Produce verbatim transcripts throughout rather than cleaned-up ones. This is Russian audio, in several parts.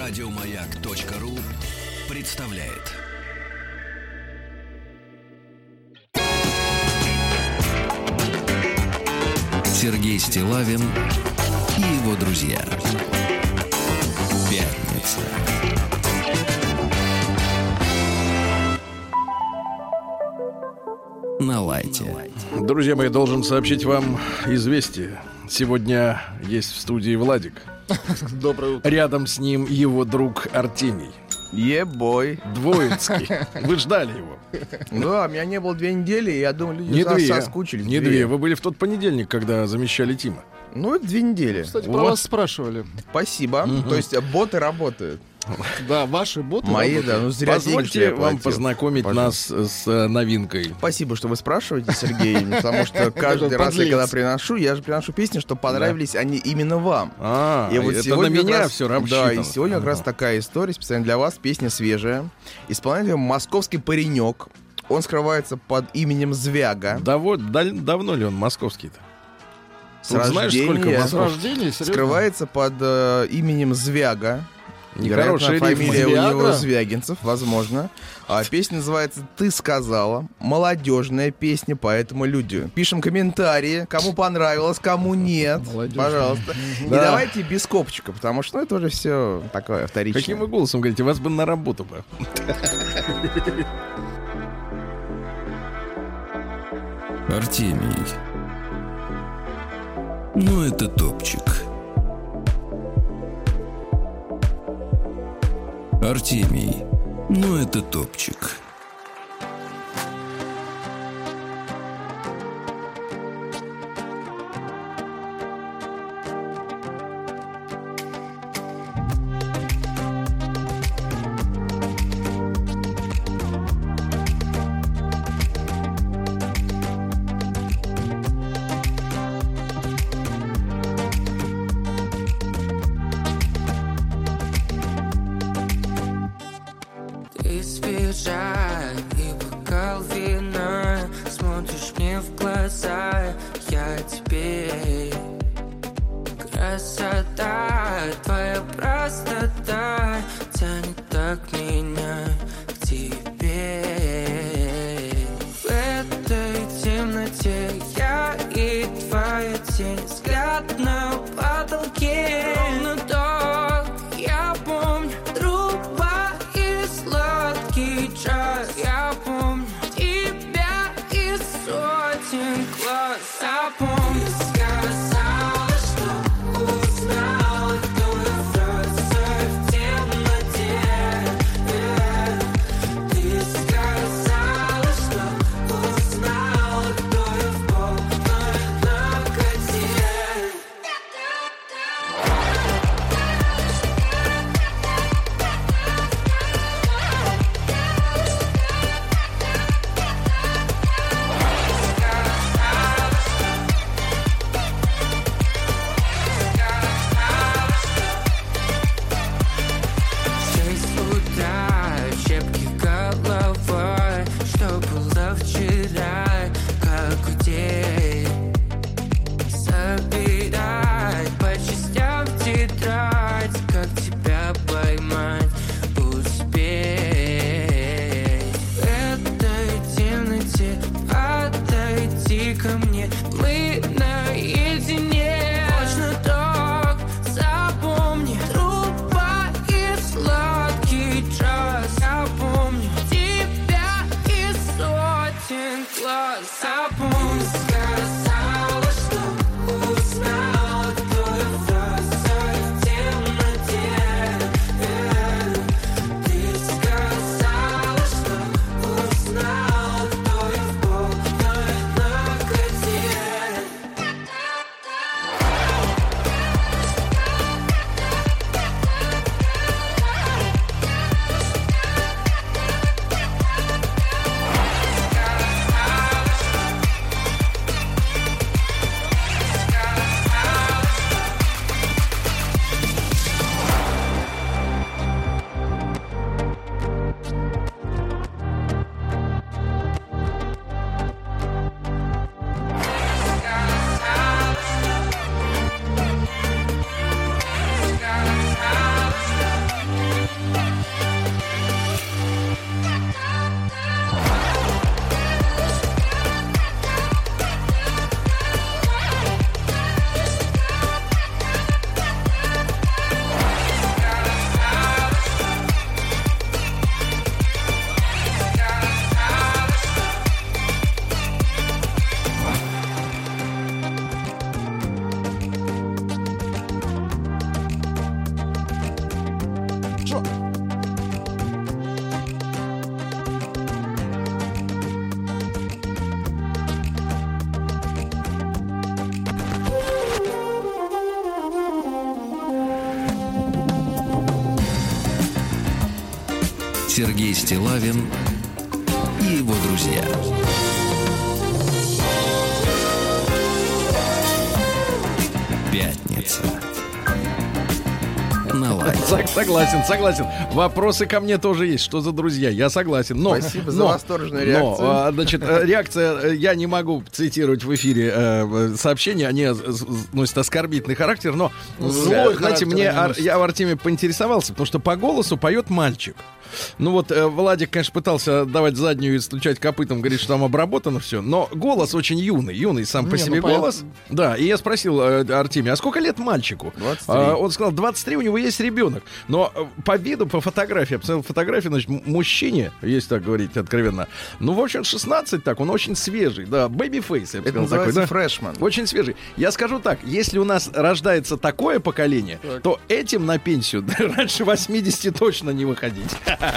Радиомаяк.ру представляет. Сергей Стиллавин и его друзья. Пятница. На лайте. Друзья мои, должен сообщить вам известие. Сегодня есть в студии Владик. Доброе утро. Рядом с ним его друг Артемий. Е-бой. Двоицкий. Вы ждали его? Да, меня не было две недели, и я думаю, люди Не за- две. соскучились. Не две. Вы были в тот понедельник, когда замещали Тима. Ну, это две недели. Кстати, У про вас- вас спрашивали. Спасибо. Мгм. То есть боты работают. Да, ваши боты Мои, работают. да. Ну, зря денег, что Позвольте я вам платил. познакомить Пожалуйста. нас с э, новинкой. Спасибо, что вы спрашиваете, Сергей, потому что каждый Это раз, я подлец. когда приношу, я же приношу песни, что понравились они именно вам. А, И вот это на сегодня как меня раз- все Да, рассчитано. и сегодня как раз такая история, специально для вас, песня свежая. Исполнитель московский паренек. Он скрывается под именем Звяга. Да вот, даль- давно ли он московский-то? С Тут знаешь, сколько рождения. Москов- С рождения, серьезно? Скрывается под э, именем Звяга. Нехорошие Вероятно, рифмы. фамилия у него Виагра? Звягинцев, возможно. А песня называется «Ты сказала». Молодежная песня, поэтому люди. Пишем комментарии, кому понравилось, кому нет. Молодежная. Пожалуйста. И Да. давайте без копчика, потому что ну, это уже все такое вторичное. Каким вы голосом говорите? Вас бы на работу бы. Артемий. Ну, это топчик. Артемий. Ну, это топчик. Ты свежа, и бокал вина. Смотришь мне в глаза, я тебе. Красота, твоя простота тянет так меня к тебе. В этой темноте я и твоя тень. Взгляд на потолке. Ровно так, я помню. Труба и сладкий час. Я помню тебя из сотен глаз. Я помню. Сказала, что узнала твою фразу в темноте. Э, Ты сказала, что узнала, кто я в полной наготе. Сергей Стиллавин и его друзья. Пятница. На лайте. Согласен, согласен. Вопросы ко мне тоже есть. Что за друзья? Я согласен. Но, Спасибо за но, восторженную реакцию. Но, а, значит, реакция, я не могу цитировать в эфире э, сообщения, они носят оскорбительный характер, но, Злой знаете, характер мне, они Ар, носят. я в Артеме поинтересовался, потому что по голосу поет мальчик. Ну вот э, Владик, конечно, пытался давать заднюю и стучать копытом, говорит, что там обработано все, но голос очень юный, юный сам по Не, себе ну, понятно. голос. Да, и я спросил э, Артемия, а сколько лет мальчику? двадцать три. А, он сказал, двадцать три, у него есть ребенок. Но э, по виду, по фотографии, я посмотрел фотографии, значит, м- мужчине, если так говорить откровенно, ну, в общем, шестнадцать так, он очень свежий, да, бэби-фейс, я бы Это сказал, называется такой, да. фрешман. Очень свежий. Я скажу так, если у нас рождается такое поколение, Так. то этим на пенсию раньше восьмидесяти точно не выходить.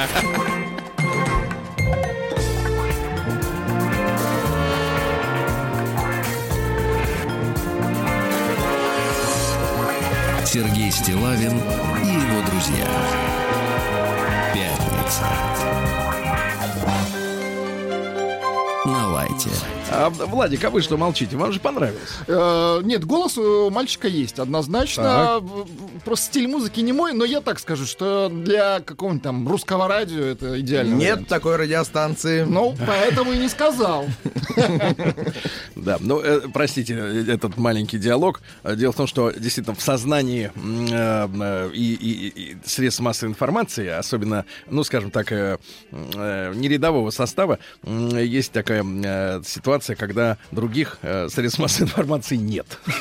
Сергей Стиллавин и его друзья. Пятница. На лайте. А, Владик, а вы что молчите? Вам же понравилось. Э, Нет, голос у мальчика есть, однозначно. Просто стиль музыки не мой, но я так скажу, что для какого-нибудь там русского радио это идеально. Нет такой радиостанции. Ну, поэтому и не сказал. Да, ну, э, простите, э, этот маленький диалог. Э, Дело в том, что действительно в сознании м, э, э, и, и- и средств массовой информации, особенно, ну, скажем так, э, э, нерядового состава, м, есть такая э, ситуация, когда других э, средств массовой информации нет.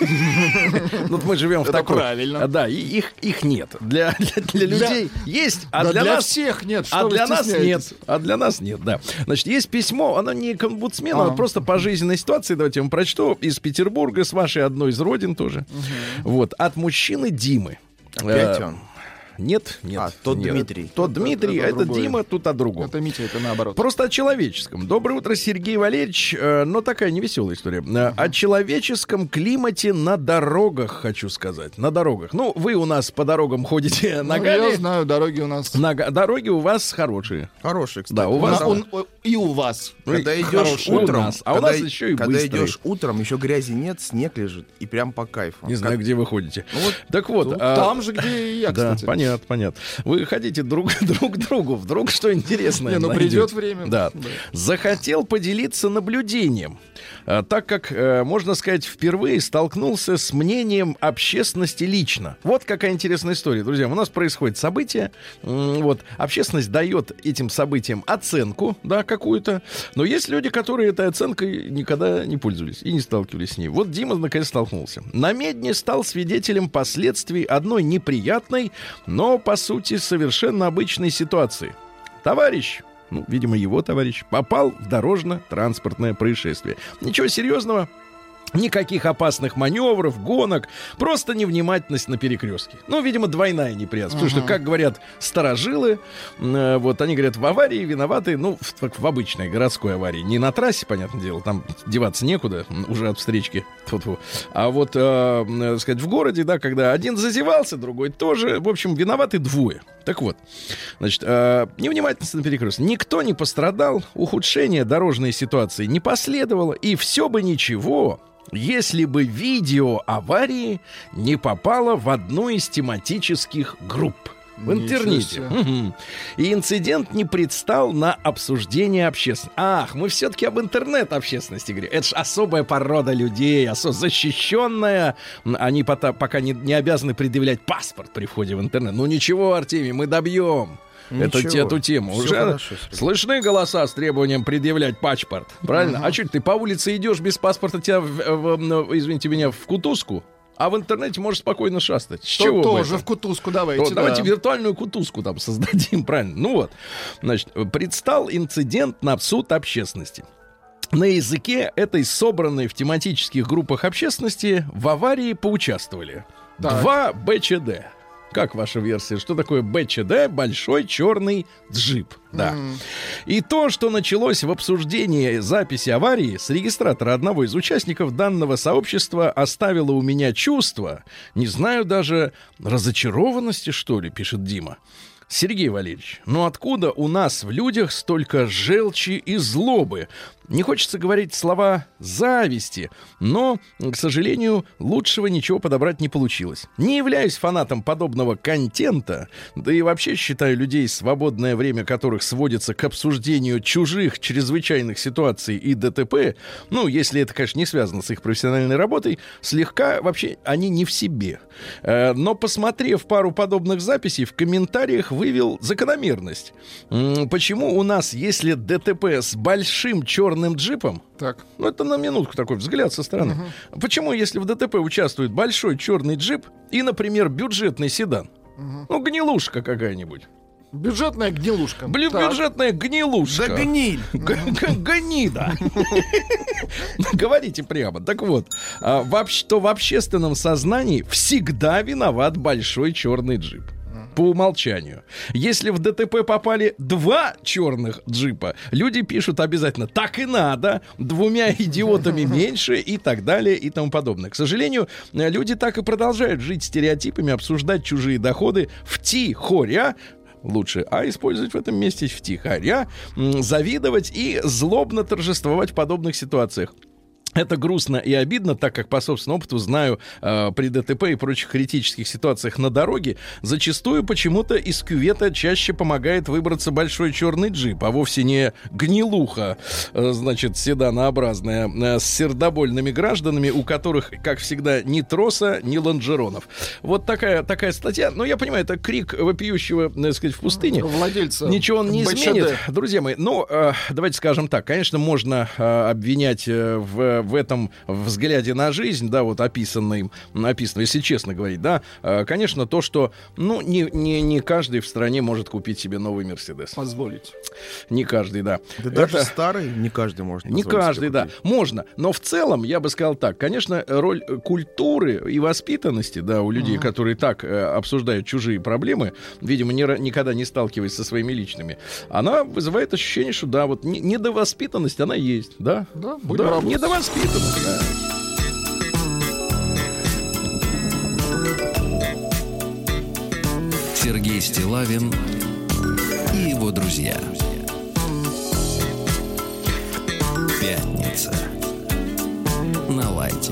Ну, мы живем в Это такой... правильно. А, Да, и их их нет. Для для- для Для- людей есть, а Да для для нас... всех нет. Что А вы для нас стесняетесь? нет. А для нас нет, да. Значит, есть письмо, оно не к омбудсмену, а А. просто по жизненной ситуации. Давайте я вам прочту. Из Петербурга, с вашей одной из родин тоже. Вот. От мужчины Димы. Опять Э, он. Нет, нет. А, тот нет. Дмитрий. Тот Это- Дмитрий, это а это другой. Дима, тут о другом. Это Митя, это наоборот. Просто о человеческом. Доброе утро, Сергей Валерьевич. Э, но такая невеселая история. Э, О человеческом климате на дорогах, хочу сказать. На дорогах. Ну, вы у нас по дорогам ходите Ну, ногами. я знаю, дороги у нас. Нога- Дороги у вас хорошие. Хороший, кстати. Да, у вас- На- он- о, и у вас. Когда Ой, идешь хороший у утром, нас, а у когда нас и- еще и когда быстрый. идешь утром, еще грязи нет, снег лежит, и прям по кайфу. Не знаю, Как- где вы ходите. Ну вот Так вот, Тут- а, Там же, где и я, да, кстати. понятно, понятно. Вы ходите друг, друг к другу, вдруг что интересное Не, ну найдете. придет время. Да. Захотел поделиться наблюдением, а, так как, э, можно сказать, впервые столкнулся с мнением общественности лично. Вот какая интересная история, друзья. У нас происходит событие, м, вот, общественность дает этим событиям оценку, да, какую-то, но есть люди, которые этой оценкой никогда не пользовались и не сталкивались с ней. Вот Дима, наконец, столкнулся. На Медне стал свидетелем последствий одной неприятной, но, по сути, совершенно обычной ситуации. Товарищ, ну, видимо, его товарищ, попал в дорожно-транспортное происшествие. Ничего серьезного. Никаких опасных маневров, гонок, просто невнимательность на перекрестке. Ну, видимо, двойная неприятность. Потому что, как говорят старожилы, э, вот они говорят, в аварии виноваты, ну, в, как в обычной городской аварии. Не на трассе, понятное дело, там деваться некуда, м, уже от встречки. Тьфу-тьфу. А вот, э, э, сказать, в городе, да, когда один зазевался, другой тоже, в общем, виноваты двое. Так вот, значит, э, невнимательность на перекрестке. Никто не пострадал, ухудшение дорожной ситуации не последовало, и все бы ничего, если бы видео аварии не попало в одну из тематических групп в Ничего интернете. себе. Мгм. И инцидент не предстал на обсуждение общественности. Ах, мы все-таки об интернет-общественности говорим. Это же особая порода людей, осо- защищенная. Они пота- пока не, не обязаны предъявлять паспорт при входе в интернет. Ну ничего, Артемий, мы добьем. Эту, Ничего. эту тему. Всё Уже хорошо, Сергей. слышны голоса с требованием предъявлять паспорт. Правильно? А что ты по улице идешь без паспорта, тебя, в- в- в- извините меня, в кутузку? А в интернете можешь спокойно шастать. С То- чего бы тоже это? в кутузку давайте. Вот, да. давайте виртуальную кутузку там создадим, правильно? Ну вот, значит, предстал инцидент на суд общественности. На языке этой собранной в тематических группах общественности в аварии поучаствовали Так. два бэ че дэ. Как ваша версия? Что такое бэ че дэ? Большой черный джип. Да. И то, что началось в обсуждении записи аварии с регистратора одного из участников данного сообщества, оставило у меня чувство, не знаю, даже разочарованности, что ли, пишет Дима. Сергей Валерьевич, ну откуда у нас в людях столько желчи и злобы? Не хочется говорить слова зависти, но, к сожалению, лучшего ничего подобрать не получилось. Не являюсь фанатом подобного контента, да и вообще считаю людей, свободное время которых сводится к обсуждению чужих чрезвычайных ситуаций и ДТП, ну, если это, конечно, не связано с их профессиональной работой, слегка вообще они не в себе. Но, посмотрев пару подобных записей, в комментариях вывел закономерность. Почему у нас, если ДТП с большим черным джипом, Так. ну это на минутку такой взгляд со стороны. Uh-huh. Почему, если в ДТП участвует большой черный джип и, например, бюджетный седан, uh-huh. ну гнилушка какая-нибудь, Бюджетная гнилушка. Блин, Так. бюджетная гнилушка. Да гниль. Гнида. Говорите прямо. Так вот, что в общественном сознании всегда виноват большой черный джип. По умолчанию. Если в ДТП попали два черных джипа, люди пишут обязательно «так и надо», «двумя идиотами меньше» и так далее и тому подобное. К сожалению, люди так и продолжают жить стереотипами, обсуждать чужие доходы втихаря, лучше А использовать в этом месте втихаря, завидовать и злобно торжествовать в подобных ситуациях. Это грустно и обидно, так как по собственному опыту знаю, э, при ДТП и прочих критических ситуациях на дороге зачастую почему-то из кювета чаще помогает выбраться большой черный джип, а вовсе не гнилуха, э, значит, седанообразная, э, с сердобольными гражданами, у которых, как всегда, ни троса, ни лонжеронов. Вот такая, такая статья. Но я понимаю, это крик вопиющего, так сказать, в пустыне. Владельца. Ничего он не БЧД. изменит, друзья мои. Ну, э, давайте скажем так. Конечно, можно э, обвинять э, в в этом взгляде на жизнь, да, вот описанный, описанный, если честно говорить, да, конечно, то, что, ну, не, не, не каждый в стране может купить себе новый Мерседес. Позволить. Не каждый, да. Да даже Это... старый не каждый может. Не каждый, да. Можно. Но в целом, я бы сказал так, конечно, роль культуры и воспитанности, да, у людей, uh-huh. которые так э, обсуждают чужие проблемы, видимо, не, никогда не сталкиваясь со своими личными, она вызывает ощущение, что, да, вот не, недовоспитанность, она есть, да? Да, будем да, работать. Недовоспитанность. Да. Сергей Стиллавин и его друзья. Пятница. На лайте.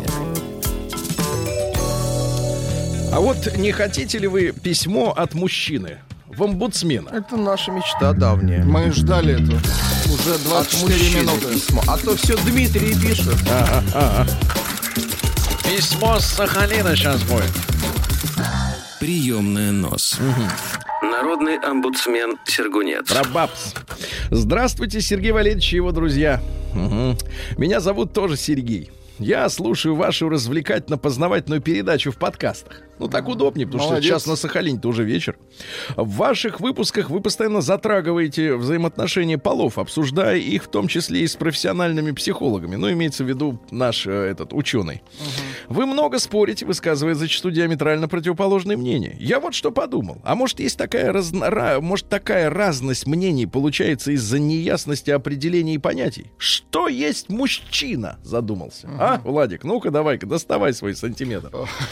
А вот не хотите ли вы письмо от мужчины в омбудсмена? Это наша мечта давняя. Мы ждали это уже двадцать четыре минуты. Письмо. А то все Дмитрий пишет. Ага, ага. Письмо с Сахалина сейчас будет. Приемная нос. Угу. Народный омбудсмен Сергунец. Прабабс. Здравствуйте, Сергей Валерьевич и его друзья. Угу. Меня зовут тоже Сергей. Я слушаю вашу развлекательно-познавательную передачу в подкастах. Ну, так удобнее, потому Молодец. что сейчас на Сахалине-то уже вечер. В ваших выпусках вы постоянно затрагиваете взаимоотношения полов, обсуждая их в том числе и с профессиональными психологами. Ну, имеется в виду наш э, этот ученый. Угу. Вы много спорите, высказывая зачастую диаметрально противоположные мнения. Я вот что подумал. А может, есть такая, разно... Ра... может, такая разность мнений получается из-за неясности определений и понятий? Что есть мужчина? Задумался. Угу. А, Владик, ну-ка, давай-ка, доставай свой сантиметр.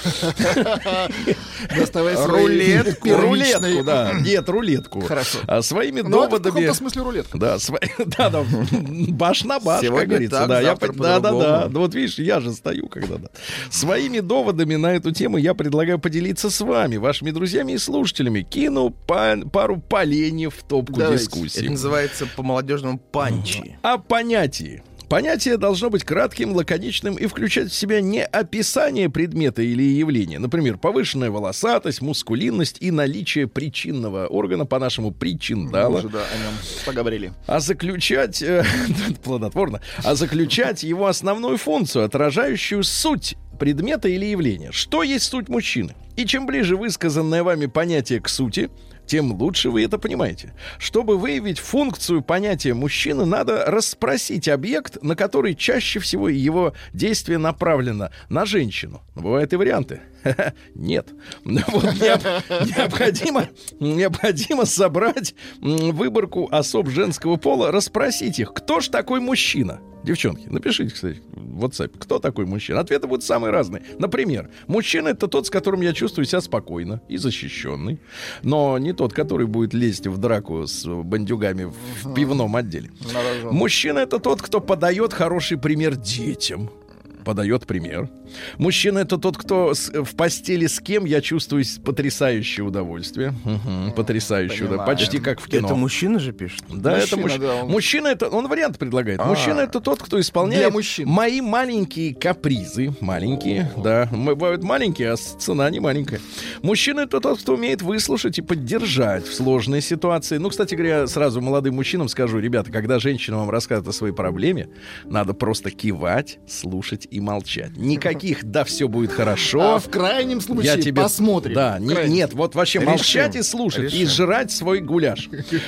Доставай рулетку, рулетку, да, нет, рулетку. Хорошо. А своими Ну, доводами. это в каком-то смысле рулетка. Да, сво... да, да, баш на баш, Сегодня как говорится. так, Да, я... завтра да, да, да. по-другому. Ну вот видишь, я же стою, когда да. Своими доводами на эту тему я предлагаю поделиться с вами, вашими друзьями и слушателями. Кину па... пару поленьев в топку Давайте. дискуссии. Это называется по-молодежному панчи. О понятии. Понятие должно быть кратким, лаконичным и включать в себя не описание предмета или явления, например, повышенная волосатость, мускулинность и наличие причинного органа, по-нашему причиндала. Мы уже, да, о нем поговорили. А заключать, э, плодотворно, а заключать его основную функцию, отражающую суть предмета или явления. Что есть суть мужчины? И чем ближе высказанное вами понятие к сути, тем лучше вы это понимаете. Чтобы выявить функцию понятия мужчины, надо расспросить объект, на который чаще всего его действие направлено на женщину. Бывают и варианты. Нет. Вот необходимо, необходимо собрать выборку особ женского пола, расспросить их, кто ж такой мужчина? Девчонки, напишите, кстати, в WhatsApp, кто такой мужчина. Ответы будут самые разные. Например, мужчина — это тот, с которым я чувствую себя спокойно и защищенный, но не тот, который будет лезть в драку с бандюгами в пивном отделе. Мужчина — это тот, кто подает хороший пример детям. Подает пример. Мужчина — это тот, кто с, в постели с кем я чувствую потрясающее удовольствие. Угу, потрясающее удовольствие. Почти как в кино. Это мужчина же пишет? Да, мужчина, это мужчина. Да, он... Мужчина — это... Он вариант предлагает. А-а-а. Мужчина — это тот, кто исполняет мои маленькие капризы. Маленькие, да. Мы, бывают маленькие, а цена не маленькая. Мужчина — это тот, кто умеет выслушать и поддержать в сложной ситуации. Ну, кстати говоря, сразу молодым мужчинам скажу, ребята, когда женщина вам рассказывает о своей проблеме, надо просто кивать, слушать и молчать. Никаких «да, все будет хорошо». А в крайнем случае я тебе... посмотрим. Да, не, нет, вот вообще Решим. молчать и слушать, Решим. и жрать свой гуляш.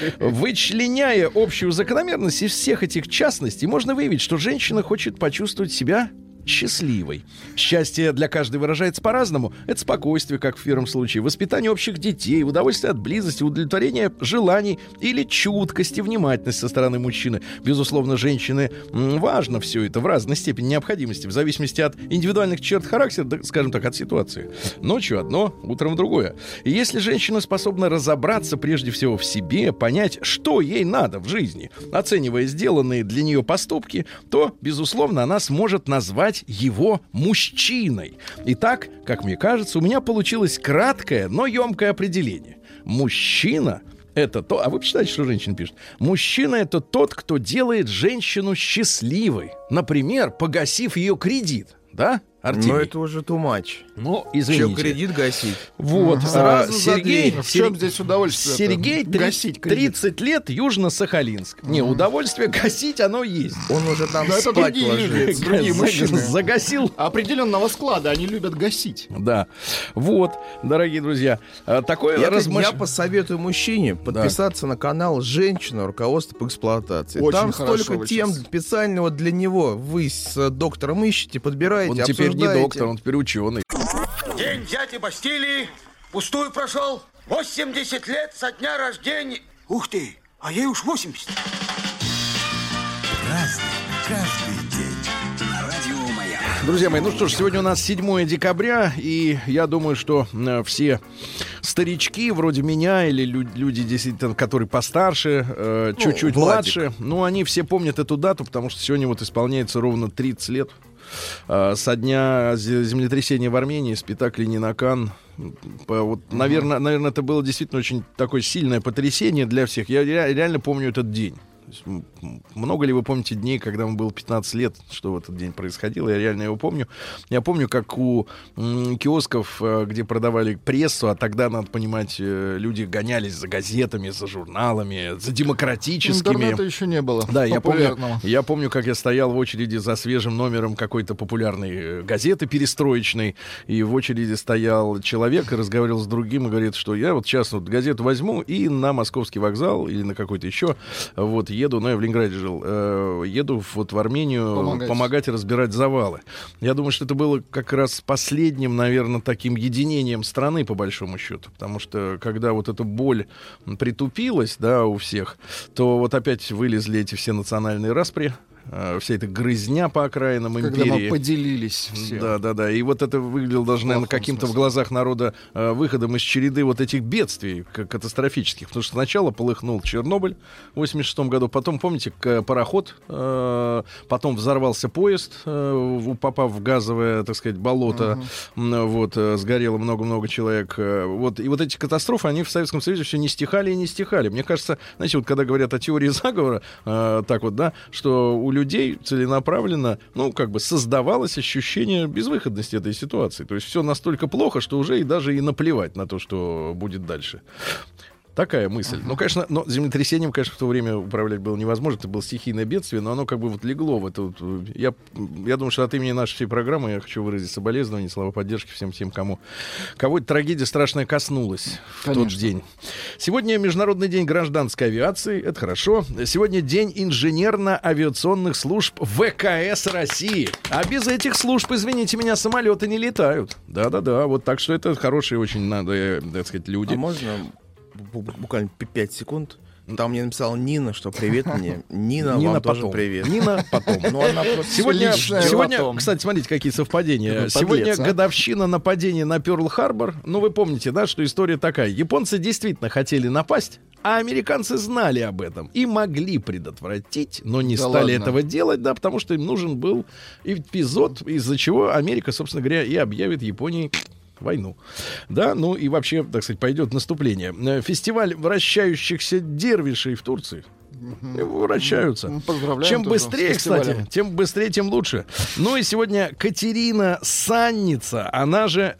Вычленяя общую закономерность из всех этих частностей, можно выявить, что женщина хочет почувствовать себя счастливой. Счастье для каждой выражается по-разному. Это спокойствие, как в первом случае, воспитание общих детей, удовольствие от близости, удовлетворение желаний или чуткость и внимательность со стороны мужчины. Безусловно, женщины м, важно все это в разной степени необходимости, в зависимости от индивидуальных черт характера, да, скажем так, от ситуации. Ночью одно, утром другое. И если женщина способна разобраться прежде всего в себе, понять, что ей надо в жизни, оценивая сделанные для нее поступки, то, безусловно, она сможет назвать его мужчиной. Итак, как мне кажется, у меня получилось краткое, но емкое определение. Мужчина — это то... А вы почитайте, что женщина пишет. Мужчина — это тот, кто делает женщину счастливой. Например, погасив ее кредит. Да, Артемий? Но это уже too much. Ну, извините. Че, кредит гасить? Вот. Сразу а, Сергей, в чем здесь удовольствие? Сергей, гасить тридцать лет, Южно-Сахалинск. Не, удовольствие гасить, оно есть. Он уже там Но это спать другие ложится. люди, другие мужчины. Загасил. Определенного склада, они любят гасить. Да. Вот, дорогие друзья. Такое Я, размыш... я посоветую мужчине подписаться да. на канал «Женщина. Руководство по эксплуатации». Очень там хорошо, столько тем сейчас. специального для него. Вы с доктором ищете, подбираете, Он обсуждаете. теперь не доктор, он теперь ученый. День взятия Бастилии пустую прошел. восемьдесят лет со дня рождения. Ух ты, а ей уж восемьдесят. Разный, каждый день. Радио Маяк. Друзья мои, ну что ж, сегодня у нас седьмое декабря, и я думаю, что э, все старички вроде меня или лю- люди, действительно, которые постарше, э, ну, чуть-чуть Владик. младше, ну, они все помнят эту дату, потому что сегодня вот исполняется ровно тридцать лет э, со дня землетрясения в Армении, спектакля «Нинакан». Вот, uh-huh. наверное, наверное, это было действительно очень такое сильное потрясение для всех. Я реально помню этот день. Много ли вы помните дней, когда вам было пятнадцать лет, что в этот день происходило? Я реально его помню. Я помню, как у м, киосков, где продавали прессу, а тогда, надо понимать, люди гонялись за газетами, за журналами, за демократическими. Интернета еще не было. Да, я помню, я помню, как я стоял в очереди за свежим номером какой-то популярной газеты перестроечной, и в очереди стоял человек и разговаривал с другим, и говорит, что я вот сейчас вот газету возьму и на Московский вокзал или на какой-то еще, вот, еду, ну, я в Ленинграде жил, э, еду вот в Армению помогать. помогать разбирать завалы. Я думаю, что это было как раз последним, наверное, таким единением страны, по большому счету. Потому что, когда вот эта боль притупилась, да, у всех, то вот опять вылезли эти все национальные распри, вся эта грызня по окраинам Когда империи. Когда мы поделились все. Да, да, да. И вот это выглядело даже, наверное, каким-то в глазах народа э, выходом из череды вот этих бедствий к- катастрофических. Потому что сначала полыхнул Чернобыль в восемьдесят шестом году, потом, помните, к- пароход, э, потом взорвался поезд, э, попав в газовое, так сказать, болото. Uh-huh. Вот, э, сгорело много-много человек. Э, вот, и вот эти катастрофы, они в Советском Союзе все не стихали и не стихали. Мне кажется, знаете, вот когда говорят о теории заговора, э, так вот, да, что у людей целенаправленно, ну, как бы создавалось ощущение безвыходности этой ситуации. То есть все настолько плохо, что уже и даже и наплевать на то, что будет дальше. Такая мысль. Uh-huh. Ну, конечно, но землетрясением, конечно, в то время управлять было невозможно. Это было стихийное бедствие, но оно как бы вот легло в это. Вот, я, я думаю, что от имени нашей всей программы я хочу выразить соболезнования, слова поддержки всем тем, кому кого эта трагедия страшная коснулась в конечно. Тот день. Сегодня Международный день гражданской авиации. Это хорошо. Сегодня день инженерно-авиационных служб ВКС России. А без этих служб, извините меня, самолеты не летают. Да-да-да. Вот так что это хорошие очень, надо, так сказать, люди. А можно... буквально пять секунд. Там мне написала Нина, что привет мне. Нина, Нина вам тоже потом. привет. Нина потом. Ну, она просто... Сегодня, Личное сегодня потом. кстати, смотрите, какие совпадения. Какой Сегодня подлец, а. годовщина нападения на Пёрл-Харбор. Ну, вы помните, да, что история такая. Японцы действительно хотели напасть, а американцы знали об этом и могли предотвратить, но не Да стали ладно. этого делать, да, потому что им нужен был эпизод, из-за чего Америка, собственно говоря, и объявит Японии войну. Да, ну и вообще, так сказать, пойдет наступление. Э, Фестиваль вращающихся дервишей в Турции. И вращаются. Ну, поздравляем Чем тоже быстрее, с фестивалем. кстати, тем быстрее, тем лучше. Ну и сегодня Катерина Санница, она же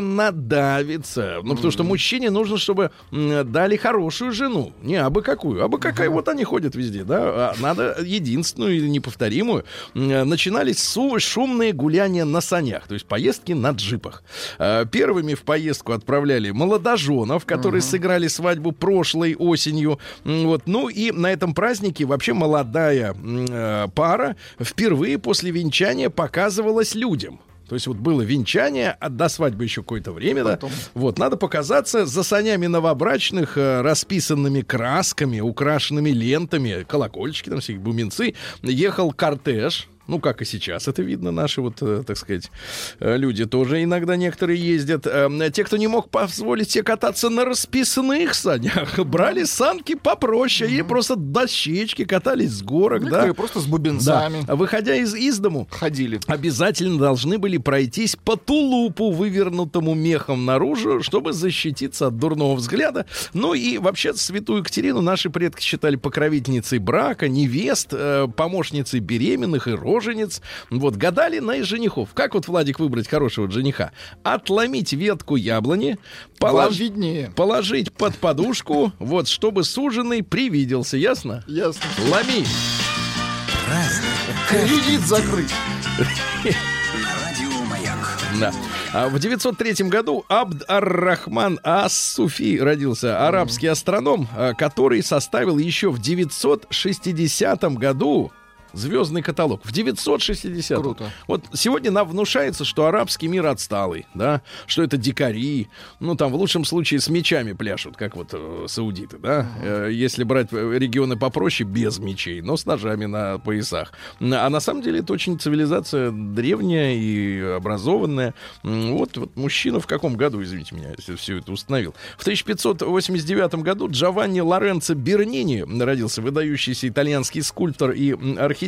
женодавица. Ну, потому что мужчине нужно, чтобы м, дали хорошую жену. Не абы какую. Абы какая, вот они ходят везде, да. А надо единственную или неповторимую. М, Начинались су- шумные гуляния на санях, то есть поездки на джипах. А, Первыми в поездку отправляли молодоженов, которые сыграли свадьбу прошлой осенью. М, Вот. Ну и на этом празднике вообще молодая м, э, пара впервые после венчания показывалась людям. То есть вот было венчание, а до свадьбы еще какое-то время, да. Вот, надо показаться за санями новобрачных, э, расписанными красками, украшенными лентами, колокольчики, там всякие бубенцы. Ехал кортеж. Ну, как и сейчас это видно, наши вот, э, так сказать, э, люди тоже иногда некоторые ездят. Э, те, кто не мог позволить себе кататься на расписных санях, брали санки попроще и просто дощечки катались с горок, Некоторые да. просто с Да. бубенцами Выходя из, из дому, ходили. обязательно должны были пройтись по тулупу, вывернутому мехом наружу, чтобы защититься от дурного взгляда. Ну и вообще святую Екатерину наши предки считали покровительницей брака, невест, э, помощницей беременных и рожениц. Вот, гадали на женихов. Как вот, Владик, выбрать хорошего жениха? Отломить ветку яблони, Вам полож- виднее. положить под подушку, вот, чтобы суженый привиделся, ясно? Ясно. Ломи. Кредит закрыть. Радио Маяк. Да. А в девятьсот третьем году Абд ар-Рахман ас-Суфи родился, арабский астроном, а, который составил еще в девятьсот шестидесятом году звездный каталог. В девятьсот шестидесятом. Круто. Вот сегодня нам внушается, что арабский мир отсталый, да, что это дикари, ну там в лучшем случае с мечами пляшут, как вот э, саудиты, да. Э, если брать э, регионы попроще, без мечей, но с ножами на поясах. А на самом деле это очень цивилизация древняя и образованная. М, Вот, вот мужчина в каком году, извините меня, если все это установил? В тысяча пятьсот восемьдесят девятом году Джованни Лоренцо Бернини родился, выдающийся итальянский скульптор и м, архитектор.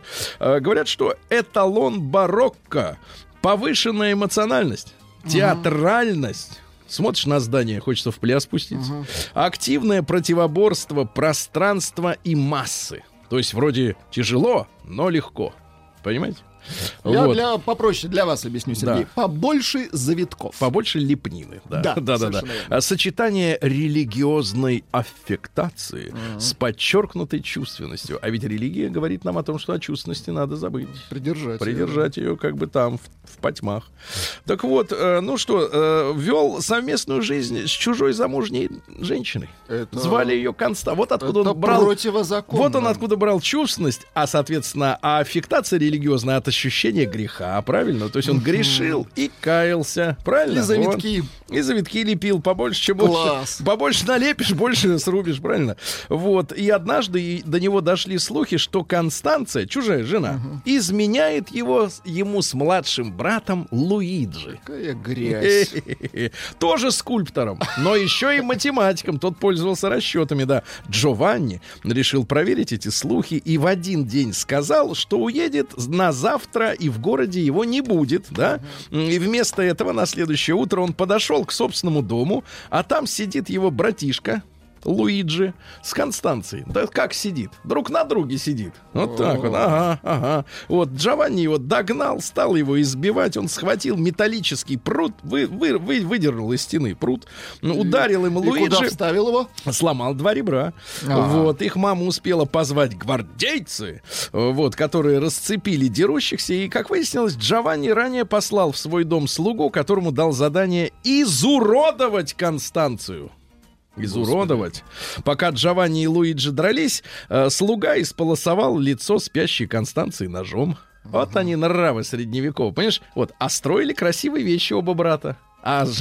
Э, говорят, что эталон барокко, повышенная эмоциональность, театральность. Смотришь на здание, хочется в пляс спуститься. Активное противоборство пространства и массы. То есть вроде тяжело, но легко. Понимаете? Я Вот. для, попроще для вас объясню, Сергей. Да. Побольше завитков. Побольше лепнины. Да, Да, да, да, да. совершенно верно. А сочетание религиозной аффектации с подчеркнутой чувственностью. А ведь религия говорит нам о том, что о чувственности надо забыть. Придержать. Придержать ее как бы там, в, в потьмах. Так вот, э, ну что, э, вел совместную жизнь с чужой замужней женщиной. Это- Звали ее Конста. Вот откуда Это он брал... противозаконно. Вот он откуда брал чувственность, а, соответственно, а аффектация религиозная от ощущения греха, правильно? То есть он грешил и каялся, правильно? И завитки. Вот. И завитки лепил побольше, чем Класс. больше. Побольше налепишь, больше срубишь, правильно? Вот. И однажды и до него дошли слухи, что Констанция, чужая жена, изменяет его, с- ему с младшим братом Луиджи. Какая грязь. Тоже скульптором, но еще и математиком. Тот пользовался расчетами, да. Джованни решил проверить эти слухи и в один день сказал, что уедет на завтра и в городе его не будет, да. И вместо этого на следующее утро он подошел к собственному дому, а там сидит его братишка Луиджи с Констанцией. Да как сидит? Друг на друге сидит. Вот так вот. Ага, ага. Вот Джованни его догнал, стал его избивать. Он схватил металлический прут, вы, вы, вы, выдернул из стены прут, ударил им И куда Луиджи, вставил его? сломал два ребра. Ага. Вот. Их мама успела позвать гвардейцы, вот, которые расцепили дерущихся. И, как выяснилось, Джованни ранее послал в свой дом слугу, которому дал задание изуродовать Констанцию. Изуродовать. Пока Джованни и Луиджи дрались, э, слуга исполосовал лицо спящей Констанции ножом. Вот они, нравы средневековые. Понимаешь? Вот. А строили красивые вещи оба брата. А ж-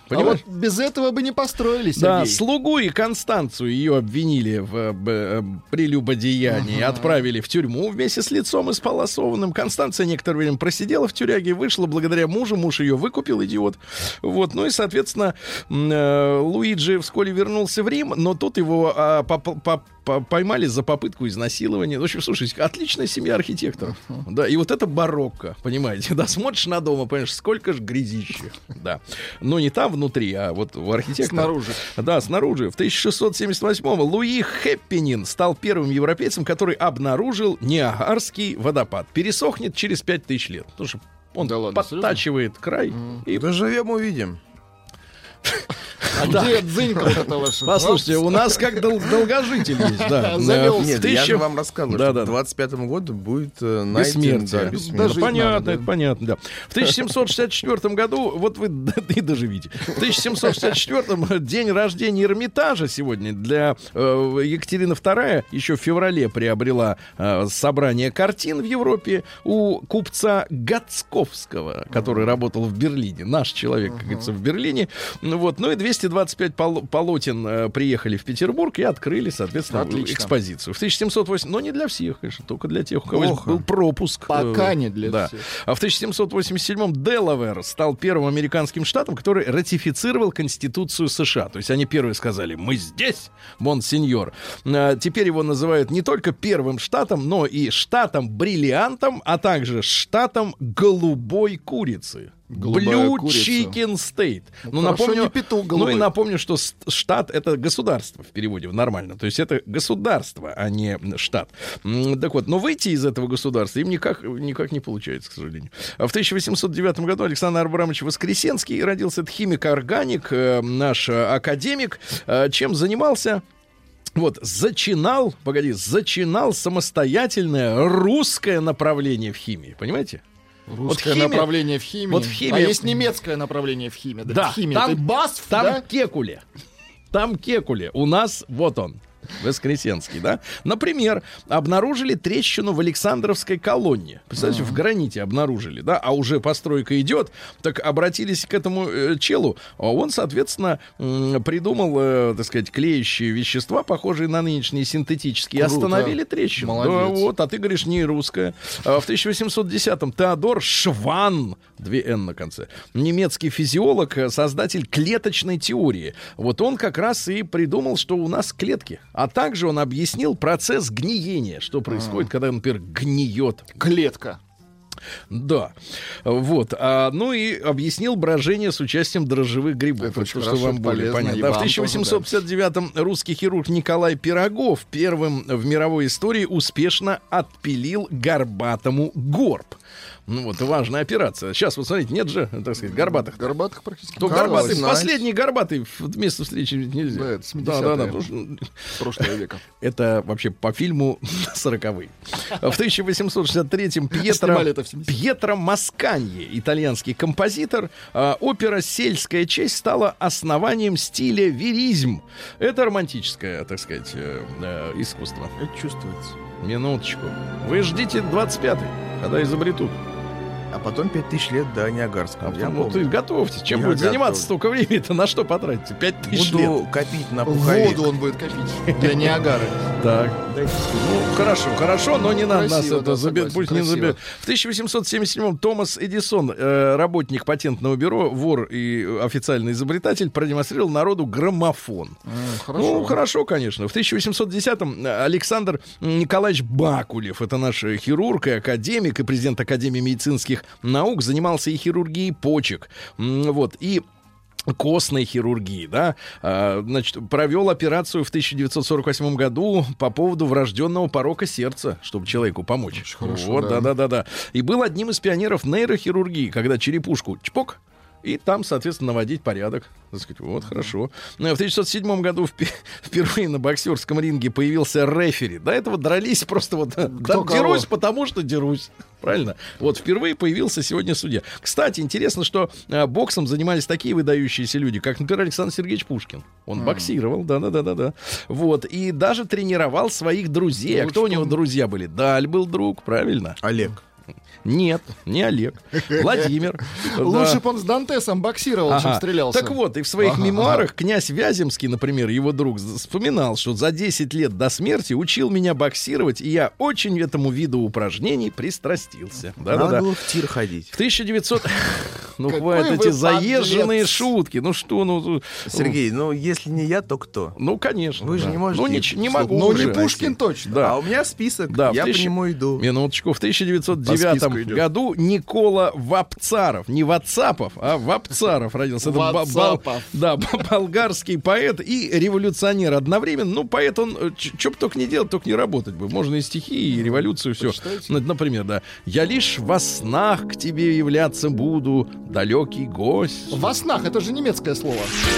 Понимаешь? А вот без этого бы не построили, Сергей. Да, слугу и Констанцию ее обвинили в э, э, прелюбодеянии, uh-huh. отправили в тюрьму вместе с лицом исполосованным. Констанция некоторое время просидела в тюряге, вышла благодаря мужу, муж ее выкупил, идиот. Вот, ну и, соответственно, э, Луиджи вскоре вернулся в Рим, но тут его э, по, по, по, поймали за попытку изнасилования. В общем, слушайте, отличная семья архитекторов. Uh-huh. Да, и вот это барокко, понимаете, да, смотришь на дом, понимаешь, сколько ж грязища, да. Но не там внутри, а вот у архитектора. Снаружи. Да, снаружи. В тысяча шестьсот семьдесят восьмом Луи Хэппинин стал первым европейцем, который обнаружил Ниагарский водопад. Пересохнет через пять тысяч лет. Потому что он да ладно, подтачивает серьезно? Край. Mm. И... Доживем, увидим. А где дзынька вот эта ваша? Послушайте, у нас как дол- долгожитель есть, да. Нет, я же вам рассказывал, что к двадцать пятому году будет найден... Понятно, это понятно, да. В тысяча семьсот шестьдесят четвёртом году, вот вы и доживите, в тысяча семьсот шестьдесят четвёртом день рождения Эрмитажа сегодня для Екатерина вторая еще в феврале приобрела собрание картин в Европе у купца Гацковского, который работал в Берлине. Наш человек, как говорится, в Берлине. Вот, ну и двести двадцать пять пол- полотен э, приехали в Петербург и открыли, соответственно, Отлично. экспозицию. В тысяча семьсот восьмидесятом, но не для всех, конечно, только для тех, у кого Плохо. был пропуск. Пока не для да. всех. А в тысяча семьсот восемьдесят седьмом Делавэр стал первым американским штатом, который ратифицировал Конституцию США. То есть они первые сказали: мы здесь, монсеньор. А теперь его называют не только первым штатом, но и штатом-бриллиантом, а также штатом голубой курицы. Blue Chicken State. Ну, напомню, ну и напомню, что штат — это государство в переводе в нормально. То есть это государство, а не штат. Так вот, но выйти из этого государства им никак, никак не получается, к сожалению. В тысяча восемьсот девятом году Александр Абрамович Воскресенский родился. Это химик-органик, наш академик. Чем занимался? Вот, зачинал, погоди, зачинал самостоятельное русское направление в химии. Понимаете? Русское вот химия, направление в химии. Вот в химии. А есть немецкое направление в химии. Да, да в химии. Там, это БАСФ, там да? Кекуле. Там Кекуле. У нас вот он. Воскресенский, да? Например, обнаружили трещину в Александровской колонне. Представляете, uh-huh. в граните обнаружили, да? А уже постройка идет. Так обратились к этому э, челу. А он, соответственно, э, придумал, э, так сказать, клеящие вещества, похожие на нынешние синтетические. Круто. Остановили трещину. Молодец. Да, вот, а ты говоришь, не русская. А в тысяча восемьсот десятом Теодор Шванн, две «н» на конце, немецкий физиолог, создатель клеточной теории. Вот он как раз и придумал, что у нас клетки. А также он объяснил процесс гниения, что происходит, а. когда, например, гниет клетка. Да, вот. А, ну и объяснил брожение с участием дрожжевых грибов. Это что, что вам более понятно. Да, в тысяча восемьсот пятьдесят девятом да. русский хирург Николай Пирогов первым в мировой истории успешно отпилил горбатому горб. Ну вот, важная операция. Сейчас, вот смотрите, нет же, так сказать, горбатых. Горбатых практически. То горбатый, последний горбатый место встречи нельзя. Да, это семидесятые. Да, да, да. Прошлого века. Это вообще по фильму сороковые. В тысяча восемьсот шестьдесят третьем Пьетро, Пьетро Масканьи, итальянский композитор, опера «Сельская честь» стала основанием стиля веризм. Это романтическое, так сказать, искусство. Это чувствуется. Минуточку. Вы ждите двадцать пятый, когда изобретут. А потом пять тысяч лет до Ниагарского. А ну, ты готовьтесь. Чем я будет готов. заниматься столько времени-то? На что потратите? пять тысяч лет. Буду копить на пуховик. Воду он будет копить для Ниагары. Так. Ну, хорошо, хорошо, но не надо нас это забить. Пусть не забить. В тысяча восемьсот семьдесят седьмом Томас Эдисон, работник патентного бюро, вор и официальный изобретатель, продемонстрировал народу граммофон. Ну, хорошо, конечно. В тысяча восемьсот десятом Александр Николаевич Бакулев, это наш хирург и академик, и президент Академии медицинских наук, занимался и хирургией почек, вот, и костной хирургии, да, а, значит, провел операцию в тысяча девятьсот сорок восьмом году по поводу врожденного порока сердца, чтобы человеку помочь. Очень хорошо, вот, да. да, да, да. И был одним из пионеров нейрохирургии, когда черепушку чпок, и там, соответственно, наводить порядок. Так сказать, вот, хорошо. Ну, в тысяча девятьсот седьмом году впервые на боксерском ринге появился рефери. До этого дрались просто вот... Да, дерусь, потому что дерусь. Правильно? Вот впервые появился сегодня судья. Кстати, интересно, что а, боксом занимались такие выдающиеся люди, как, например, Александр Сергеевич Пушкин. Он mm. боксировал, да-да-да-да. Вот. И даже тренировал своих друзей. Ну, а кто у него друзья были? Даль был друг, правильно? Олег. Нет, не Олег. Владимир. Лучше Да. бы он с Дантесом боксировал, чем Ага. стрелялся. Так вот, и в своих Ага, мемуарах князь Вяземский, например, его друг, з- вспоминал, что за десять лет до смерти учил меня боксировать, и я очень этому виду упражнений пристрастился. Надо Да-да-да. было в тир ходить. В тысяча девятьсот... Ну, Какой хватит вы эти заезженные подлец. шутки. Ну что, ну... Сергей, ну если не я, то кто? Ну, конечно. Вы же да. не можете Ну, не, не слух- могу Ну, уже. не Пушкин точно. Да. А у меня список, Да, в я тысяча- по нему иду. Минуточку. В тысяча девятьсот По девятом списку идет. году Никола Вапцаров, не Ватсапов, а Вапцаров родился. Это ба- ба- Ватсапов. да, ба- болгарский поэт и революционер одновременно. Ну, поэт он, что бы только не делать, только не работать бы. Можно и стихи, и революцию, все. Почитайте. Например, да. «Я лишь во снах к тебе являться буду, далекий гость». Во снах, это же немецкое слово.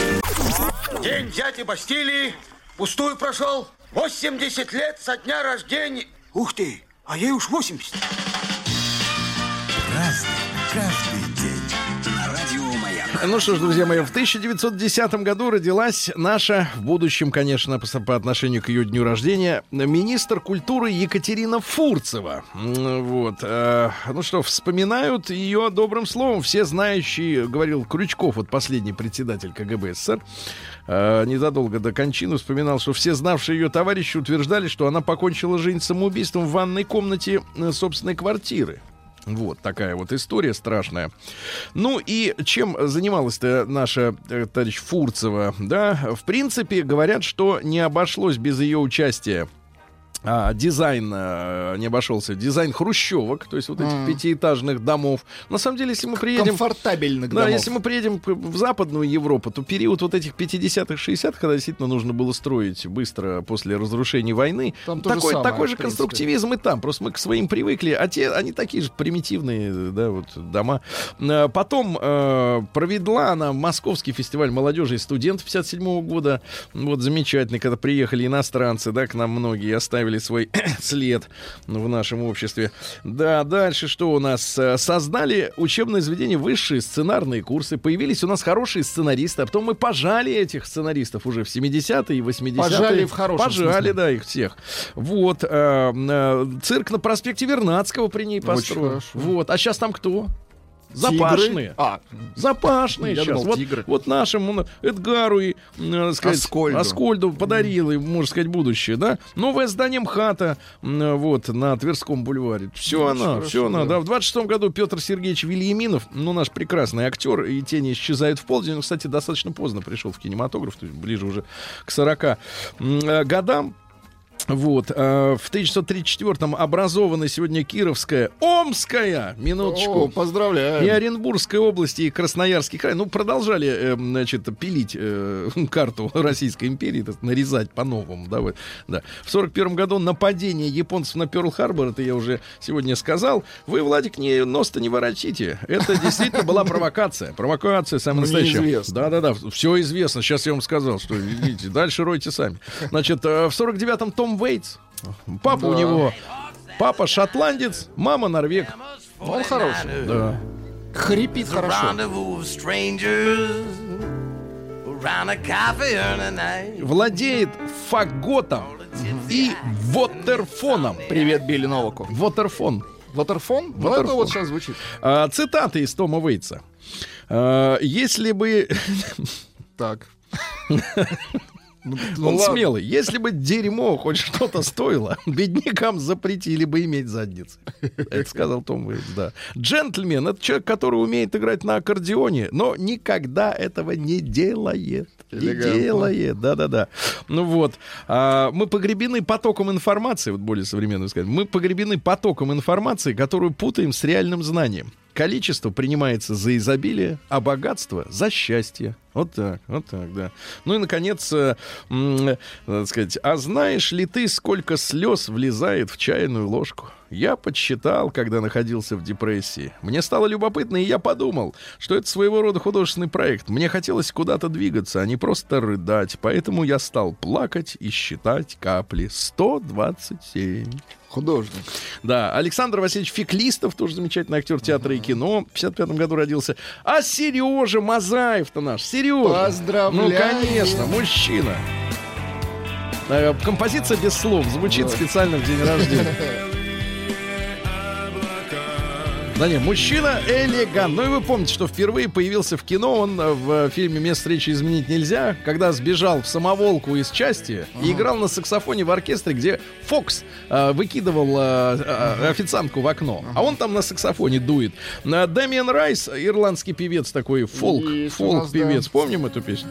День дяди Бастилии пустую прошел. восемьдесят лет со дня рождения. Ух ты, а ей уж восемьдесят. Разный, каждый день. На радио Маяк. Ну что ж, друзья мои, в тысяча девятьсот десятом году родилась наша, в будущем, конечно, по, по отношению к ее дню рождения, министр культуры Екатерина Фурцева. М, Вот. э, ну что, вспоминают ее добрым словом. Все знающие, говорил Крючков, вот последний председатель КГБ СССР, э, незадолго до кончины вспоминал, что все знавшие ее товарищи утверждали, что она покончила жизнь самоубийством в ванной комнате э, собственной квартиры. Вот такая вот история страшная. Ну и чем занималась-то наша э, товарищ Фурцева, да? В принципе, говорят, что не обошлось без ее участия. А, дизайн э, не обошелся. Дизайн хрущевок, то есть вот этих Мгм. пятиэтажных домов. На самом деле, если мы приедем... Комфортабельных Да, домов. если мы приедем к- в Западную Европу, то период вот этих пятидесятых, шестидесятых, когда действительно нужно было строить быстро после разрушения войны, Там то же такой, самое, такой же в принципе. конструктивизм и там. Просто мы к своим привыкли, а те, они такие же примитивные, да, вот дома. Э, Потом э, провела она Московский фестиваль молодежи и студентов пятьдесят седьмого года. Вот замечательный, когда приехали иностранцы, да, к нам многие оставили свой след в нашем обществе. Да, дальше что у нас? Э, Создали учебное заведение, высшие сценарные курсы. Появились у нас хорошие сценаристы, а потом мы пожали этих сценаристов уже в семидесятые и восьмидесятые. Пожали в хорошем Пожали, смысле. да, их всех. Вот. э, э, цирк на проспекте Вернадского при ней Очень построен. хорошо. Вот. А сейчас там кто? Тигры. Запашные. А, Запашные Я сейчас. думал, Вот, тигры. вот нашему Эдгару и, э, сказать, Аскольду. Аскольду подарил, и, можно сказать, будущее, да? Новое здание МХАТа, м, вот, на Тверском бульваре. Все Очень она, хорошо, все она, да. да. В двадцать шестом году Петр Сергеевич Вильяминов, ну, наш прекрасный актер, и «Тени исчезают в полдень», он, кстати, достаточно поздно пришел в кинематограф, то есть ближе уже к сорока м, э, годам. Вот, э, в тысяча девятьсот тридцать четвёртом образована сегодня Кировская, Омская, минуточку, о, поздравляю. и Оренбургской области, и Красноярский край. Ну, продолжали, э, значит, пилить э, карту Российской империи, так, нарезать по-новому. Да, вот, да. В сорок первом году нападение японцев на Пёрл-Харбор, это я уже сегодня сказал. Вы, Владик, не, нос-то не воротите. Это действительно была провокация. Провокация самая Мне настоящая. известно. Да-да-да, все известно. Сейчас я вам сказал, что, видите, дальше ройте сами. Значит, э, в сорок девятом Том Уэйтс. Папа у Да. него... Папа шотландец, мама норвег. Он хороший. Да. Хрипит хорошо. Rendezvous of strangers around a cafe on a night. Владеет фаготом и вотерфоном. Привет, Билли Новаку. Вотерфон. Ватерфон? Ну, Ватерфон. это вот сейчас звучит. А, цитаты из Тома Уэйтса. А, если бы... Так. Ну, Он ладно. смелый. Если бы дерьмо хоть что-то стоило, беднякам запретили бы иметь задницы. Это сказал Том Уэйтс, да. Джентльмен — это человек, который умеет играть на аккордеоне, но никогда этого не делает. Не Элегантно. делает, да-да-да. Ну вот. А, мы погребены потоком информации, вот более современно сказать, мы погребены потоком информации, которую путаем с реальным знанием. Количество принимается за изобилие, а богатство за счастье. Вот так, вот так, да. Ну и, наконец, э, м, надо сказать, а знаешь ли ты, сколько слез влезает в чайную ложку? Я подсчитал, когда находился в депрессии. Мне стало любопытно, и я подумал, что это своего рода художественный проект. Мне хотелось куда-то двигаться, а не просто рыдать. Поэтому я стал плакать и считать капли. сто двадцать семь. Художник. Да, Александр Васильевич Феклистов, тоже замечательный актер театра и кино, в пятьдесят пятом году родился. А Сережа Мазаев-то наш, Сережа. Поздравляю. Ну, конечно, мужчина. Э, Композиция без слов звучит специально в день рождения. Да не, мужчина элегант. Ну и вы помните, что впервые появился в кино он в фильме «Место встречи изменить нельзя», когда сбежал в самоволку из части uh-huh. и играл на саксофоне в оркестре, где Фокс э, выкидывал э, э, официантку в окно, uh-huh. а он там на саксофоне дует. Дэмиан Райс, ирландский певец такой, фолк, фолк-певец. Да. Помним эту песню?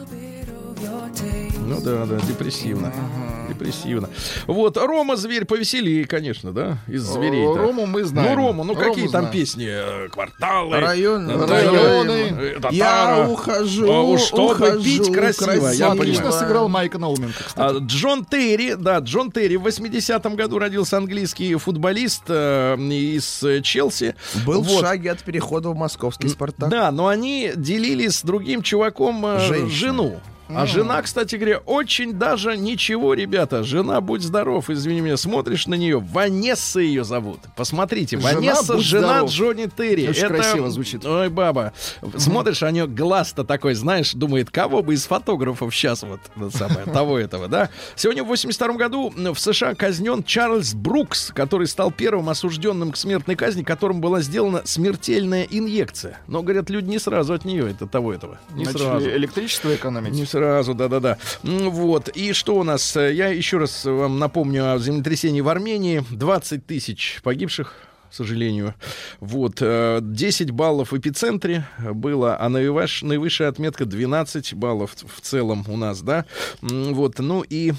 Ну да, да, депрессивно. Ага. Депрессивно. Вот, Рома зверь повеселее, конечно, да, из зверей. Рому мы знаем. Ну, Рому, ну Рому какие знаем. там песни? Кварталы, районы, районы. Татара. Я ухожу, Чтобы ухожу, пить красиво. красиво. Я Отлично понимаю. сыграл Майка Науменко, кстати. А, Джон Терри, да, Джон Терри в восьмидесятом году родился, английский футболист э, из Челси. Был вот. в шаге от перехода в московский «Спартак». Да, но они делили с другим чуваком э, жену. А жена, кстати говоря, очень даже ничего, ребята. Жена, будь здоров, извини меня, смотришь на нее. Ванесса ее зовут. Посмотрите, Жена, Ванесса, будь жена здоров. Джонни Терри. Очень Это... красиво звучит. Ой, баба. Смотришь, а у нее глаз-то такой, знаешь, думает, кого бы из фотографов сейчас вот самое, того этого, да? Сегодня в восемьдесят втором году в США казнен Чарльз Брукс, который стал первым осужденным к смертной казни, которым была сделана смертельная инъекция. Но, говорят, люди не сразу от нее, это того этого. Не Начали сразу. электричество экономить. Не сразу, да-да-да. Вот. И что у нас? Я еще раз вам напомню о землетрясении в Армении. двадцать тысяч погибших, к сожалению. Вот. десять баллов в эпицентре было, а наивысшая, наивысшая отметка двенадцать баллов в целом у нас, да. Вот. Ну и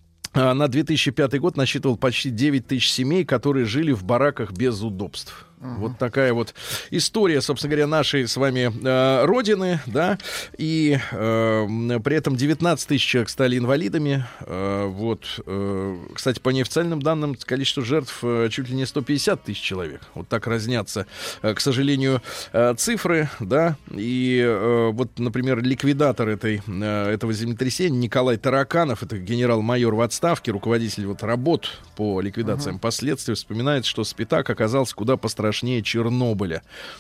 на две тысячи пятый год насчитывал почти девять тысяч семей, которые жили в бараках без удобств. Uh-huh. Вот такая вот история, собственно говоря, нашей с вами э, родины, да, и э, при этом девятнадцать тысяч человек стали инвалидами, э, вот, э, кстати, по неофициальным данным, количество жертв э, чуть ли не сто пятьдесят тысяч человек, вот так разнятся, э, к сожалению, э, цифры, да, и э, вот, например, ликвидатор этой, э, этого землетрясения Николай Тараканов, это генерал-майор в отставке, руководитель вот работ по ликвидациям uh-huh. последствий, вспоминает, что Спитак оказался куда пострашнее страшнее Чернобыля.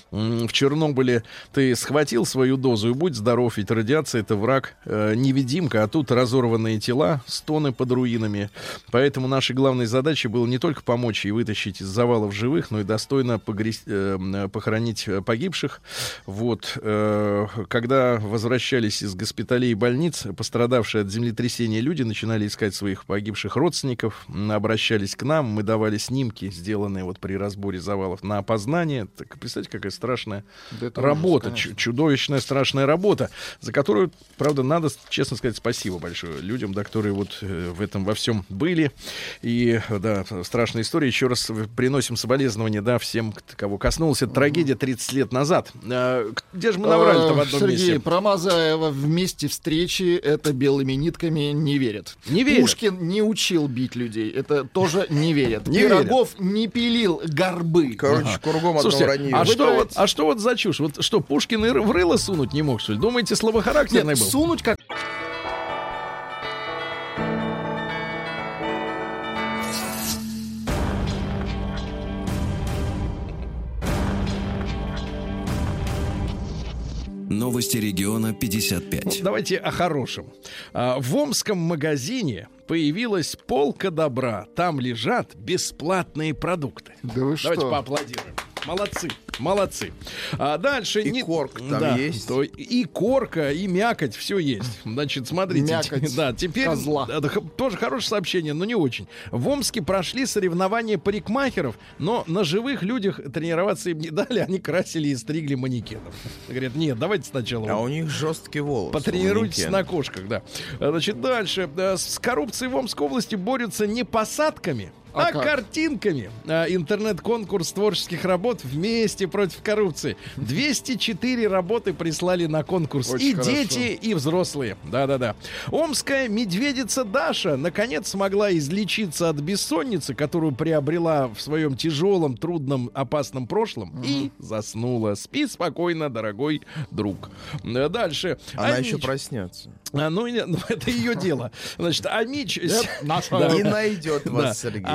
В Чернобыле ты схватил свою дозу и будь здоров, ведь радиация — это враг, э, невидимка, а тут разорванные тела, стоны под руинами. Поэтому нашей главной задачей было не только помочь и вытащить из завалов живых, но и достойно погрести, э, похоронить погибших. Вот. Э, когда возвращались из госпиталей и больниц, пострадавшие от землетрясения люди начинали искать своих погибших родственников, обращались к нам, мы давали снимки, сделанные вот при разборе завалов, на опознание. Так, представьте, какая страшная да работа, ужас, ч- чудовищная, страшная работа, за которую, правда, надо, честно сказать, спасибо большое людям, да, которые вот э, в этом во всем были. И, да, страшная история. Еще раз приносим соболезнования, да, всем, кого коснулась эта трагедия тридцать лет назад. А, где же мы наврали-то в одном Сергей, месте? про Мазаева в месте встречи это белыми нитками не верят. Не верят. Пушкин не учил бить людей, это тоже не верят. Не Пирогов не пилил горбы. Короче, Ага. кругом одно Слушайте, вранье. а Вы что, давайте. вот, а что вот за чушь? Вот что, Пушкин и в рыло сунуть не мог, что ли? Думаете, слабохарактерный Нет, был? сунуть как... Новости региона пятьдесят пять. Ну, давайте о хорошем. А, в омском магазине появилась полка добра. Там лежат бесплатные продукты. Да вы Давайте что? поаплодируем. Молодцы, молодцы. А дальше... И не... корка там да, есть. То, и корка, и мякоть, все есть. Значит, смотрите. Мякоть да, теперь козла. да, х- тоже хорошее сообщение, но не очень. В Омске прошли соревнования парикмахеров, но на живых людях тренироваться им не дали, они красили и стригли манекенов. Говорят, нет, давайте сначала... А вот у них жесткий волос. Потренируйтесь у на манекена. кошках, да. Значит, дальше. Э, С коррупцией в Омской области борются не посадками, а, А как? картинками. А, Интернет-конкурс творческих работ «Вместе против коррупции». двести четыре работы прислали на конкурс. Очень и хорошо. дети, и взрослые. Да-да-да. Омская медведица Даша наконец смогла излечиться от бессонницы, которую приобрела в своем тяжелом, трудном, опасном прошлом. И заснула. Спи спокойно, дорогой друг. Э, Дальше. Она Амич. еще проснется. А, ну, не- ну, это ее дело. Значит, Амич... Это наша- Да. И найдет вас, Да. Сергей. А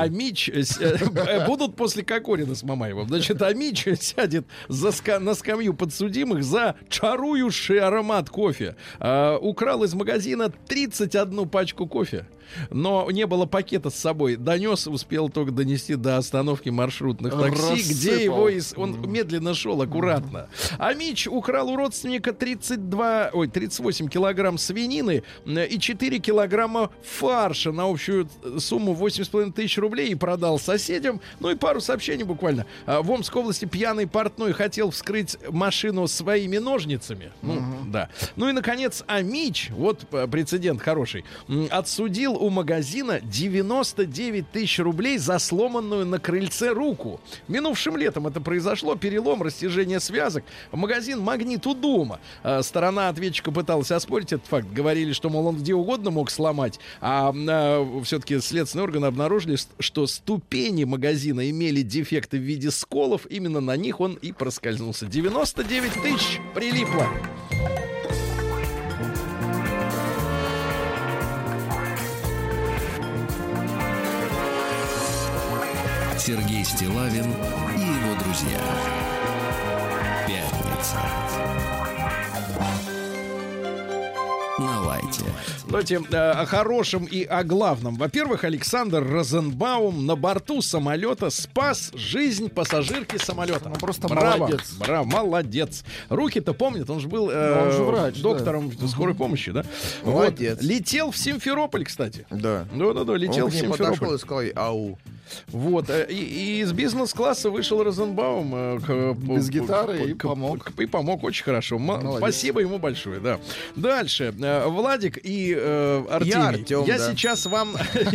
Мич э, э, будут после Кокорина с Мамаевым. Значит, а Мич сядет за ска- на скамью подсудимых за чарующий аромат кофе. Э, украл из магазина тридцать одну пачку кофе, но не было пакета с собой. Донес, успел только донести до остановки маршрутных такси, Рассыпал. где его из... он медленно шел, аккуратно. А Мич украл у родственника тридцать два, ой, тридцать восемь килограмм свинины э, и четыре килограмма фарша на общую сумму восемь с половиной тысяч рублей и продал соседям. Ну и пару сообщений буквально. А, в Омской области пьяный портной хотел вскрыть машину своими ножницами. Ну, uh-huh. да. Ну и, наконец, а Мич, вот э, прецедент хороший, м, отсудил у магазина девяносто девять тысяч рублей за сломанную на крыльце руку. Минувшим летом это произошло. Перелом, растяжение связок. Магазин «Магнит» у дома. А, сторона ответчика пыталась оспорить этот факт. Говорили, что, мол, он где угодно мог сломать. А, а все-таки следственные органы обнаружили, что ступени магазина имели дефекты в виде сколов. Именно на них он и проскользнулся. девяносто девять тысяч прилипло. Сергей Стиллавин и его друзья. Пятница. На лайте. Давайте э, о хорошем и о главном. Во-первых, Александр Розенбаум на борту самолета спас жизнь пассажирки самолета. Ну, просто Браво, молодец. Браво, молодец. Руки-то помнит, он же был э, он же врач, доктором да. скорой помощи, да? Молодец. Вот. Летел в Симферополь, кстати. Да. Да-да-да, летел Он в к ней подошел Симферополь. и сказал ей ау. Вот, э, и, и из бизнес-класса вышел Розенбаум э, к, Без к- гитары к- и к- помог. к- и помог очень хорошо. М- Молодец. Спасибо ему большое, да. Дальше. Э, Владик и э, Артемий. Я Артем, Я да. сейчас вам...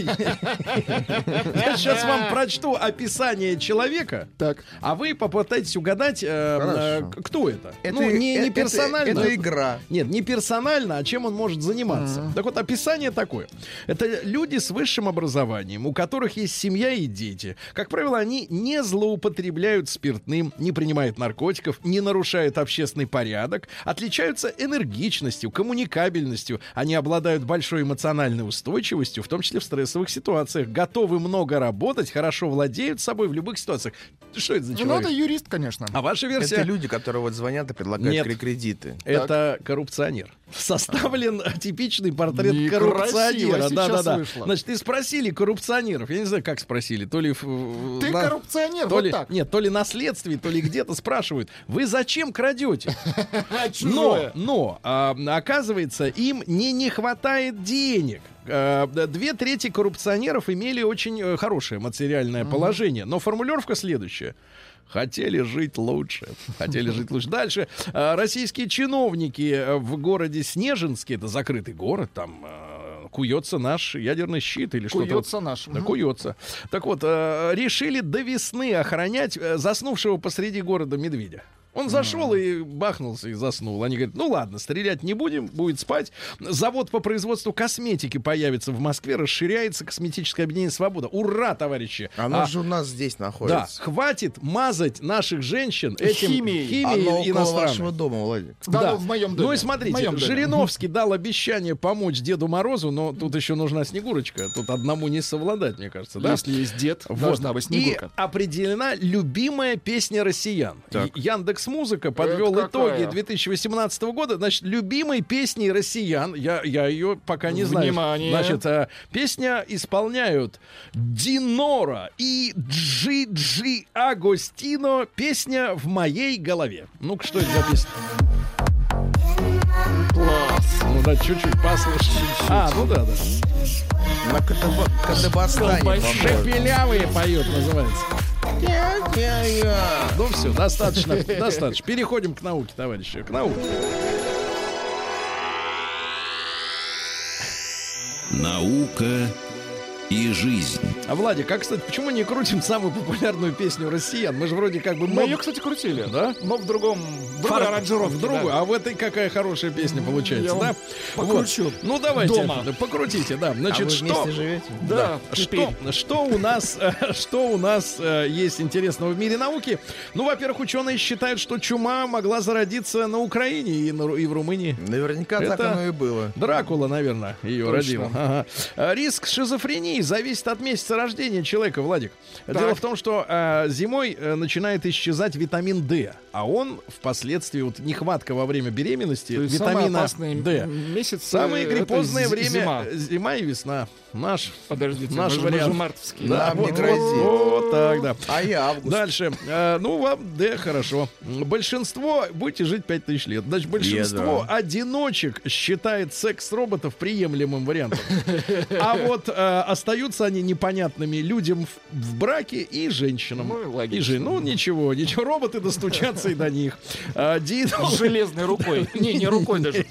Я сейчас вам прочту описание человека, Так. а вы попытаетесь угадать, э, э, Хорошо. кто это. Это Ну, не не это- персонально. Это игра. Нет, не персонально, а чем он может заниматься. Мгм. Так вот, описание такое. Это люди с высшим образованием, у которых есть семья и дети. Как правило, они не злоупотребляют спиртным, не принимают наркотиков, не нарушают общественный порядок, отличаются энергичностью, коммуникабельностью. Они обладают большой эмоциональной устойчивостью, в том числе в стрессовых ситуациях, готовы много работать, хорошо владеют собой в любых ситуациях. Что это за Ну, человек? это юрист, конечно. А ваша версия? Это люди, которые вот звонят и предлагают Нет. кре- кредиты. Это коррупционер. Составлен типичный портрет Некрасиво коррупционера. сейчас Да, да, да. вышло. Значит, и спросили коррупционеров. Я не знаю, как спросили. То ли в- Ты на- коррупционер, то вот ли, так. Нет, то ли на следствии, то ли где-то спрашивают. Вы зачем крадете? А, Но, чужое. но а, оказывается, им не не хватает денег. А, Две трети коррупционеров имели очень э, хорошее материальное положение. Но формулировка следующая. Хотели жить лучше. Хотели жить лучше. Дальше. А, Российские чиновники э, в городе Снежинске, это закрытый город, там э, куется наш ядерный щит или что-то. Куется наш. Да, Мгм. куется. Так вот, э, решили до весны охранять э, заснувшего посреди города медведя. Он зашел и бахнулся и заснул. Они говорят, ну ладно, стрелять не будем, будет спать. Завод по производству косметики появится в Москве, расширяется косметическое объединение «Свобода». Ура, товарищи! Оно А, же у нас здесь да, находится. хватит мазать наших женщин этим Химией. химией Оно около иностранной. вашего дома, Владик. Да, ну, в моем доме. Ну и В смотрите, моем доме. Жириновский дал обещание помочь Деду Морозу, но тут еще нужна Снегурочка. Тут одному не совладать, мне кажется, да? Если есть дед, Вот. должна быть И Снегурка. определена любимая песня россиян. Так. Яндекс.Музыка подвел Это какая? итоги две тысячи восемнадцатого года. Значит, любимой песней россиян. Я, я ее пока не знаю. Внимание. Значит, э, песня исполняют Динора и Джи Джи Агостино. Песня «В моей голове». Ну-ка, что это за песня? Класс. Ну да, чуть-чуть послушать. А, ну да, да. На Катаба- Катабастане. Колбасе. похоже. Шепелявые поют, называется. Ну все, достаточно, достаточно. Переходим к науке, товарищи, к науке. Наука и жизнь. А, Владик, а, кстати, почему не крутим самую популярную песню россиян? Мы же вроде как бы... Мы мод- ее, кстати, крутили. Да? Но в другом... В другой Фар- аранжировке. в другую. да. А в этой какая хорошая песня получается, Я вам да? покручу Вот. Ну давайте, дома. покрутите, да. А Значит, вы что... вместе живете? Да, Что, что у нас, э, что у нас э, есть интересного в мире науки? Ну, во-первых, ученые считают, что чума могла зародиться на Украине и, на Ру- и в Румынии. Наверняка Это- так оно и было. Дракула, наверное, ее Точно. родил. Ага. А, Риск шизофрении змеи зависит от месяца рождения человека, Владик. Так. Дело в том, что э, зимой э, начинает исчезать витамин D, а он впоследствии, вот нехватка во время беременности То есть самый витамина опасный D. месяц. Самое э, гриппозное это время зима. зима и весна. Наш, Подождите, наш мы же- мы же вариант. мартовские. Да, вот, мне грозит. вот, вот так, да. А я август. Дальше. Э, ну, вам, да, хорошо. Большинство, будете жить пять тысяч лет. Значит, большинство Бедра. одиночек считает секс-роботов приемлемым вариантом. А вот э, остаются они непонятными людям в, в браке и женщинам. Ну, и логично. И жен- ну, ничего, ничего, роботы достучатся и до них. А, диетолог- С железной рукой. Не, не рукой даже.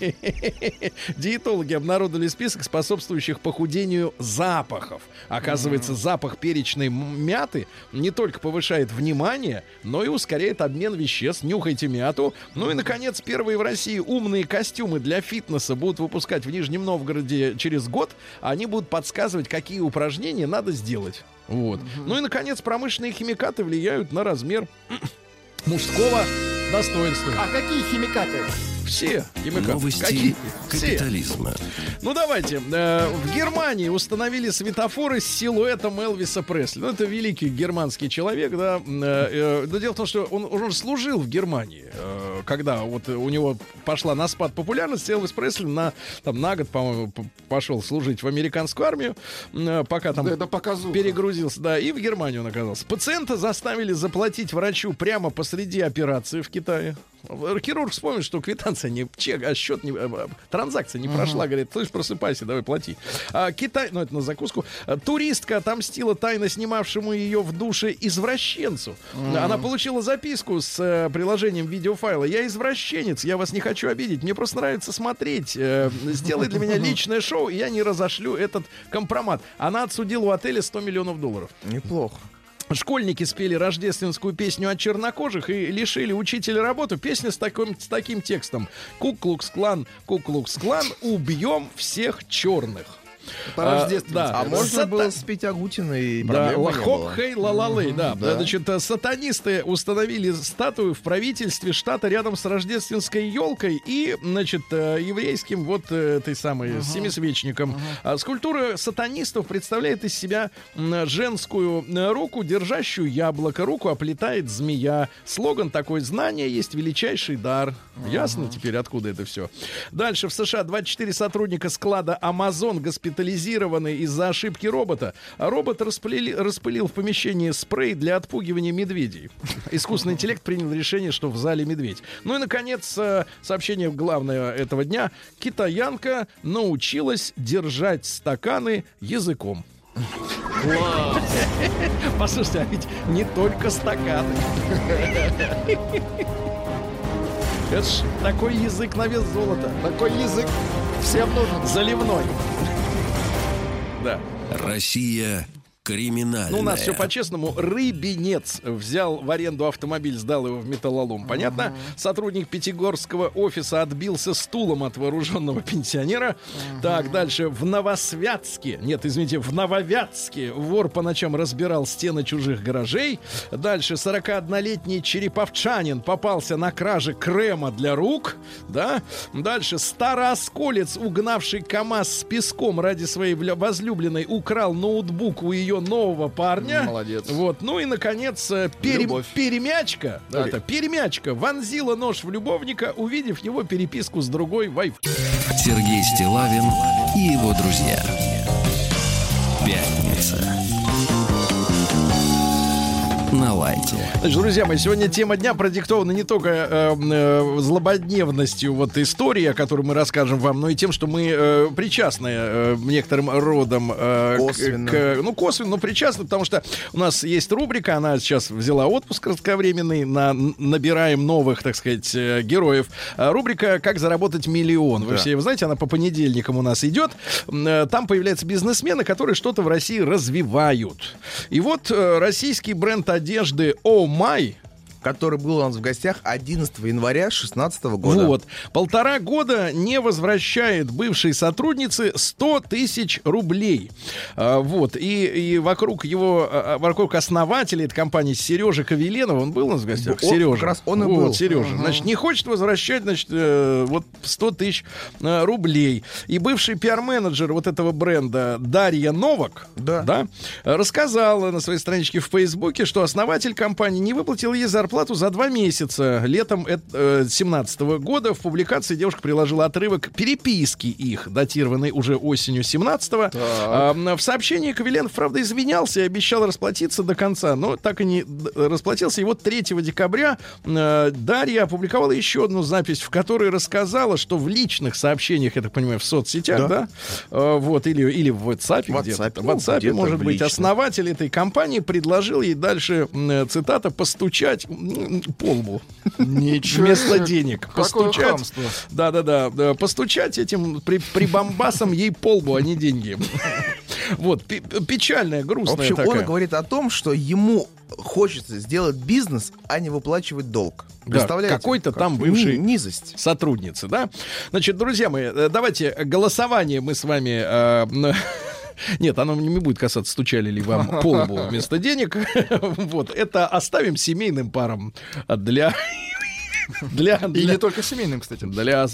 Диетологи обнародовали список способствующих похудению запахов. Оказывается, запах перечной м- мяты не только повышает внимание, но и ускоряет обмен веществ. Нюхайте мяту. Ну и, наконец, первые в России умные костюмы для фитнеса будут выпускать в Нижнем Новгороде через год. Они будут подсказывать, какие упражнения надо сделать. Вот. Ну и, наконец, промышленные химикаты влияют на размер мужского достоинства. А какие химикаты? Все химикаты. Новости Какие? Все. капитализма. Ну давайте. Э, в Германии установили светофоры с силуэтом Элвиса Пресли. Ну это великий германский человек, да. Э, э, но дело в том, что он, он уже служил в Германии, э, когда вот у него пошла на спад популярность. Элвис Пресли на, там, на год, по-моему, п- пошел служить в американскую армию, э, пока там Да, это показуха. перегрузился, да, и в Германию он оказался. Пациента заставили заплатить врачу прямо посреди операции в Китае. Хирург вспомнит, что квитанция не чек, а счет не, а, транзакция не прошла. Говорит, слышь, просыпайся, давай плати. А, Китай, ну это на закуску. А, туристка отомстила тайно снимавшему ее в душе извращенцу. Она получила записку с э, приложением видеофайла. Я извращенец, я вас не хочу обидеть, мне просто нравится смотреть. Э, сделай для меня личное шоу, и я не разошлю этот компромат. Она отсудила у отеля сто миллионов долларов. Неплохо. Школьники спели рождественскую песню о чернокожих и лишили учителя работы. Песня с таким, с таким текстом: Ку-клукс-клан, Ку-клукс-клан, убьем всех черных. Это рождественское. да. А можно Сата- было спеть Агутина и Да, проблем бы не хоп, было. хей, ла-ла-лей, да. да. Значит, э, сатанисты установили статую в правительстве штата рядом с рождественской елкой и, значит, э, еврейским вот э, этой самой семисвечником. А скульптура сатанистов представляет из себя м, женскую э, руку, держащую яблоко. Руку оплетает змея. Слоган такой: знание есть величайший дар. Ясно теперь, откуда это все? Дальше. В США двадцать четыре сотрудника склада Amazon госпитализированы из-за ошибки робота. А робот распылили- распылил в помещении спрей для отпугивания медведей. Искусственный интеллект принял решение, что в зале медведь. Ну и, наконец, э, сообщение главное этого дня. Китаянка научилась держать стаканы языком. Послушайте, а ведь не только стаканы. Это ж такой язык на вес золота. Такой язык всем нужен. Заливной. Да. Россия криминальная. Ну, у нас все по-честному. Рыбинец взял в аренду автомобиль, сдал его в металлолом. Понятно? Сотрудник Пятигорского офиса отбился стулом от вооруженного пенсионера. Так, дальше. В Новосвятске, нет, извините, в Нововятске вор по ночам разбирал стены чужих гаражей. Дальше. сорокаоднолетний череповчанин попался на краже крема для рук. Да? Дальше. Староосколец, угнавший КамАЗ с песком ради своей вля- возлюбленной, украл ноутбук у ее нового парня. Молодец. Вот. Ну и, наконец, э, пере- Любовь. перемячка, да, это, перемячка вонзила нож в любовника, увидев его переписку с другой вайф. Сергей Стиллавин и его друзья. Пятница. На лайте. Значит, друзья мои, сегодня тема дня продиктована не только э, э, злободневностью вот истории, о которой мы расскажем вам, но и тем, что мы э, причастны э, некоторым родом э, Косвенно. К, к, ну, косвенно, но причастны, потому что у нас есть рубрика, она сейчас взяла отпуск кратковременный, на, набираем новых, так сказать, э, героев. А рубрика «Как заработать миллион». Вы Да. все, вы знаете, она по понедельникам у нас идет. Э, Там появляются бизнесмены, которые что-то в России развивают. И вот э, российский бренд одежды Oh My, который был у нас в гостях одиннадцатого января шестнадцатого года. Вот. Полтора года не возвращает бывшей сотруднице сто тысяч рублей. А, вот. И, и вокруг его, вокруг основателя этой компании Сережи Ковеленова, он был у нас в гостях? Он, Сережа. Как раз он и вот, был. Сережа. Uh-huh. Значит, не хочет возвращать, значит, э, вот сто тысяч э, рублей. И бывший пиар-менеджер вот этого бренда Дарья Новак, да. Да, рассказала на своей страничке в Фейсбуке, что основатель компании не выплатил ей зарплату за два месяца. Летом семнадцатого года в публикации девушка приложила отрывок переписки их, датированной уже осенью семнадцатого. А, в сообщении Ковеленов, правда, извинялся и обещал расплатиться до конца, но так и не расплатился. И вот третьего декабря э, Дарья опубликовала еще одну запись, в которой рассказала, что в личных сообщениях, я так понимаю, в соцсетях, да, да э, вот, или, или в WhatsApp, WhatsApp, где-то, ну, в WhatsApp, где-то может в быть, личных. основатель этой компании предложил ей дальше, э, цитата, постучать по лбу. Ничего. Вместо денег. Какое Постучать. хамство. Да-да-да. да, Постучать этим при, прибамбасом ей по лбу, а не деньги. Вот. Пи- печальная, В грустная общем, такая. он говорит о том, что ему хочется сделать бизнес, а не выплачивать долг. Да, Представляете? какой-то Как там бывший ни- низость. сотрудницы, да? Значит, друзья мои, э, давайте голосование мы с вами... э, Нет, оно не будет касаться, стучали ли вам по лбу вместо денег. Вот, это оставим семейным парам для... для, И для не только семейным, кстати. для,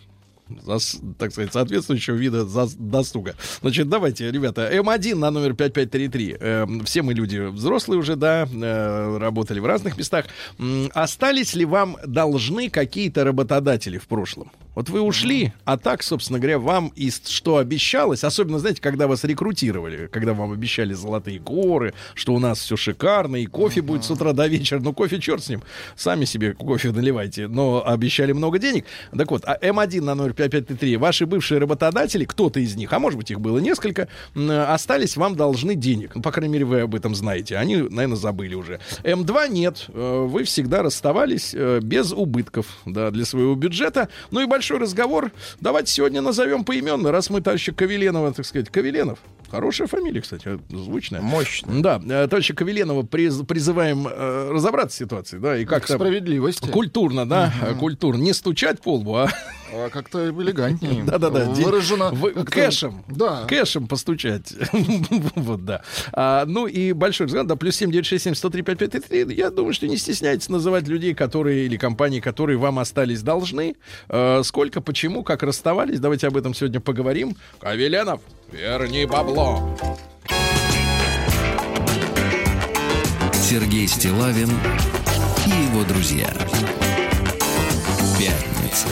зас- так сказать, соответствующего вида зас- досуга. Значит, давайте, ребята, эм один на номер пять пять три три. Э, все мы люди взрослые уже, да, э, работали в разных местах. М, остались ли вам должны какие-то работодатели в прошлом? Вот вы ушли, а так, собственно говоря, вам и с- что обещалось, особенно, знаете, когда вас рекрутировали, когда вам обещали золотые горы, что у нас все шикарно, и кофе будет с утра до вечера. Ну, кофе, черт с ним, сами себе кофе наливайте, но обещали много денег. Так вот, а эм один на номер пять пять три три, ваши бывшие работодатели, кто-то из них, а может быть, их было несколько, м, остались вам должны денег. Ну, по крайней мере, вы об этом знаете. Они, наверное, забыли уже. эм два нет. Э, Вы всегда расставались э, без убытков, да, для своего бюджета. Ну и большой разговор. Давайте сегодня назовем поименно, раз мы товарища Ковеленова, так сказать, Ковеленов. Хорошая фамилия, кстати, звучная. Мощно. Да, э, товарища Ковеленова приз- призываем э, разобраться с ситуацией, да, и К как-то справедливости. культурно, да, э, культурно. Не стучать по лбу, а А как-то элегантнее. да-да-да, де- Выражено. в- как-то- кэшем. Да. Кэшем постучать. Вот, да. А, ну и большой взгляд, да, плюс семь девять шесть семь сто три пять пять три три. Я думаю, что не стесняйтесь называть людей, которые или компании, которые вам остались должны. А, сколько, почему, как расставались. Давайте об этом сегодня поговорим. Ковеленов, верни бабло. Сергей Стиллавин и его друзья. Пятница.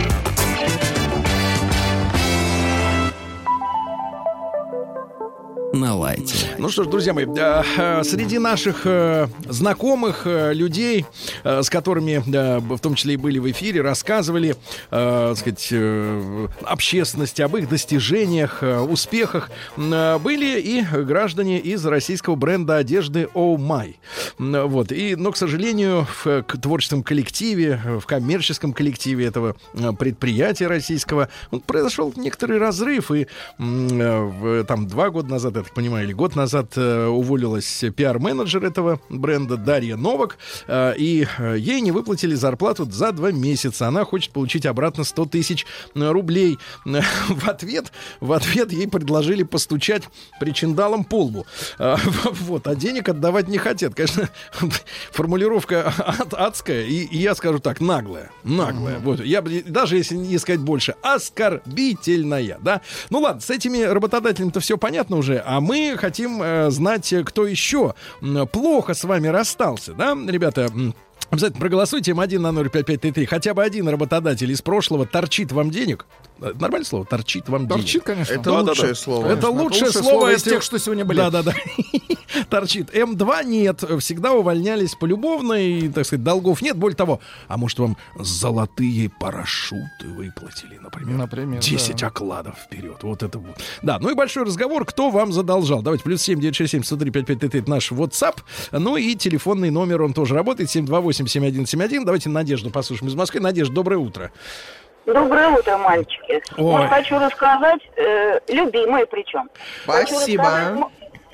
На лайте. Ну что ж, друзья мои, э, э, среди наших э, знакомых э, людей, э, с которыми, э, в том числе и были в эфире, рассказывали, э, так сказать, э, общественности об их достижениях, э, успехах, э, были и граждане из российского бренда одежды Oh My. М, Вот. И, но, к сожалению, в к творческом коллективе, в коммерческом коллективе этого э, предприятия российского вот, произошел некоторый разрыв. И м, э, в, там два года назад, я так понимаю, или год назад э, уволилась пиар-менеджер этого бренда Дарья Новак, э, и э, ей не выплатили зарплату за два месяца. Она хочет получить обратно сто тысяч рублей. Э, в ответ, в ответ ей предложили постучать причиндалом по лбу. Э, вот, а денег отдавать не хотят. Конечно, формулировка ад, адская, и, и я скажу так, наглая. Наглая. Вот, я бы, даже если не сказать больше, оскорбительная, да? Ну ладно, с этими работодателями-то все понятно уже, а мы хотим э, знать, кто еще м, плохо с вами расстался, да, ребята? М, Обязательно проголосуйте эм один на номер пять пять три три. Хотя бы один работодатель из прошлого торчит вам денег. Нормальное слово? Торчит вам денег. Торчит, конечно. Это Да, да, лучшее да. слово. Это Конечно, лучшее это лучшее слово слово из если- тех, что сегодня были. Да-да-да. Торчит. эм два нет. Всегда увольнялись полюбовно и, так сказать, долгов нет. Более того, а может вам золотые парашюты выплатили, например? Например, десять да. окладов вперед. Вот это вот. Да, ну и большой разговор. Кто вам задолжал? Давайте, плюс семь девять шесть семь сто три пять пять три три. Это наш WhatsApp. Ну и телефонный номер, он тоже работает. семь два восемь семь один семь один. Давайте Надежду послушаем из Москвы. Надежда, доброе утро. Доброе утро, мальчики. Ой. Вот хочу рассказать, э, любимые причем. Хочу Спасибо. рассказать м-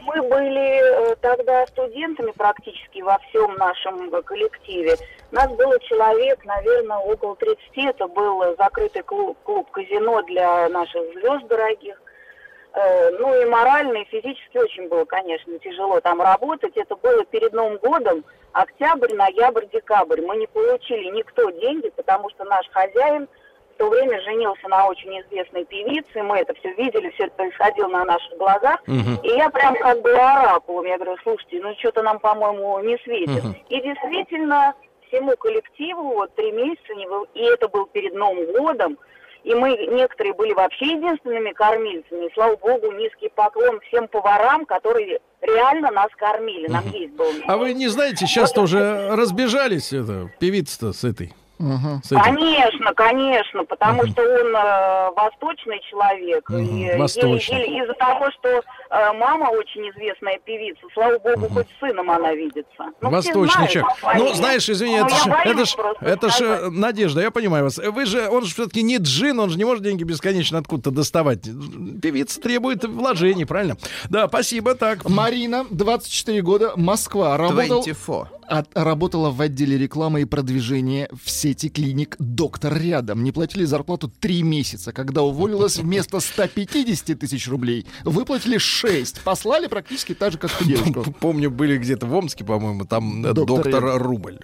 Мы были э, тогда студентами практически во всем нашем э, коллективе. Нас было человек, наверное, около тридцати. Это был закрытый клуб, клуб казино для наших звезд дорогих. Э, ну и морально, и физически очень было, конечно, тяжело там работать. Это было перед Новым годом, октябрь, ноябрь, декабрь. Мы не получили никто деньги, потому что наш хозяин в то время женился на очень известной певице, мы это все видели, все это происходило на наших глазах, uh-huh. и я прям как бы оракулом, я говорю, слушайте, ну что-то нам, по-моему, не светит. Uh-huh. И действительно, всему коллективу вот три месяца, не был, и это был перед Новым годом, и мы, некоторые были вообще единственными кормильцами, и, слава богу, низкий поклон всем поварам, которые реально нас кормили, нам uh-huh. есть было. А вы не знаете, сейчас-то вот уже разбежались, это, певица-то с этой? Uh-huh. Конечно, конечно, потому uh-huh. что он э, восточный человек. Uh-huh. И, Восточный. Или, или из-за того, что э, мама очень известная певица, слава богу, uh-huh. хоть с сыном она видится. Ну, восточный человек. Ну, знаешь, извини, ну, это ж, это ж, просто это ж, Надежда, я понимаю вас. Вы же, он же все-таки не джин, он же не может деньги бесконечно откуда-то доставать. Певица требует вложений, правильно? Да, спасибо, так. Марина, двадцать четыре года, Москва. Работал... двадцать четыре. От, работала в отделе рекламы и продвижения в сети клиник «Доктор рядом». Не платили зарплату три месяца. Когда уволилась, вместо ста пятидесяти тысяч рублей выплатили шесть. Послали практически так же, как и девушку. Помню, были где-то в Омске, по-моему, там доктор, доктор Рубль.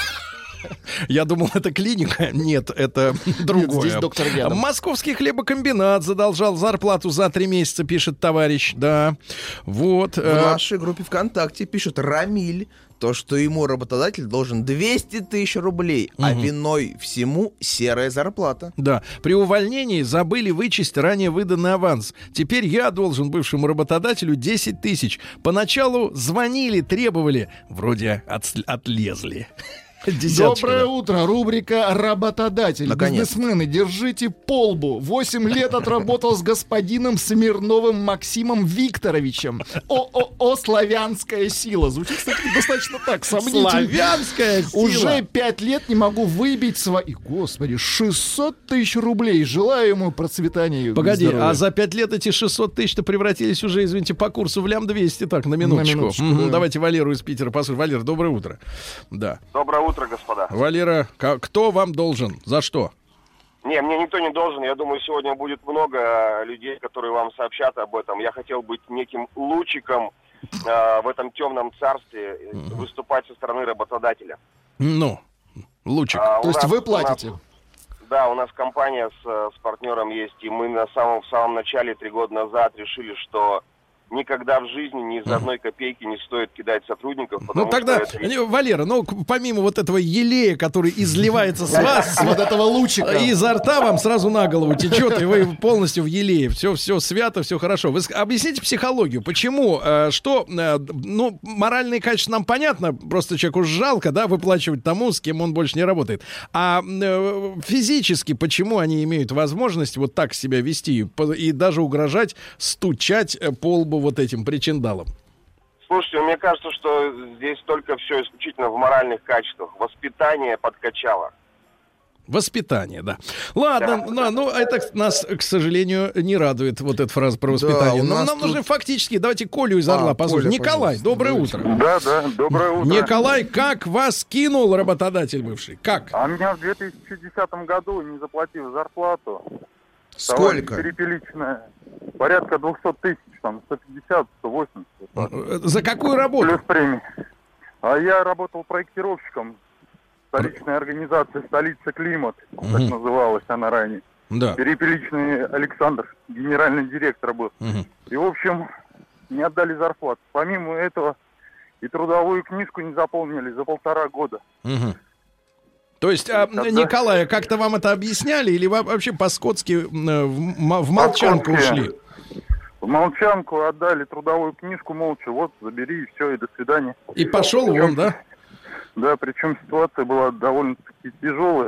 Я думал, это клиника. Нет, это другое. Нет, здесь доктор рядом. Московский хлебокомбинат задолжал зарплату за три месяца, пишет товарищ. Да, вот. В нашей группе ВКонтакте пишут Рамиль. То, что ему работодатель должен двести тысяч рублей, угу. а виной всему серая зарплата. Да, при увольнении забыли вычесть ранее выданный аванс. Теперь я должен бывшему работодателю десять тысяч. Поначалу звонили, требовали, вроде от, отлезли. Десяточка, Доброе да. утро. Рубрика «Работодатель». Наконец. Бизнесмены, держите полбу. Восемь лет отработал с господином Смирновым Максимом Викторовичем. ООО «Славянская сила». Звучит, кстати, достаточно так, сомнительно. Славянская сила. Уже пять лет не могу выбить свои... Господи, шестьсот тысяч рублей. Желаю ему процветания. Погоди, здоровья. а за пять лет эти шестьсот тысяч-то превратились уже, извините, по курсу в лям двести. Так, на минуточку. На минуточку mm-hmm. да. Давайте Валеру из Питера послушаем. Валера, доброе утро. Да. Доброе утро. Утро, господа. Валера, к- кто вам должен? За что? Не, мне никто не должен. Я думаю, сегодня будет много людей, которые вам сообщат об этом. Я хотел быть неким лучиком э, в этом темном царстве, uh-huh. выступать со стороны работодателя. Ну, лучик. А, То есть нас, вы платите? Нас, да, у нас компания с, с партнером есть, и мы на самом, в самом начале, три года назад, решили, что никогда в жизни ни из одной копейки не стоит кидать сотрудников. Ну тогда, это... Валера, ну помимо вот этого елея, который изливается с вас, вот этого лучика, изо рта вам сразу на голову течет, и вы полностью в елее. Все, все свято, все хорошо. Вы объясните психологию, почему, что, ну, моральные качества нам понятно, просто человеку жалко, да, выплачивать тому, с кем он больше не работает. А физически, почему они имеют возможность вот так себя вести и даже угрожать, стучать по лбу вот этим причиндалом? Слушайте, мне кажется, что здесь только все исключительно в моральных качествах. Воспитание подкачало. Воспитание, да. Ладно, да. Да, ну это нас, к сожалению, не радует, вот эта фраза про воспитание. Да, но нам тут... нужны фактически, давайте Колю из Орла а, послушаем. Коля, Николай, доброе утро. Да, да, доброе утро. Николай, как вас кинул работодатель бывший? Как? А меня в две тысячи десятом году, не заплатив зарплату, сколько? Перепеличная, порядка двести тысяч, там, сто пятьдесят, сто восемьдесят. За какую работу? Плюс премии. А я работал проектировщиком столичной организации «Столица Климат», угу. так называлась она ранее. Да. Перепеличный Александр, генеральный директор был. Угу. И, в общем, не отдали зарплату. Помимо этого, и трудовую книжку не заполнили за полтора года. Угу. То есть, а, Тогда... Николай, как-то вам это объясняли, или вы вообще по-скотски в, в молчанку по-скотски. ушли? В молчанку отдали трудовую книжку молча. Вот, забери, и все, и до свидания. И пошел вон, да? Да, причем ситуация была довольно-таки тяжелая.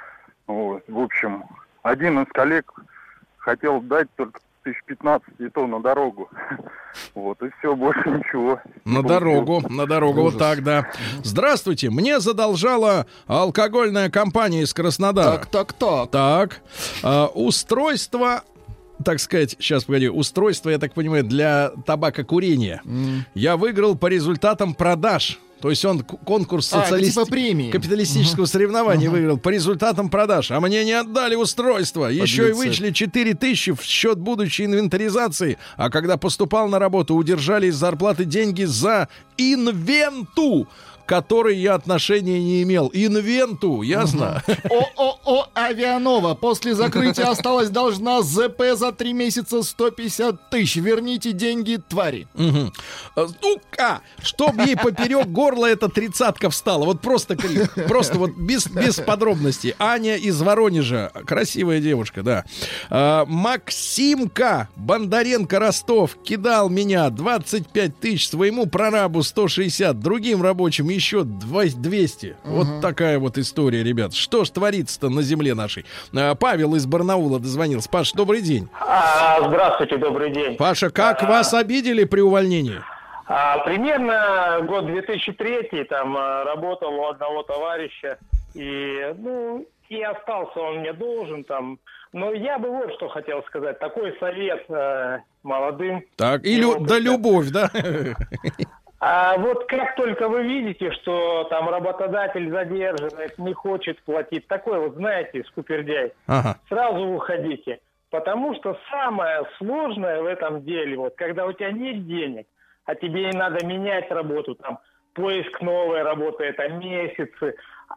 Вот, в общем, один из коллег хотел дать только тысяч пятнадцать, и то на дорогу. Вот, и все, больше ничего. На не дорогу, получилось. на дорогу, Ужас. Вот так, да. Здравствуйте, мне задолжала алкогольная компания из Краснодара. Так, так, так. Так, а, устройство так сказать, сейчас, погоди, устройство, я так понимаю, для табакокурения. Mm. Я выиграл по результатам продаж. То есть он конкурс социалист... а, типа капиталистического uh-huh. соревнования uh-huh. выиграл по результатам продаж. А мне не отдали устройство. Подлецы. Еще и вычли четыре тысячи в счет будущей инвентаризации. А когда поступал на работу, удержали из зарплаты деньги за инвенту, к которой я отношения не имел. Инвенту, ясно? ООО «Авианова» после закрытия осталась должна ЗП за три месяца сто пятьдесят тысяч. Верните деньги, твари. Ну-ка, чтоб ей поперек горла эта тридцатка встала. Вот просто крик. Просто вот без, без подробностей. Аня из Воронежа. Красивая девушка, да. А, Максимка Бондаренко Ростов кидал меня двадцать пять тысяч, своему прорабу сто шестьдесят, другим рабочим еще двести. Угу. Вот такая вот история, ребят. Что ж творится-то на земле нашей? А, Павел из Барнаула дозвонился. Паш, добрый день. А, здравствуйте, добрый день. Паша, как а, вас обидели при увольнении? А, примерно год две тысячи третий, там работал у одного товарища, и, ну, и остался он мне должен там. Но я бы вот что хотел сказать. Такой совет э, молодым. Так, и лю- да любовь, да? А вот как только вы видите, что там работодатель задерживает, не хочет платить, такой вот, знаете, скупердяй, ага. сразу уходите. Потому что самое сложное в этом деле, вот, когда у тебя нет денег, а тебе не надо менять работу, там, поиск новой работы, это месяцы,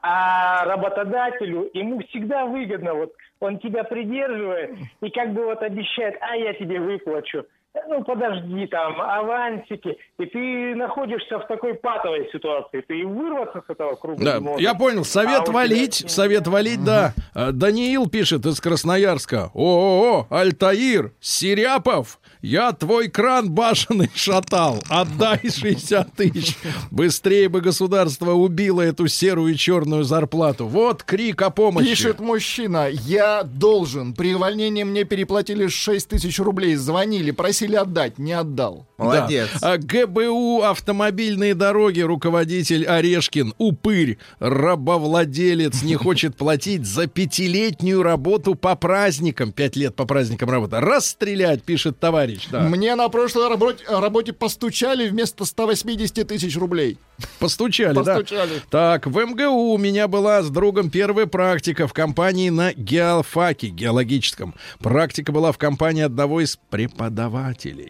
а работодателю, ему всегда выгодно, вот, он тебя придерживает и как бы вот обещает, а я тебе выплачу. Ну, подожди, там, авансики, и ты находишься в такой патовой ситуации, ты и вырваться с этого круга да, не можешь. Я понял, совет а валить, тебя... совет валить, угу. да. Даниил пишет из Красноярска. ООО «Альтаир», Серяпов, я твой кран башенный шатал, отдай шестьдесят тысяч. Быстрее бы государство убило эту серую и черную зарплату. Вот крик о помощи. Пишет мужчина, я должен. При увольнении мне переплатили шесть тысяч рублей, звонили, просили отдать, не отдал. Молодец. Да. ГБУ «Автомобильные дороги», руководитель Орешкин, упырь, рабовладелец, не хочет платить за пятилетнюю работу по праздникам. Пять лет по праздникам работы. Расстрелять, пишет товарищ. Да. Мне на прошлой работе, работе постучали вместо ста восьмидесяти тысяч рублей. Постучали, Постучали, да? Так, в МГУ у меня была с другом первая практика в компании на геофаке, геологическом. Практика была в компании одного из преподавателей.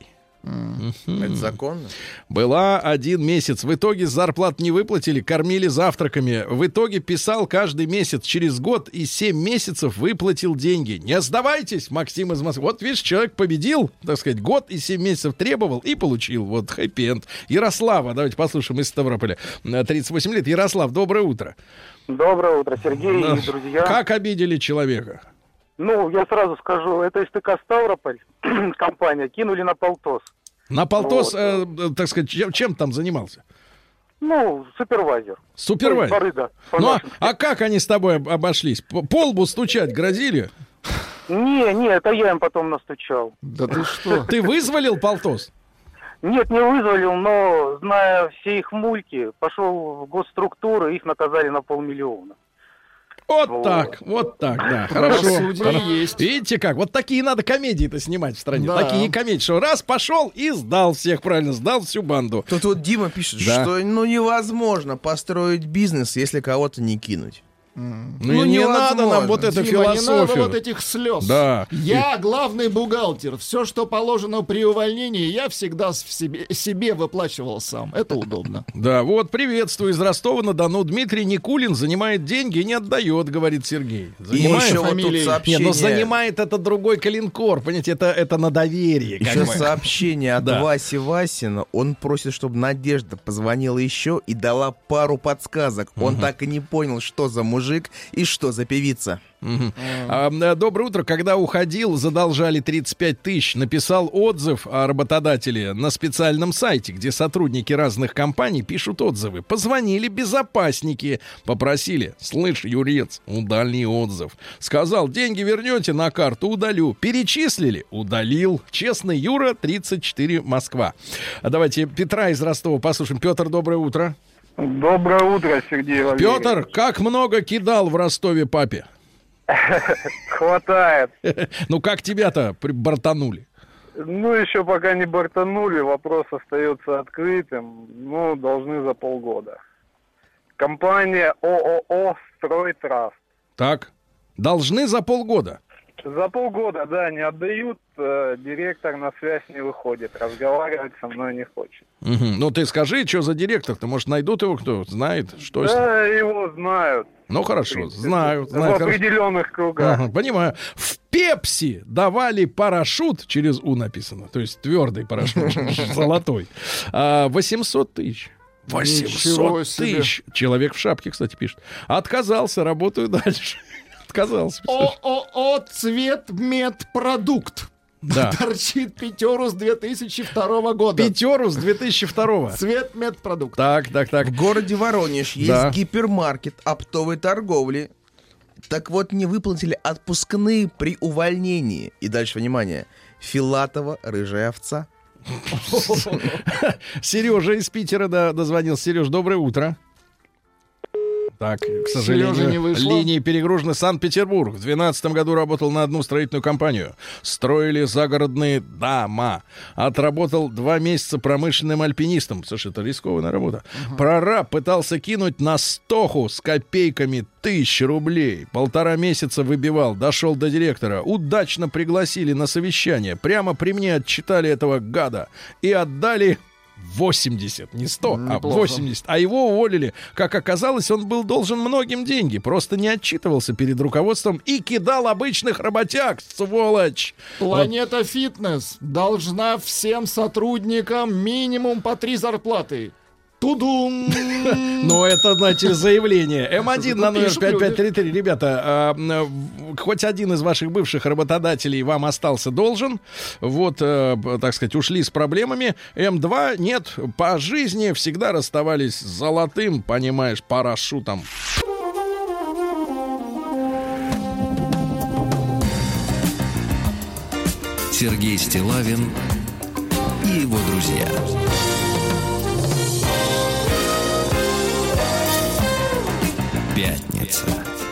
Mm. Это законно? Была один месяц. В итоге зарплат не выплатили, кормили завтраками. В итоге писал каждый месяц. Через год и семь месяцев выплатил деньги. Не сдавайтесь, Максим из Москвы. Вот видишь, человек победил, так сказать, год и семь месяцев требовал и получил. Вот хэппи-энд. Ярослава, давайте послушаем из Ставрополя. тридцать восемь лет. Ярослав, доброе утро. Доброе утро, Сергей Но... и друзья. Как обидели человека? Ну, я сразу скажу, это из ТК Ставрополь, компания, кинули на полтос. На полтос, вот. э, так сказать, чем, чем там занимался? Ну, супервайзер. Супервайзер? Поры, да, ну, а, а как они с тобой обошлись? По, по лбу стучать грозили? Не, не, это я им потом настучал. Да ты что? Ты вызволил полтос? Нет, не вызволил, но, зная все их мульки, пошел в госструктуры, их наказали на полмиллиона. Вот, вот так, вот так, да. Хорошо. Есть. Видите как? Вот такие надо комедии-то снимать в стране. Да. Такие комедии, что раз пошел и сдал всех, правильно, сдал всю банду. Тут вот Дима пишет, да. что ну невозможно построить бизнес, если кого-то не кинуть. Mm. Ну, не надо нам вот эту Дима, философию. не надо вот этих слез. Да. Я главный бухгалтер. Все, что положено при увольнении, я всегда в себе, себе выплачивал сам. Это удобно. Да, вот, приветствую из Ростова-на-Дону. Дмитрий Никулин занимает деньги и не отдает, говорит Сергей. Занимает еще вот тут сообщение... Нет, но занимает это другой калинкор, понимаете, это, это на доверие. Еще сообщение от да. Васи Васина. Он просит, чтобы Надежда позвонила еще и дала пару подсказок. Он угу. так и не понял, что за мужик и что за певица. Угу. А, доброе утро. Когда уходил, задолжали тридцать пять тысяч. Написал отзыв о работодателе на специальном сайте, где сотрудники разных компаний пишут отзывы. Позвонили безопасники, попросили: слышь, юрец, удали отзыв. Сказал: деньги вернете на карту, удалю. Перечислили, удалил. Честный Юра, тридцать четыре, Москва. А давайте Петра из Ростова послушаем. Петр, доброе утро. Доброе утро, Сергей Валерьевич. Петр, как много кидал в Ростове папе? Хватает. Ну, как тебя-то бортанули? Ну, еще пока не бортанули, вопрос остается открытым. Ну, должны за полгода. Компания ООО «Стройтраст». Так, должны за полгода? За полгода, да, не отдают, э, директор на связь не выходит, разговаривать со мной не хочет. Угу. Ну, ты скажи, что за директор-то, может, найдут его, кто знает, что да, с ним? Его знают. Ну, хорошо, знаю. В знаю определенных кругах. Ага, понимаю. В Пепси давали парашют, через У написано, то есть твердый парашют, золотой, восемьсот тысяч. восемьсот тысяч. Человек в шапке, кстати, пишет. Отказался, работаю дальше. Отказался. ООО «Цветмедпродукт». Да. Торчит Пятерус две тысячи второго года. Пятерус две тысячи второго. Цветмедпродукт. Так, так, так. В городе Воронеж есть да. гипермаркет оптовой торговли. Так вот, не выплатили отпускные при увольнении. И дальше, внимание, Филатова рыжая овца. Сережа из Питера дозвонился. Сереж, доброе утро. Так, к сожалению, линии перегружены. Санкт-Петербург. В две тысячи двенадцатом году работал на одну строительную компанию. Строили загородные дома. Отработал два месяца промышленным альпинистом. Слушай, это рискованная работа. Uh-huh. Прораб пытался кинуть на стоху с копейками тысячи рублей. Полтора месяца выбивал. Дошел до директора. Удачно пригласили на совещание. Прямо при мне отчитали этого гада. И отдали... восемьдесят, не сто, неплохо. А восемьдесят. А его уволили. Как оказалось, он был должен многим деньги. Просто не отчитывался перед руководством и кидал обычных работяг, сволочь. Планета вот. Фитнес должна всем сотрудникам минимум по три зарплаты. Тудум! Ну, это, знаете, заявление. эм один на номер пять пять три три. Ребята, э, хоть один из ваших бывших работодателей вам остался должен. Вот, э, так сказать, ушли с проблемами. эм два нет, по жизни всегда расставались с золотым, понимаешь, парашютом. Сергей Стиллавин и его друзья. Пятница.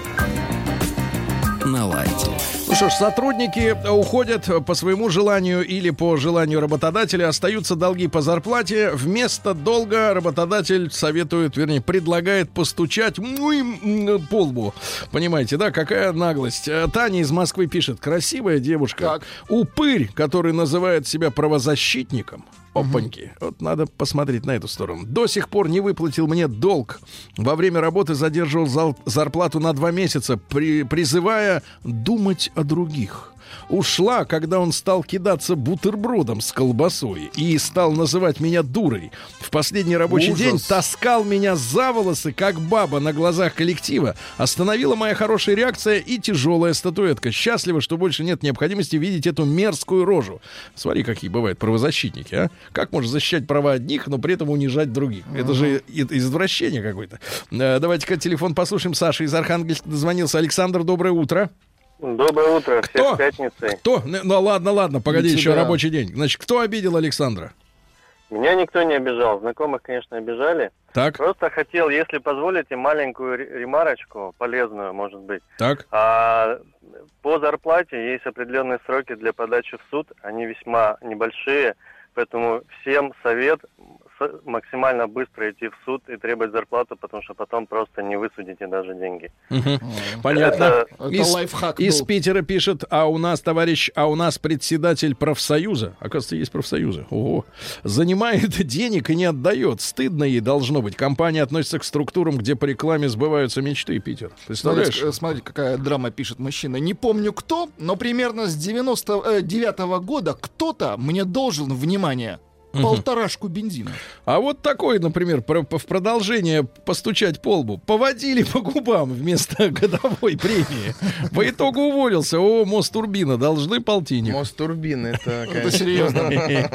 На лайте. Ну что ж, сотрудники уходят по своему желанию или по желанию работодателя. Остаются долги по зарплате. Вместо долга работодатель советует, вернее, предлагает постучать ну, по лбу. Понимаете, да? Какая наглость. Таня из Москвы пишет. Красивая девушка. Так. Упырь, который называет себя правозащитником. Опаньки. Угу. Вот надо посмотреть на эту сторону. До сих пор не выплатил мне долг. Во время работы задерживал зал- зарплату на два месяца, при- призывая думать о других. Ушла, когда он стал кидаться бутербродом с колбасой и стал называть меня дурой. В последний рабочий Ужас. день таскал меня за волосы, как баба на глазах коллектива. Остановила моя хорошая реакция и тяжелая статуэтка. Счастлива, что больше нет необходимости видеть эту мерзкую рожу. Смотри, какие бывают правозащитники, а? Как можно защищать права одних, но при этом унижать других? Uh-huh. Это же извращение какое-то. Давайте-ка телефон послушаем. Саша из Архангельска дозвонился. Александр, доброе утро. Доброе утро, всех кто? с пятницей. Кто? Ну ладно, ладно, погоди, еще тебя. Рабочий день. Значит, кто обидел Александра? Меня никто не обижал. Знакомых, конечно, обижали. Так. Просто хотел, если позволите, маленькую ремарочку, полезную, может быть. Так. А, по зарплате есть определенные сроки для подачи в суд. Они весьма небольшие, поэтому всем совет максимально быстро идти в суд и требовать зарплату, потому что потом просто не высудите даже деньги. Угу. Понятно. Это из, лайфхак из был. Питера пишет, а у нас, товарищ, а у нас председатель профсоюза, оказывается, есть профсоюзы, ого, занимает денег и не отдает. Стыдно ей должно быть. Компания относится к структурам, где по рекламе сбываются мечты. Питер. Представляешь? Смотрите, смотрите, какая драма, пишет мужчина. Не помню кто, но примерно с девяносто девятого года кто-то мне должен внимание. Полторашку бензина. А вот такой, например, про, в продолжение постучать по лбу. Поводили по губам вместо годовой премии. По итогу уволился. О, Мостурбина, должны полтинник. Мостурбина, это, это серьезно.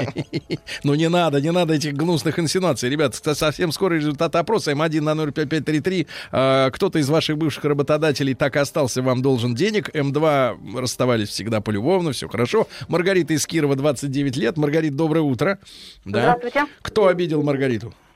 Ну не надо, не надо этих гнусных инсинуаций. Ребят, совсем скоро результат опроса. эм один на номер пять пять три три. Кто-то из ваших бывших работодателей так и остался, вам должен денег. эм два расставались всегда полюбовно, все хорошо. Маргарита из Кирова, двадцать девять лет. Маргарита, доброе утро. Да. Здравствуйте. Кто обидел Маргариту?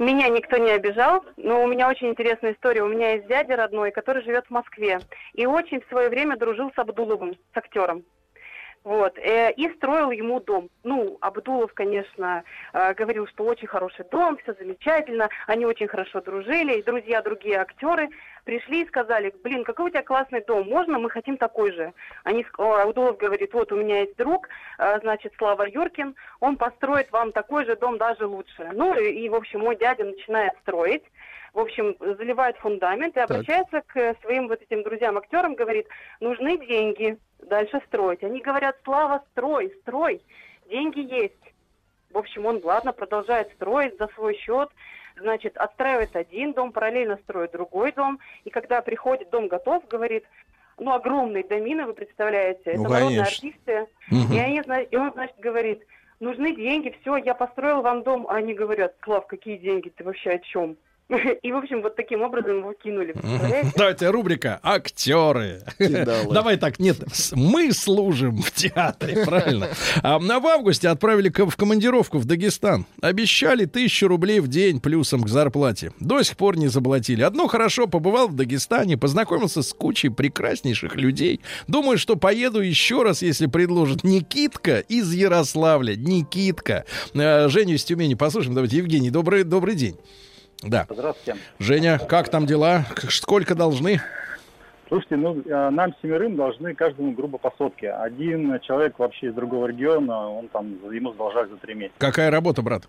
Меня никто не обижал, но у меня очень интересная история. У меня есть дядя родной, который живет в Москве. И очень в свое время дружил с Абдуловым, с актером. Вот, э, и строил ему дом. Ну, Абдулов, конечно, э, говорил, что очень хороший дом, все замечательно, они очень хорошо дружили, и друзья, другие актеры пришли и сказали: блин, какой у тебя классный дом, можно, мы хотим такой же. Они, о, Абдулов говорит: вот у меня есть друг, э, значит, Слава Юркин, он построит вам такой же дом, даже лучше. Ну, и, и в общем, мой дядя начинает строить. В общем, заливает фундамент и обращается к своим вот этим друзьям-актерам, говорит: нужны деньги дальше строить. Они говорят: Слава, строй, строй, деньги есть. В общем, он, ладно, продолжает строить за свой счет, значит, отстраивает один дом, параллельно строит другой дом, и когда приходит, дом готов, говорит: ну, огромные домины, вы представляете, это Ну, народные конечно. артисты, Мгм. и, они, зна- и он, значит, говорит: нужны деньги, все, я построил вам дом. А они говорят: Слав, какие деньги, ты вообще о чем? И, в общем, вот таким образом его кинули. Представляете? Давайте рубрика «Актеры». Кидалы. Давай так, нет, с- мы служим в театре, правильно? А на- в августе отправили ко- в командировку в Дагестан. Обещали тысячу рублей в день плюсом к зарплате. До сих пор не заплатили. Одно хорошо, побывал в Дагестане, познакомился с кучей прекраснейших людей. Думаю, что поеду еще раз, если предложат. Никитка из Ярославля. Никитка. Э, Женю из Тюмени послушаем. Давайте, Евгений, добрый, добрый день. Да. Здравствуйте. Женя, как там дела? К- Сколько должны? Слушайте, ну, э, нам семерым должны каждому грубо по сотке. Один человек вообще из другого региона, он там, ему задолжали за три месяца. Какая работа, брат?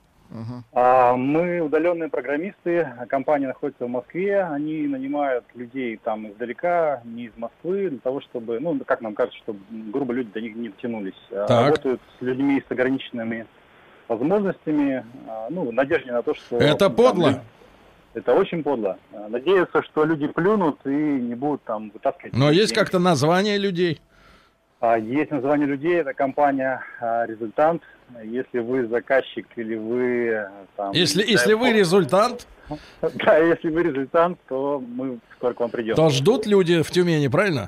А мы удаленные программисты, компания находится в Москве, они нанимают людей там издалека, не из Москвы, для того, чтобы, ну, как нам кажется, чтобы, грубо, люди до них не дотянулись. А, Так. Работают с людьми с ограниченными возможностями, а, ну, в надежде на то, что... Это там подло. люди- Это очень подло. А, Надеются, что люди плюнут и не будут там вытаскивать... Но есть деньги. как-то название людей. А, Есть название людей, это компания а, «Результант». Если вы заказчик или вы э, там... Если, если вы результант, Да, если вы результант, то мы скоро к вам придем. то ждут люди в Тюмени, правильно?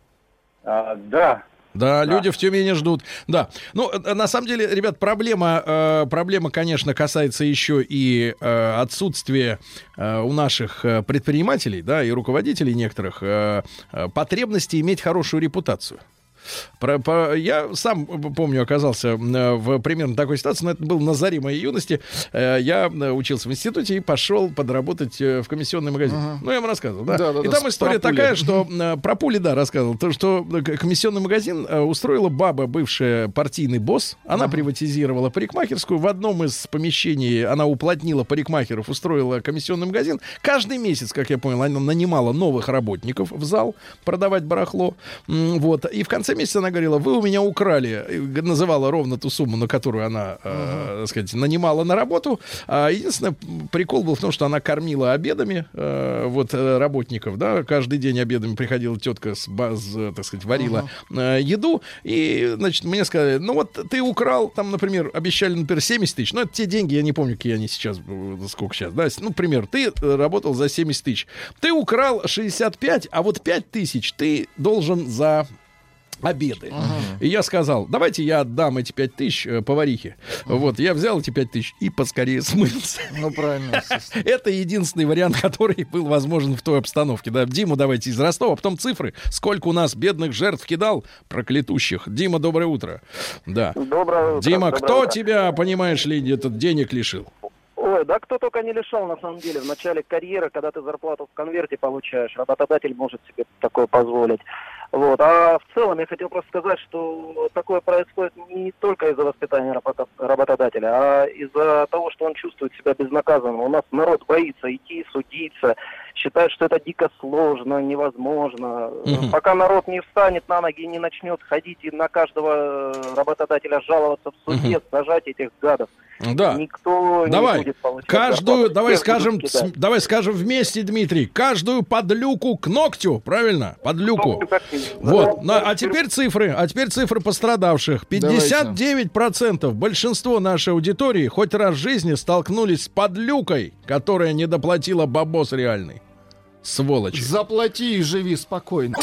А, да. Да, люди в Тюмени ждут. Да. Ну, э, на самом деле, ребят, проблема, э, проблема, конечно, касается еще и э, отсутствия э, у наших э, предпринимателей, да, и руководителей некоторых э, э, потребности иметь хорошую репутацию. Про, по- я сам помню, оказался э, в примерно такой ситуации, но это был на заре моей юности. Э, я э, учился в институте и пошел подработать э, в комиссионный магазин. Ага. Ну, я вам рассказывал, да? Да, да, И да, там с- история про пули. такая, что э, про пули, да, рассказывал. То, что э, к- комиссионный магазин э, устроила баба, бывшая партийный босс. Она приватизировала парикмахерскую. В одном из помещений она уплотнила парикмахеров, устроила комиссионный магазин. Каждый месяц, как я понял, она нанимала новых работников в зал продавать барахло. М, Вот. И в конце месяца она говорила: вы у меня украли. И г- называла ровно ту сумму, на которую она, э, так сказать, нанимала на работу. А единственное, м, прикол был в том, что она кормила обедами э, вот э, работников, да, каждый день обедами приходила тетка с, ба- с, так сказать, варила э, еду, и, значит, мне сказали: ну вот ты украл, там, например, обещали, например, семьдесят тысяч, ну это те деньги, я не помню, какие они сейчас, э, сколько сейчас, да, ну, например, ты э, работал за семьдесят тысяч, ты украл шестьдесят пять, а вот пять тысяч ты должен за обеды. И я сказал: давайте я отдам эти пять тысяч э, поварихе. Вот, я взял эти пять тысяч и поскорее смылся. Ну, правильно. Это единственный вариант, который был возможен в той обстановке. Да, Диму давайте из Ростова, а потом цифры. Сколько у нас бедных жертв кидал, проклятущих. Дима, доброе утро. Да. Доброе утро. Дима, Доброе кто утро. тебя, понимаешь ли, этот денег лишил? Ой, да кто только не лишал, на самом деле. В начале карьеры, когда ты зарплату в конверте получаешь, работодатель может себе такое позволить. Вот. А в целом я хотел просто сказать, что такое происходит не только из-за воспитания работа- работодателя, а из-за того, что он чувствует себя безнаказанным. У нас народ боится идти судиться, считает, что это дико сложно, невозможно. Мгм. Пока народ не встанет на ноги и не начнет ходить и на каждого работодателя жаловаться в суде, сажать этих гадов, Да. никто Давай, не будет получать каждую, зарплату. давай Всех скажем, будут кидать. с- давай скажем вместе, Дмитрий, каждую подлюку к ногтю, правильно? Подлюку. Вот, на- а теперь цифры, а теперь цифры пострадавших. пятьдесят девять процентов большинство нашей аудитории хоть раз в жизни столкнулись с подлюкой, которая не доплатила бабос реальный. Сволочи. Заплати и живи спокойно.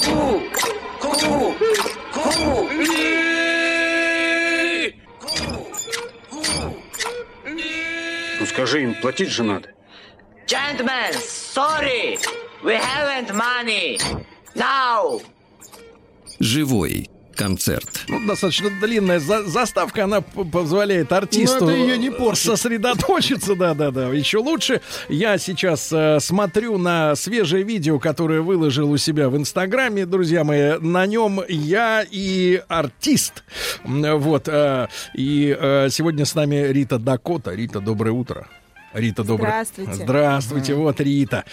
Ну скажи им, платить же надо. gentlemen, sorry, we haven't money. Now. Живой концерт. Ну, достаточно длинная за- заставка, она п- позволяет артисту не сосредоточиться, да-да-да, еще лучше. Я сейчас э, смотрю на свежее видео, которое выложил у себя в Инстаграме, друзья мои. На нем я и артист. Вот. Э, и э, сегодня с нами Рита Дакота. Рита, доброе утро. Рита, доброе. Здравствуйте. Здравствуйте, вот Рита.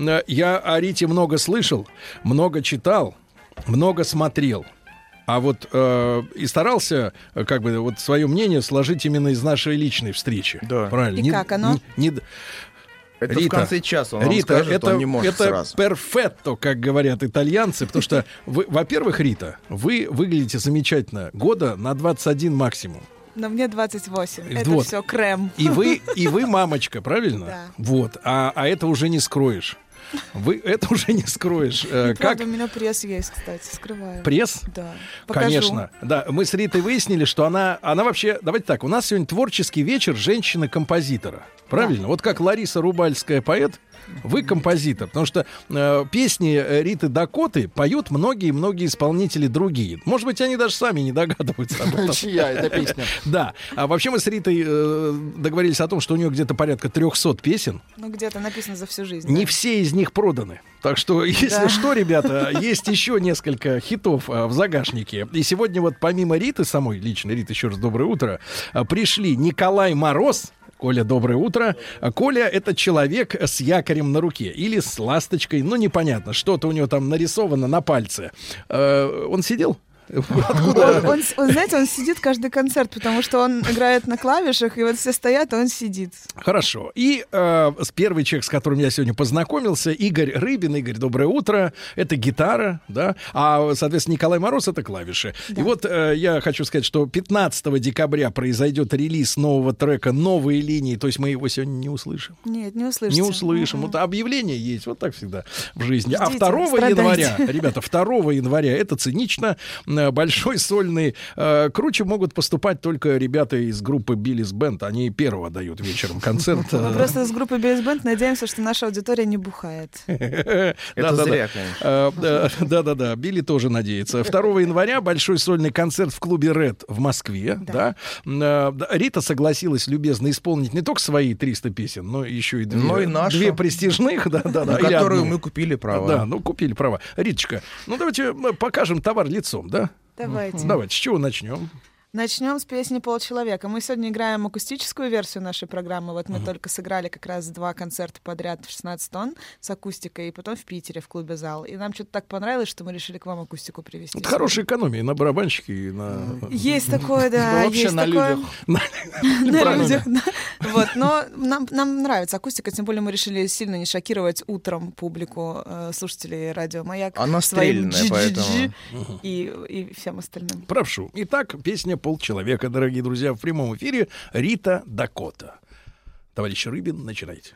Я о Рите много слышал, много читал, много смотрел. А вот э, и старался, как бы, вот свое мнение сложить именно из нашей личной встречи. Да. Правильно. И Не- как оно? не- не- Это Рита, в конце часа он вам Рита, скажет, это, он не может это сразу. перфетто, как говорят итальянцы, потому что, вы, во-первых, Рита, вы выглядите замечательно, года на двадцать один максимум. Но мне двадцать восемь. Это Вот. все крем. И вы, и вы мамочка, правильно? Да. Вот. А, а это уже не скроешь. Вы это уже не скроешь. Э, И Как правда, у меня пресс есть, кстати, скрываю. пресс? Да. Покажу. Конечно. Да, мы с Ритой выяснили, что она, она вообще... Давайте так, у нас сегодня творческий вечер женщины-композитора. Правильно? Вот как Лариса Рубальская поэт, вы композитор. Потому что э, песни Риты Дакоты поют многие-многие исполнители другие. Может быть, они даже сами не догадываются об этом. Чья эта песня? Да. А вообще мы с Ритой э, договорились о том, что у нее где-то порядка трехсот песен. Ну, где-то написано за всю жизнь. Не да. все из них проданы. Так что, если Да. что, ребята, есть еще несколько хитов а, в загашнике. И сегодня вот помимо Риты самой, лично Рита, еще раз доброе утро, а, пришли Николай Мороз. Коля, доброе утро. А Коля — это человек с якорем на руке или с ласточкой, ну, непонятно, что-то у него там нарисовано на пальце. А, он сидел? Откуда? Он, он, он, знаете, он сидит каждый концерт, потому что он играет на клавишах, и вот все стоят, а он сидит. Хорошо. И э, с первый человек, с которым я сегодня познакомился, Игорь Рыбин. Игорь, доброе утро. Это гитара, да. А, соответственно, Николай Мороз — это клавиши. Да. И вот э, я хочу сказать, что пятнадцатого декабря произойдет релиз нового трека «Новые линии». То есть мы его сегодня не услышим. Нет, не услышите. Не услышим. Вот объявление есть, вот так всегда в жизни. а Ждите, второго страдайте. января, ребята, второго января, это цинично, э, большой сольный. Э, круче могут поступать только ребята из группы Биллис Бенд. Они первого дают вечером концерт. Мы просто с группой Биллис Бенд надеемся, что наша аудитория не бухает. Это зря, конечно. Да-да-да, Билли тоже надеется. второго января большой сольный концерт в клубе Red в Москве. Да. Э, Рита согласилась любезно исполнить не только свои триста песен, но еще и две, Но и нашу. две престижных, да, да, да, На или которую одну. мы купили права. Да, ну купили права. Риточка, ну давайте мы покажем товар лицом, да? Давайте. Давайте, с чего начнем? Начнем с песни «Полчеловека». Мы сегодня играем акустическую версию нашей программы. Вот мы только сыграли как раз два концерта подряд в шестнадцать тонн с акустикой, и потом в Питере в клубе «Зал». И нам что-то так понравилось, что мы решили к вам акустику привезти. Это хорошая экономия на барабанщике и на... Есть такое, да, Ну, вообще есть на такое. людях. На Правильно. людях, да. Вот, но нам, нам нравится акустика, тем более мы решили сильно не шокировать утром публику, э, слушателей радио «Маяк». Она своим стрельная, джи-джи-джи поэтому... и, и всем остальным. Прошу. Итак, песня «Полчеловека», дорогие друзья, в прямом эфире Рита Дакота. Товарищ Рыбин, начинайте.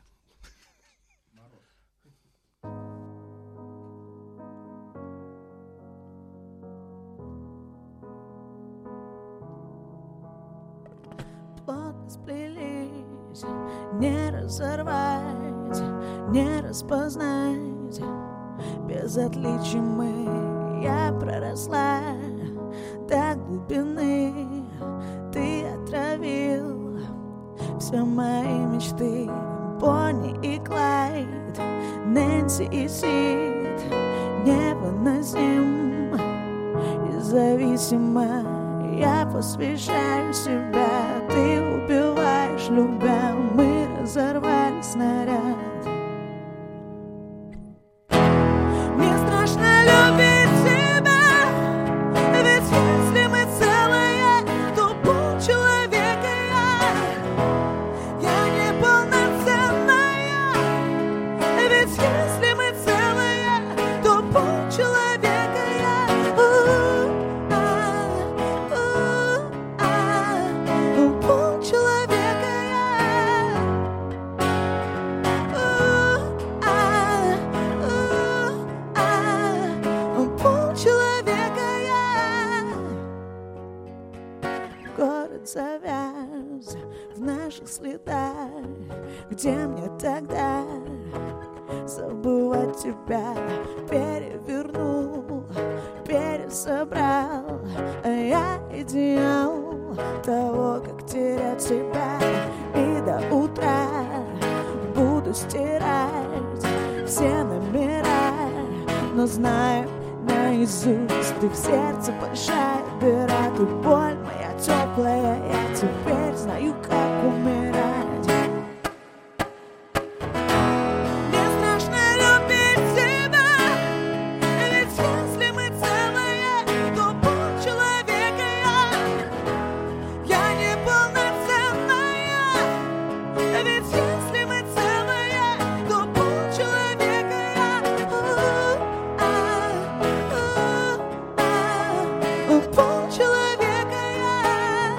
Плотно сплелись, не разорвать, не распознать. Без отличий мы, я проросла до глубины. Ты отравил все мои мечты. Бонни и Клайд, Нэнси и Сид, невыносим и зависима. Я посвящаю себя, ты убиваешь, любя. Мы разорвали снаряд. Мне страшно любить тебя, ведь если мы целые, то полчеловека я. Я неполноценная, ведь если мы целые, то полчеловека я. У-а, у-а, у полчеловека я. этот завяз в наших следах, где мне тогда забывать тебя? Перевернул, пересобрал, а я идеал того, как терять себя. И до утра буду стирать все номера, но знаю наизусть, ты в сердце большая дыра. Ты боль моя теплая, я теперь знаю, как умирать. Мне страшно любить тебя, ведь если мы целые, то полчеловека я. Я не полноценная, ведь если мы целые, то полчеловека я. Полчеловека я.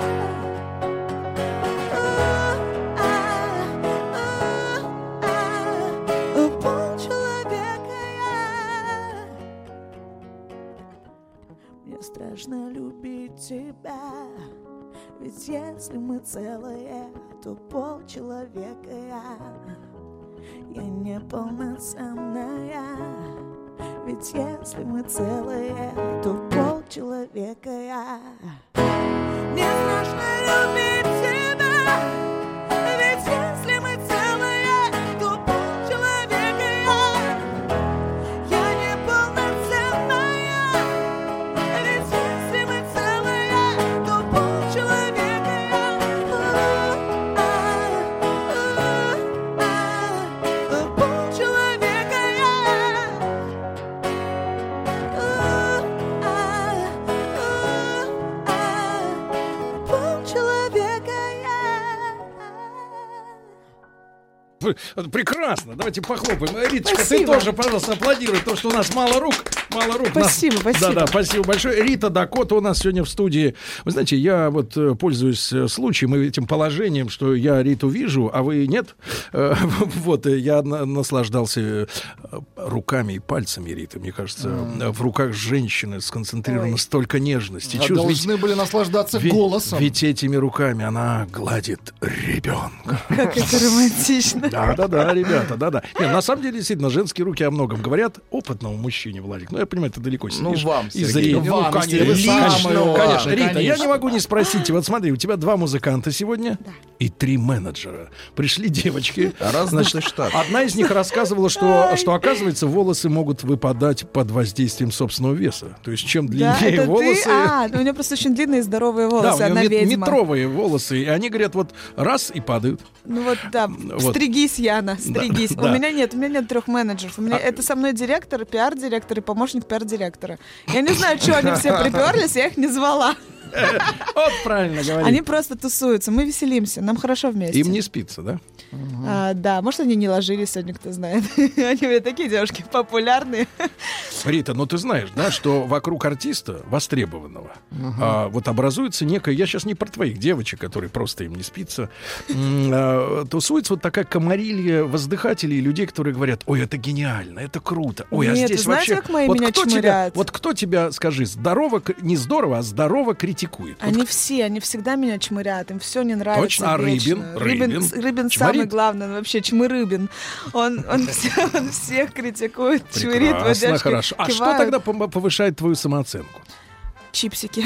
Полчеловека я. Мне страшно любить тебя, ведь если мы целые, то полчеловека я. Я не полноценная, ведь если мы целые, то полчеловека я. Мне страшно любить тебя, ведь если мы целые, то полчеловека я. Я не полноценная, ведь если мы целые, то полчеловека я. Полчеловека я. Полчеловека Прекрасно. Давайте похлопаем. Риточка, Спасибо. ты тоже, пожалуйста, аплодируй. То, что у нас мало рук. Мало рук. Спасибо, Нас... спасибо. Да-да, спасибо большое. Рита Дакота у нас сегодня в студии. Вы знаете, я вот э, пользуюсь э, случаем и этим положением, что я Риту вижу, а вы нет. Э, вот, э, я на- наслаждался э, руками и пальцами Риты. Мне кажется, э, в руках женщины сконцентрировано Ой. столько нежности. А чувств. должны были наслаждаться Ведь- голосом. Ведь этими руками она гладит ребенка. Как это романтично. Да, да, да, ребята, да, да. Нет, на самом деле, действительно, женские руки о многом говорят опытному мужчине, Владик. Ну, я понимаю, это далеко Ну, сидишь. вам, И Сергей. зрение. Ну, вам, конечно, если вы лично, самый конечно. важный, Рита, я конечно. не могу не спросить. Вот смотри, у тебя два музыканта сегодня и три менеджера. Пришли девочки. Раздутый штат. Одна из них рассказывала, что, что, оказывается, волосы могут выпадать под воздействием собственного веса. То есть, чем Да, длиннее это волосы... ты? А, ну, у нее просто очень длинные здоровые Да, у волосы, нее она мет- ведьма. метровые волосы. И они говорят, вот раз и падают. Ну вот, да, Вот. стригись, Яна, стригись. Да, У да. меня нет, у меня нет трех менеджеров. У меня А- это со мной директор, пиар-директор и помощник пиар-директора. Я не знаю, что они все приперлись, я их не звала. Вот правильно говорит. Они просто тусуются, мы веселимся, нам хорошо вместе. Им не спится, да? А, да, может, они не ложились сегодня, кто знает. Они у меня такие девушки популярные. Рита, ну ты знаешь, да, что вокруг артиста востребованного а, вот образуется некая, я сейчас не про твоих девочек, которые просто им не спится, м, а, тусуется вот такая комарилья воздыхателей и людей, которые говорят, ой, это гениально, это круто, ой, а Нет, здесь вы знаете, вообще... как мои вот меня кто тебя, чмырят? вот кто тебя, скажи, здорово, к- не здорово, а здорово критикует? Вот Они все, они всегда меня чмырят, им все не нравится. Точно? А вечно. Рыбин? Рыбин, Рыбин Рыбин чморит? самый главный, он вообще чмырыбин. Он, он, все- он всех критикует, чмырит. Вот Прекрасно, девочки хорошо. А что кивают. тогда пом- повышает твою самооценку? Чипсики.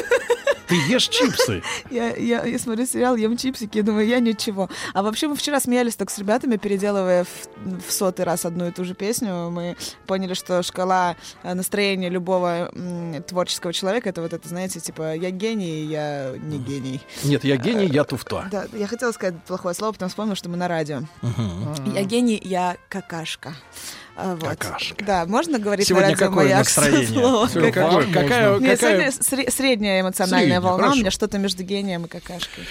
Ты ешь чипсы. Я, я, я смотрю сериал, ем чипсики, и думаю, я ничего. А вообще мы вчера смеялись так с ребятами, переделывая в, в сотый раз одну и ту же песню. Мы поняли, что шкала э, настроения любого м, творческого человека — это вот это, знаете, типа я гений, я не гений. Нет, я гений, я туфта. Да, я хотела сказать плохое слово, потом вспомнила, что мы на радио. Мгм. Я гений, я какашка. А, вот. Какашка. Да, можно говорить Сегодня на радио какое «Маяк» настроение? слово Сегодня «какашка»? какое? Какая- Нет, какая- сегодня сре- средняя эмоциональная Средняя, волна, хорошо. у меня что-то между гением и какашкой.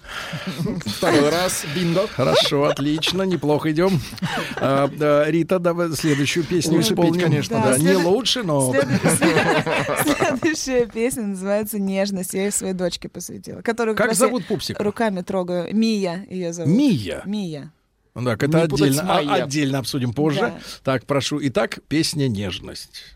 Второй раз, бинго. Хорошо, отлично, неплохо идем. А, да, Рита, давай следующую песню Лучше петь, исполним. конечно, Да, да. не След- лучше, но... След- Следующая песня называется «Нежность». Я ее своей дочке посвятила. Которую Как раз зовут я пупсика? Руками трогаю. Мия ее зовут. Мия? Мия. Так, это Не путать с отдельно, а- Майя. отдельно обсудим позже. Да. Так, прошу. Итак, песня «Нежность».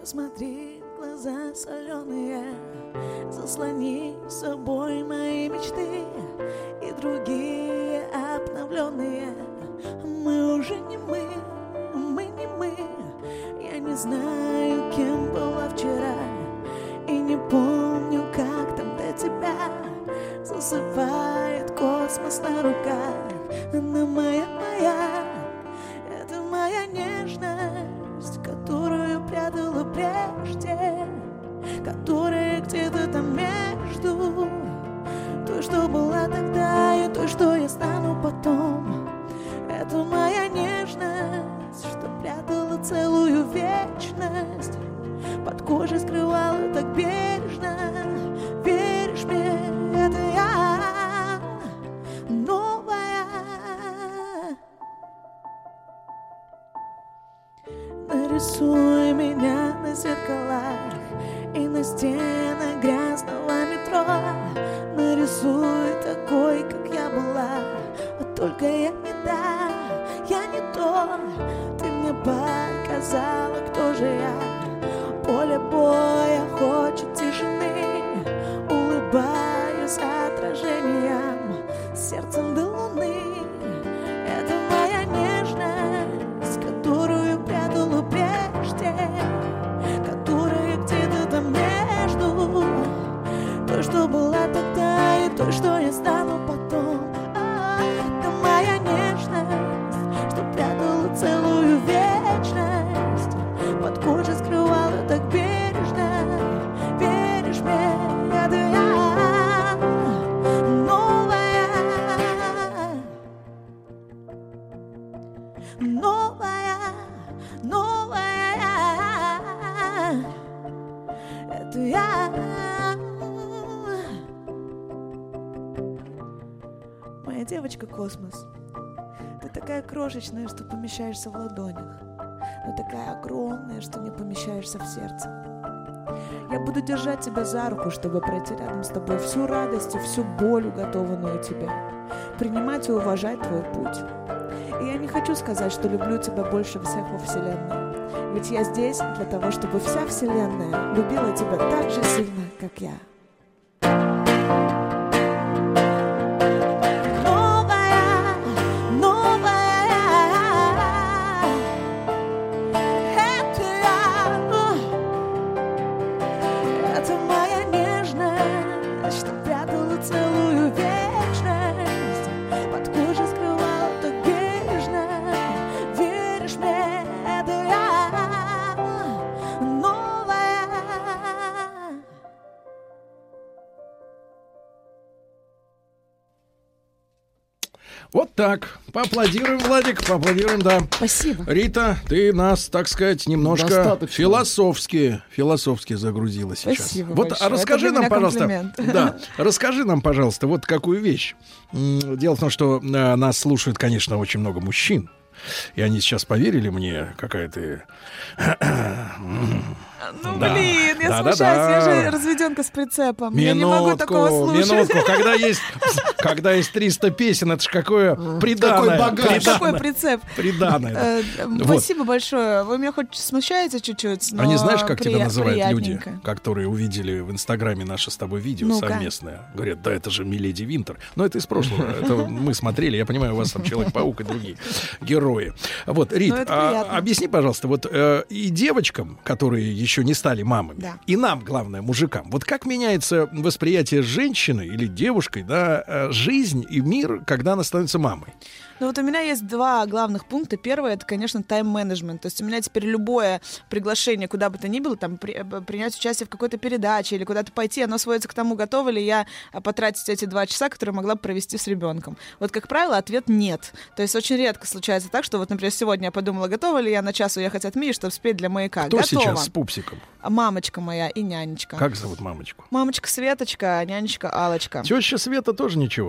Посмотри в глаза соленые, заслони с собой мои мечты и другие обновленные. Мы уже не мы, мы не мы. Я не знаю, кем была вчера, и не помню, как там до тебя. Засыпает космос на руках. Она моя, моя, это моя нежность, которую прятала прежде, которая где-то там между той, что была тогда, и той, что я стану потом. Это моя нежность, что прятала целую вечность, под кожей скрывала так бережно. Веришь мне, это я, новая. Нарисуй меня на зеркалах и на стенах грязного метро. Нарисуй такой, как я была, а только я не та, я не то. Ты мне показала, кто же я. Поле боя хочет тишины, улыбаюсь отражением, сердцем до луны. Это моя нежность, которую прятала прежде, которая где-то там между той, что была тогда, и той, что я стану потом. Это моя нежность, что прятала целую вечность, под кожей скрывала так бережно. Веришь мне, это я, новая, новая, новая, это я. Моя девочка Космос, ты такая крошечная, что помещаешься в ладонях, но такая огромная, что не помещаешься в сердце. Я буду держать тебя за руку, чтобы пройти рядом с тобой всю радость и всю боль, уготованную тебе, принимать и уважать твой путь. И я не хочу сказать, что люблю тебя больше всех во Вселенной, ведь я здесь для того, чтобы вся Вселенная любила тебя так же сильно, как я. Вот так. Поаплодируем, Владик, поаплодируем, да. Спасибо. Рита, ты нас, так сказать, немножко Достаточно. философски, философски загрузила сейчас. Спасибо Вот, большое. а расскажи Это для нам, меня пожалуйста, комплимент. да, расскажи нам, пожалуйста, вот какую вещь. М, Дело в том, что э, нас слушают, конечно, очень много мужчин, и они сейчас поверили мне, какая ты. Ну, Да. блин, я Да, смущаюсь, да, я да. же разведенка с прицепом. Я не могу такого слушать. минутку, когда есть, когда есть триста песен, это ж какое приданое. Какой багаж. приданое, Какой прицеп? приданое, да. Э, Вот. Спасибо большое. Вы меня хоть смущаете чуть-чуть, но Они знаешь, как прия- тебя называют люди, приятненько. которые увидели в Инстаграме наше с тобой видео Ну-ка. совместное? Говорят, да это же Миледи Винтер. Но это из прошлого. Это мы смотрели. Я понимаю, у вас там Человек-паук и другие герои. Вот, Рит, Ну, это а, приятно. объясни, пожалуйста, вот э, и девочкам, которые еще не стали мамами, Да. и нам, главное, мужикам, вот как меняется восприятие женщины или девушкой, да, э, жизнь и мир, когда она становится мамой? Ну вот у меня есть два главных пункта. Первое — это, конечно, тайм-менеджмент. То есть у меня теперь любое приглашение, куда бы то ни было, там, при- принять участие в какой-то передаче или куда-то пойти, оно сводится к тому, готова ли я а, потратить эти два часа, которые могла бы провести с ребенком. Вот, как правило, ответ — нет. То есть очень редко случается так, что вот, например, сегодня я подумала, готова ли я на час уехать от Мии, чтобы спеть для маяка. Кто Готова. сейчас с пупсиком? А мамочка моя и нянечка. Как зовут мамочку? Мамочка Светочка, а нянечка Алочка. Теща Света тоже ничего.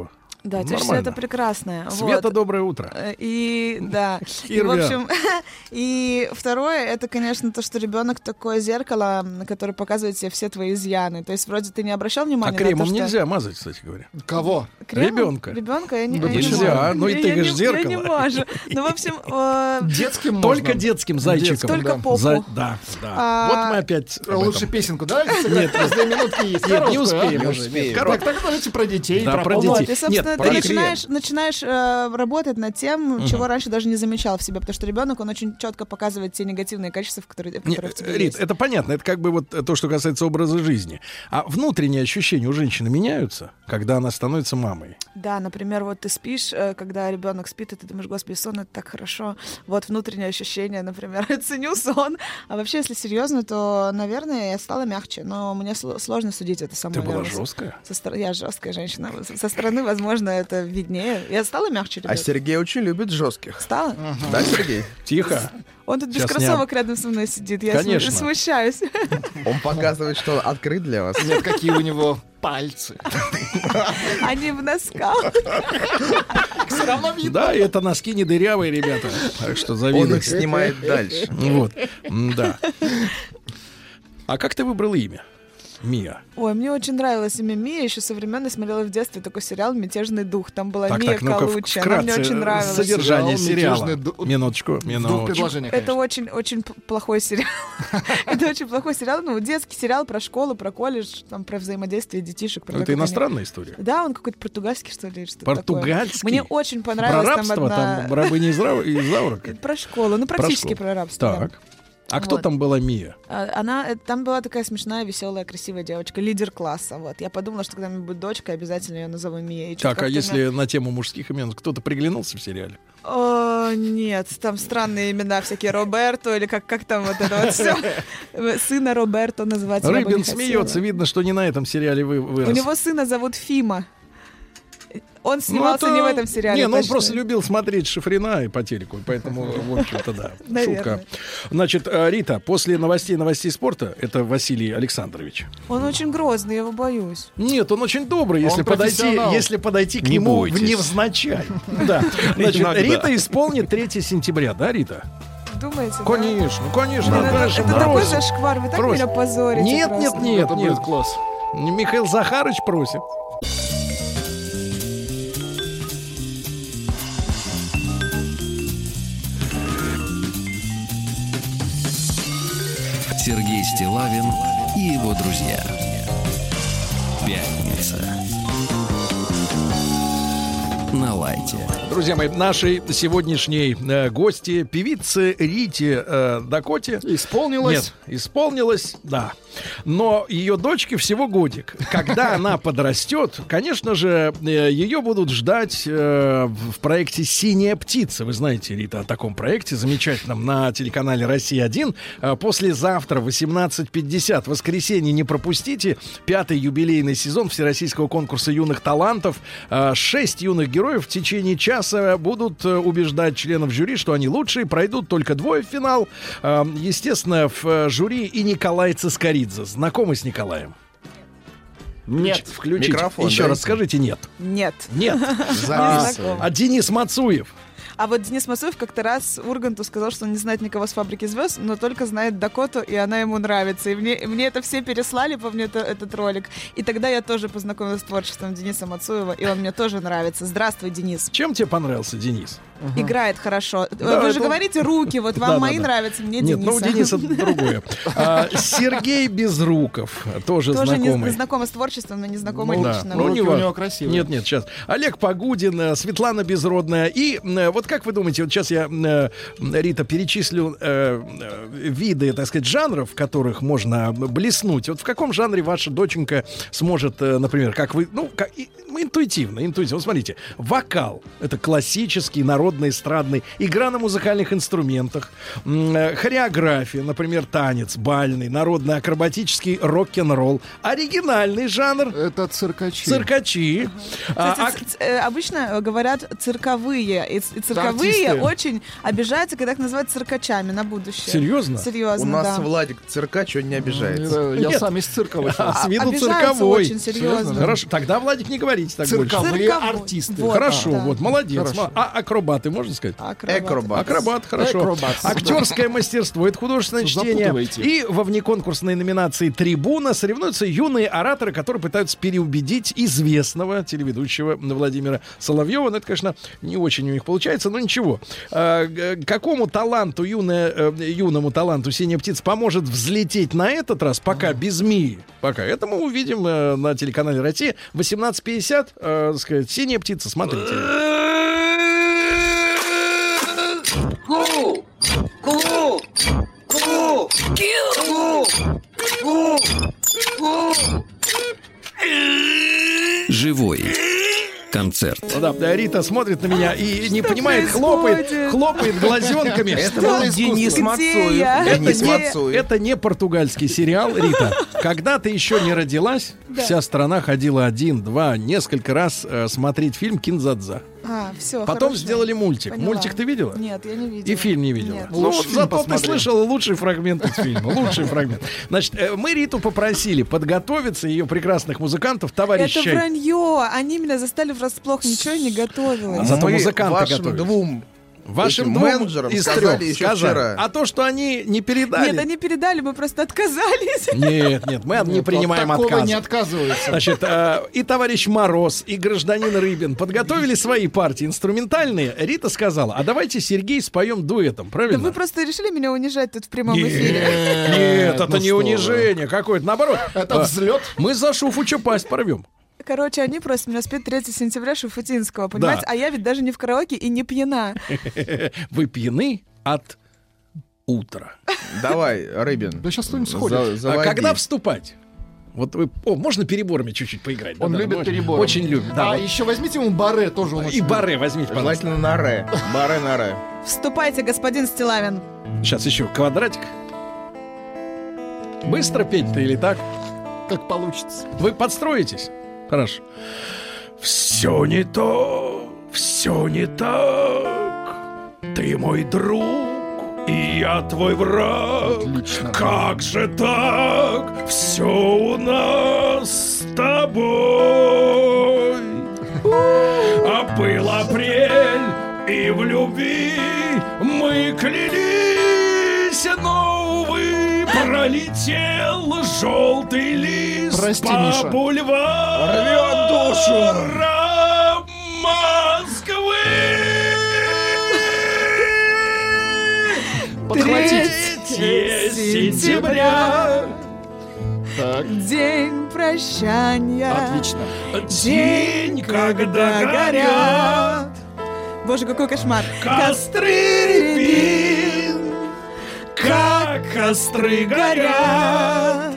Да, теща это прекрасное. Света, вот. доброе утро. И да. И, и в общем, и второе, это, конечно, то, что ребенок такое зеркало, которое показывает тебе все твои изъяны. То есть вроде ты не обращал внимания а кремом на то, что... нельзя мазать, кстати говоря. Кого? Кремом? Ребенка. Ребенка я не, да я нельзя. Не ну и ты я, говоришь, не, зеркало. Я не мажу. Ну, в общем... Э... Детским Только можно. детским зайчиком. Только да. попу. За... Да, да. А... Вот мы опять Лучше песенку, да? Нет, две минутки есть. Нет, не успеем. Не успеем. Так, так, давайте про детей. Да, про детей. Вот, и, собственно, Нет, ты начинаешь, начинаешь э, работать над тем, угу. чего раньше даже не замечал в себе, потому что ребенок, он очень четко показывает те негативные качества, которые, которые Нет, в тебе Рит, есть. Это понятно, это как бы вот то, что касается образа жизни. А внутренние ощущения у женщины меняются, когда она становится мамой? Да, например, вот ты спишь, когда ребенок спит, и ты думаешь, господи, сон — это так хорошо. Вот внутренние ощущения, например, ценю сон. А вообще, если серьезно, то, наверное, я стала мягче, но мне сложно судить это самой. Ты была жесткая? Со стороны, я жесткая женщина. Со стороны, возможно, это виднее. Я стала мягче, ребят. А Сергей очень любит жестких. Стала? Uh-huh. Да, Сергей? Тихо. Он тут без Сейчас кроссовок не... рядом со мной сидит. Я Конечно. смущаюсь. Он показывает, что он открыт для вас. Нет, какие у него пальцы. Они в носках. Все равно видно. Да, и это носки не дырявые, ребята. Так что завидуйте. Он их снимает дальше. Вот, да. А как ты выбрал имя? Мия. Ой, мне очень нравилось имя Мия. Еще со времен я смотрела в детстве такой сериал «Мятежный дух». Там была так, Мия так, ну-ка, Калучи. Она мне очень нравилась. Содержание сериал, сериала. Ду... Минуточку, минуточку. Это очень, очень плохой сериал. Это очень плохой сериал. Ну, детский сериал про школу, про колледж, там, про взаимодействие детишек. Про это иностранная они... история? Да, он какой-то португальский, что ли, что-то Португальский? такое. Мне очень понравилось. Про рабство, там, одна... там рабыни из Заура? Про школу, ну, практически про, про рабство. Так. А кто вот. там была Мия? Она, там была такая смешная, веселая, красивая девочка, лидер класса. Вот. Я подумала, что когда у меня будет дочка, обязательно ее назову Мия. И так, а если меня... на тему мужских имен кто-то приглянулся в сериале? О, нет, там странные имена всякие, Роберто, или как, как там вот это вот все. Сына Роберто называть. Рыбин смеется, видно, что не на этом сериале вы вырос. У него сына зовут Фима. Он снимался ну, это... не в этом сериале. Не, ну он точно. просто любил смотреть Шифрина и по телеку, поэтому, в общем-то, да, наверное. Шутка. Значит, Рита, после новостей новостей спорта, это Василий Александрович. Он очень грозный, я его боюсь. Нет, он очень добрый, если он подойти, если подойти к не нему бойтесь. невзначай. Да. Значит, Рита исполнит третьего сентября, да, Рита? Думаете, конечно, да? конечно. Блин, это конечно, это такой зашквар, вы так просит. меня позорите. Нет, просто. нет, нет, это нет. Будет класс. Михаил Захарович просит. Сергей Стиллавин и его друзья. Пятница. На лайте. Друзья мои, нашей сегодняшней э, гости, певице Рите э, Дакоте. Исполнилось? Нет, исполнилось, да. Но ее дочке всего годик. Когда она подрастет, конечно же, э, ее будут ждать э, в проекте «Синяя птица». Вы знаете, Рита, о таком проекте замечательном на телеканале «Россия один». Э, послезавтра в восемнадцать пятьдесят, воскресенье, не пропустите. Пятый юбилейный сезон всероссийского конкурса юных талантов. Э, шесть юных героев в течение часа будут убеждать членов жюри, что они лучшие. Пройдут только двое в финал. Естественно, в жюри и Николай Цискоридзе. Знакомы с Николаем? Нет. Включите. Микрофон, Еще да, раз скажите нет. Нет. Нет. А, а Денис Мацуев? А вот Денис Мацуев как-то раз Урганту сказал, что он не знает никого с «Фабрики звезд», но только знает Дакоту, и она ему нравится. И мне, мне это все переслали, помню, это, этот ролик. И тогда я тоже познакомилась с творчеством Дениса Мацуева, и он мне тоже нравится. Здравствуй, Денис. Чем тебе понравился Денис? Угу. Играет хорошо. Да, Вы это... же говорите руки, вот вам да, мои да, да. нравятся, мне Нет, Дениса. ну у Дениса другое. А, Сергей Безруков, тоже, тоже знакомый. Не знакомый с творчеством, но не знакомый ну, лично. Да. Ну, руки у него красивые. Нет, нет, сейчас. Олег Погудин, Светлана Безродная. И вот как вы думаете, вот сейчас я, Рита, перечислю э, виды, так сказать, жанров, в которых можно блеснуть. Вот в каком жанре ваша доченька сможет, например, как вы, ну, как, интуитивно, интуитивно. Вот смотрите, вокал — это классический, народный, эстрадный, игра на музыкальных инструментах, хореография, например, танец, бальный, народный, акробатический, рок-н-ролл. Оригинальный жанр — это циркачи. Циркачи. Кстати, а, ц- ц- обычно говорят цирковые и, и цирковые цирковые артисты. очень обижаются, когда их называют циркачами на будущее. Серьезно? Серьезно, У нас да. Владик циркач, он не обижается. Я Нет. сам из цирка вышел. А, с виду Обижаются цирковой. очень серьезно. Хорошо, тогда, Владик, не говорите так больше. Цирковые Цирковой. артисты. Вот, Хорошо, да. вот, молодец. Хорошо. А акробаты, можно сказать? Акробат. Акробат. Акробат, хорошо. Акробат. Актерское мастерство, это художественное чтение. Запутываете. И во внеконкурсной номинации «Трибуна» соревнуются юные ораторы, которые пытаются переубедить известного телеведущего Владимира Соловьева. Ну, это, конечно, не очень у них получается, но ничего. А, г- какому таланту, юная, э, юному таланту «Синяя птица» поможет взлететь на этот раз, пока без Мии? Пока. Это мы увидим э, на телеканале «Россия». восемнадцать пятьдесят, э, так сказать, «Синяя птица». Смотрите. Ку! Ку! Ку! Ку! Ку! Ку! Живой концерт. Ну да, да, Рита смотрит на меня и не понимает, хлопает, происходит? хлопает глазенками. Это был Денис Где Мацуев. я? Денис Где? Мацуев. Это не португальский сериал, Рита. Когда ты еще не родилась, вся страна ходила один, два, несколько раз э, смотреть фильм «Кинзадза». А, все, Потом хорошо. сделали мультик. Поняла. Мультик ты видела? Нет, я не видела. И фильм не видела. Нет. Ну, Лучший вот фильм зато ты посмотрел. слышала лучший фрагмент из фильма. Лучший фрагмент. Значит, э, мы Риту попросили подготовиться, ее прекрасных музыкантов, Это товарищей. вранье. Они меня застали врасплох. Ничего не готовилась. А зато Мы музыканты вашим готовились. двум Вашим этим двум менеджерам из сказали трех еще сказали. вчера. А то, что они не передали... Нет, они передали, мы просто отказались. Нет, нет, мы не Нет, принимаем от такого отказа. не отказываются. Значит, э, и товарищ Мороз, и гражданин Рыбин подготовили свои партии инструментальные. Рита сказала, а давайте, Сергей, споем дуэтом, Да правильно? вы просто решили меня унижать тут в прямом Нет, эфире. нет, это ну не что вы. унижение какое-то, наоборот. Это А, взлет. Мы за Шуфуча пасть порвем. Короче, они просят меня спеть третьего сентября Шуфутинского, понимаете? Да. А я ведь даже не в караоке и не пьяна. Вы пьяны от утра. Давай, Рыбин. Да сейчас кто-нибудь сходит. за- А заводи. когда вступать? Вот вы, о, можно переборами чуть-чуть поиграть? Он Да-да, любит можно. переборы. Очень любит. Да, А вот. еще возьмите ему баре тоже. Он И очень баре возьмите, пожалуйста. Желательно на ре. Баре на ре. Вступайте, господин Стилавин. Сейчас еще квадратик. Быстро петь-то или так? любит. Как получится. Вы подстроитесь? Хорошо. Все не то, все не так. Ты мой друг, и я твой враг. Отлично. Как же так? Все у нас с тобой. А был апрель, и в любви мы клялись, но, увы, пролетел желтый лист Прости, по Миша. бульвару. Рвет душу. Москвы. Подхватить. третьего сентября. Так, День прощания. отлично. День, когда горят Боже, какой кошмар. костры рябин, как костры горят.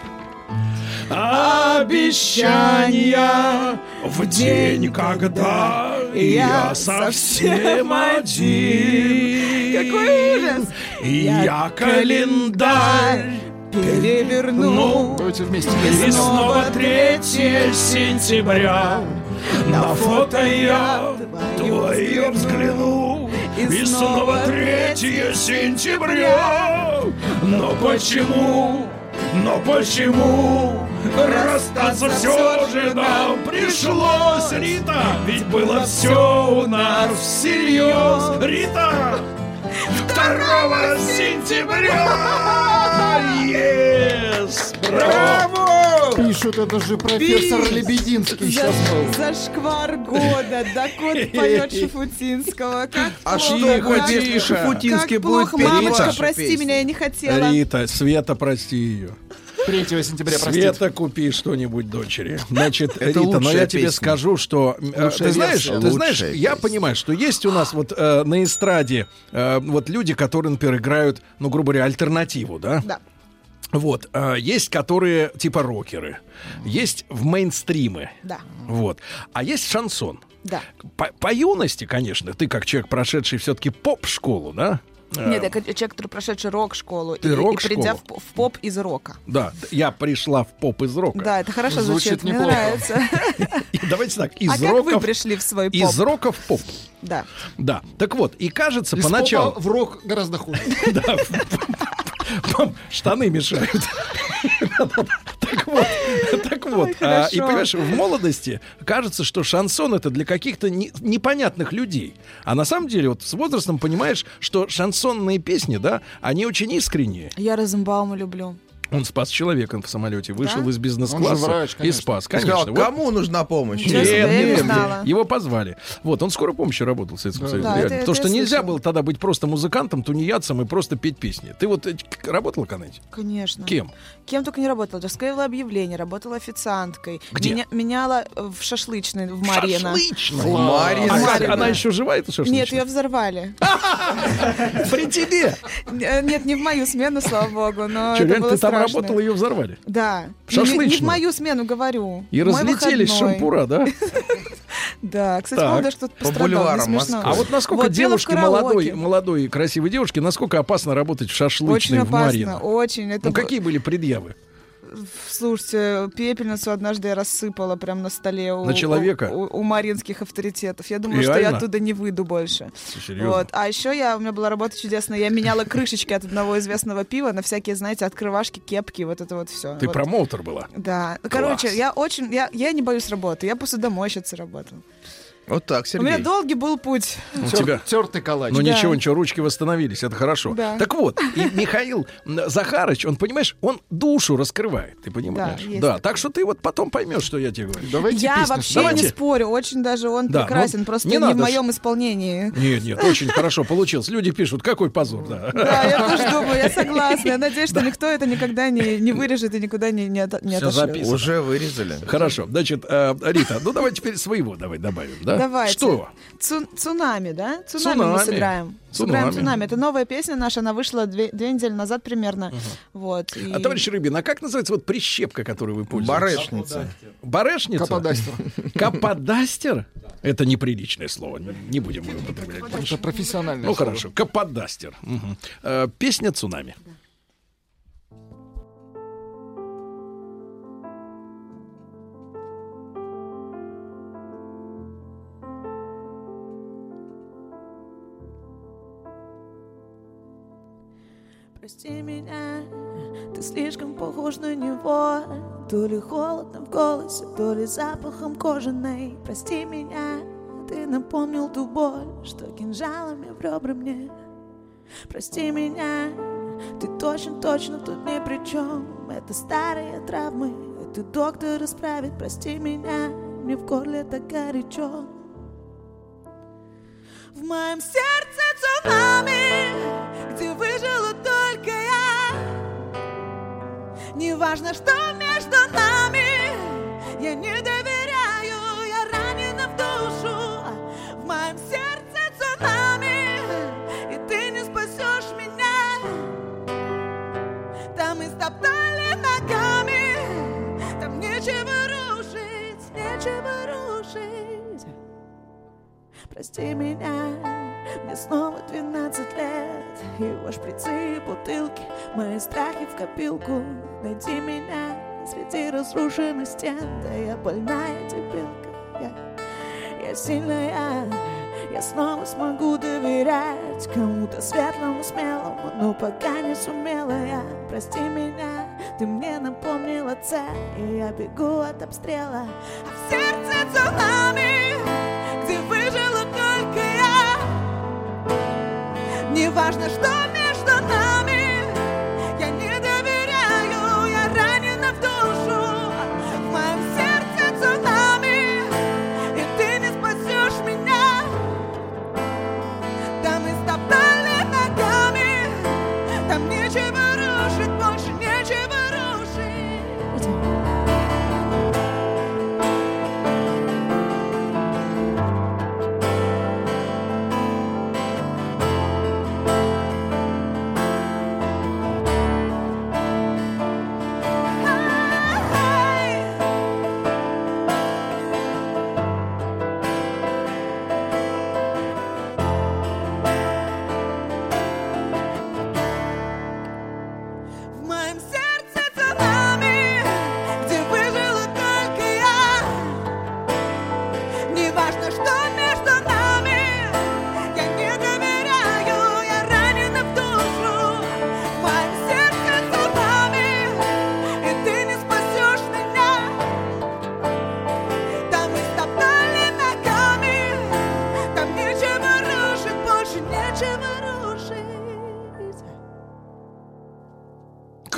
Обещания в день, когда я совсем один. Какой ужас! Я календарь Переверну. Давайте вместе. и снова третьего сентября. На фото я твое взгляну. И снова третьего сентября. Но почему, но почему расстаться все же нам пришлось, Рита? Ведь было все у нас всерьез, Рита. второго сентября! Yes! Браво! Пишут, это же профессор Бис! Лебединский сейчас был. За, зашквар года. Да кот поет Шафутинского. Как А плохо. что будет, если Шафутинский Как будет плохо. петь Мамочка, ваши прости песни? меня, я не хотела. Рита, Света, прости ее. третьего сентября, простите. Света, купи что-нибудь дочери. Значит, Это Рита, но лучшая я тебе песня. скажу, что э, Лучшая ты знаешь, версия. ты знаешь, Лучшая я песня. понимаю, что есть у нас вот э, на эстраде э, вот люди, которые, например, играют, ну, грубо говоря, альтернативу, да? Да. Вот, э, есть которые типа рокеры, есть в мейнстримы, Да. вот, а есть шансон. Да. По, по юности, конечно, ты как человек, прошедший все-таки поп-школу, да? Нет, я человек, который прошедший рок-школу. Ты и, рок-школу? И придя в, в поп из рока. Да, я пришла в поп из рока. Да, это хорошо звучит, Звучит мне неплохо. нравится. И давайте так, из А как рока вы в- пришли в свой поп? из рока в поп. Да. Да. Так вот, и кажется, Из поначалу... попа в рок гораздо хуже. Вам штаны мешают. Так вот, так вот. а, И понимаешь, в молодости кажется, что шансон это для каких-то не- непонятных людей. А на самом деле, вот с возрастом понимаешь, что шансонные песни, да, они очень искренние. Я Розенбаума люблю. Он спас человека в самолете, вышел Да? из Он бизнес-класса же врач, и конечно. спас. Сказал, Конечно. Вот. кому нужна помощь? Ничего себе, я не Нет, знала. его позвали. Вот, он скорой помощи работал в Советском Да. Союзе. Да, реально. это- Потому это что я нельзя слышала. было тогда быть просто музыкантом, тунеядцем и просто петь песни. Ты вот э, к- работала когда-нибудь? Конечно. Кем? Кем только не работала. Рассказывала объявления, работала официанткой. Где? Меня- меняла в шашлычной в Марьино. Шашлычная. Марьино. А как, Марьино. она еще жива, эта шашлычная? Нет, ее взорвали. При тебе! Э, Нет, не в мою смену, слава богу, но Что, это реально, было ты там страшно. работала, ее взорвали? Да. В Не- Не, не в шашлычную? мою смену, говорю. И Мой разлетелись выходной. шампура, да? Да, кстати, Так. по-моему, даже кто-то По пострадал, не бульварам смешно. А вот насколько Вот дело в девушке, караоке. молодой, молодой и красивой девушке, насколько опасно работать в шашлычной Очень в Марьино? опасно, очень. Это Ну, б- какие были предъявы? Слушайте, пепельницу однажды я рассыпала прямо на столе у, На человека? у, у маринских авторитетов. Я думала, что Реально? я оттуда не выйду больше. Серьезно? Вот. А еще я, у меня была работа чудесная. Я меняла крышечки от одного известного пива на всякие, знаете, открывашки, кепки, вот это вот все. Ты промоутер была? Да. Класс. Короче, я очень, я, я не боюсь работы. Я посудомойщицей работала. Вот так, У меня Сергей. долгий был путь. У тебя... Тертый калач. Ну Да. ничего, ничего, ручки восстановились, это хорошо. Да. Так вот, и Михаил м, Захарыч, он, понимаешь, он душу раскрывает, ты понимаешь? есть Да, такое. так что ты вот потом поймешь, что я тебе говорю. Давайте Я песню вообще Давайте. не спорю, очень даже он Да, прекрасен, ну, просто не не, надо в ж. моем исполнении. Нет, нет, очень хорошо получилось. Люди пишут, какой позор, да. Да, я тоже думаю, я согласна. Я надеюсь, что никто это никогда не, не вырежет и никуда не, не, ото- не Всё отошлет. записано. Уже вырезали. Хорошо, значит, э, Рита, ну давай теперь своего давай добавим, да? Давайте. Что? Цу- цунами, да? Цунами, мы Цунами. сыграем. Цунами. Сыграем цунами. Это новая песня наша, она вышла две, две недели назад примерно. Вот. и- А, товарищ Рыбин, а как называется вот прищепка, которую вы пользуетесь? Барышница. Барышница? Каподастер. Каподастер? Это неприличное слово, не- не будем его употреблять больше. Это профессиональное Ну слово. хорошо, каподастер. Мгм. Э, Песня «Цунами». Прости меня, ты слишком похож на него. То ли холодом в голосе, то ли запахом кожаной. Прости меня, ты напомнил ту боль, что кинжалами в ребра мне. Прости меня, ты точно-точно тут ни при чем. Это старые травмы, это доктор исправит. Прости меня, мне в горле так горячо. В моем сердце цунами, где выжила только я. Неважно, что между нами, я не доверяю, я ранена в душу. В моем сердце цунами, и ты не спасешь меня. Там истоптали ногами, там нечего рушить, нечего рушить. Прости меня, мне снова двенадцать лет. Его шприцы и бутылки, мои страхи в копилку. Найди меня среди разрушенных стен. Да я больная дебилка, я, я сильная. Я снова смогу доверять кому-то светлому, смелому, но пока не сумела я. Прости меня, ты мне напомнила цель, и я бегу от обстрела. А в сердце цунами, где выжила только я. Неважно, что между нами, я не доверяю, я ранена в душу. В моем сердце цунами, и ты не спасешь меня. Там истоптали ногами, там нечего рушить, больше нечего рушить.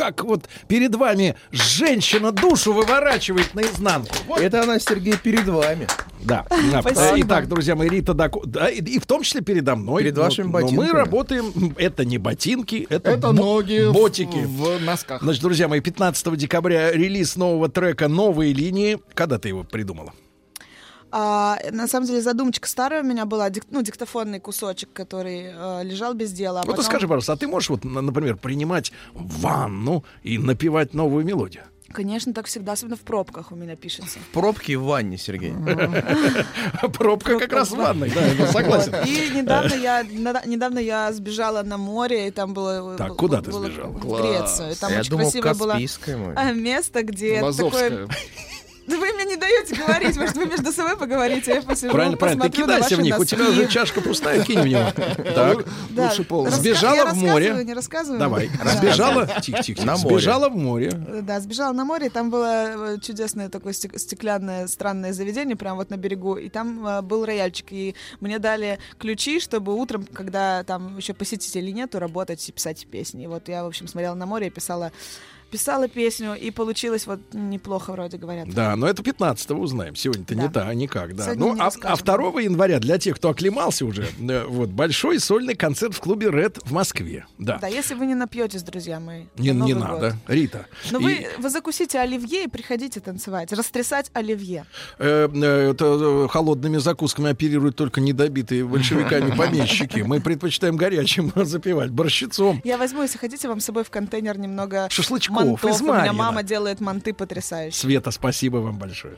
как вот перед вами женщина душу выворачивает наизнанку. Вот. Это она, Сергей, перед вами. Да. Спасибо. Итак, друзья мои, Рита Дако... да, и, и в том числе передо мной. Перед Но- вашими но ботинками. мы работаем, это не ботинки, это, Это бо- ноги в- ботики. в носках. Значит, друзья мои, пятнадцатого декабря релиз нового трека «Новые линии». Когда ты его придумала? А, на самом деле задумочка старая у меня была, дик- ну, диктофонный кусочек, который э, лежал без дела. А Вот потом... скажи, пожалуйста, а ты можешь, вот, на- например, принимать ванну и напевать новую мелодию? Конечно, так всегда, особенно в пробках у меня пишется. Пробки в ванне, Сергей. Пробка как раз в ванной, да, я согласен. Вот. И недавно я, нада- недавно я сбежала на море, и там было... Так, был- куда ты было сбежала? в Грецию. И там Я очень думал, красивое было Каспийское море. а, место, где Лазовская. такое... Да вы мне не даете говорить, может, вы между собой поговорите, я посижу, Правильно, правильно. Ты посмотрю на кидайся ваши в них. У носки. тебя уже чашка пустая, кинь в него. Так. Да, Лучше пол. раска- Сбежала я в море. рассказываю, не рассказываю? Давай. Да. Сбежала. Тихо, тихо. На море. Сбежала в море. Да, сбежала на море, там было э, чудесное такое стек- стеклянное странное заведение, прям вот на берегу, и там э, был рояльчик, и мне дали ключи, чтобы утром, когда там еще посетителей нету, работать и писать песни. И вот я, в общем, смотрела на море и писала писала песню, и получилось вот неплохо, вроде говорят. Да, но это пятнадцатого узнаем. Сегодня-то Да. не та, никак, да. Сегодня Ну, не а, расскажем. а второго января, для тех, кто оклемался уже, э, вот, большой сольный концерт в клубе Red в Москве. Да. Да, если вы не напьетесь, друзья мои. Не, на не Новый надо, год. Рита. Но И, вы, вы закусите оливье и приходите танцевать, растрясать оливье. э, э, это э, холодными закусками оперируют только недобитые большевиками помещики. Мы предпочитаем горячим запивать, борщицом. Я возьму, если хотите, вам с собой в контейнер немного Шашлычков мантов. из У меня Марьино. мама делает манты потрясающие. Света, спасибо вам большое.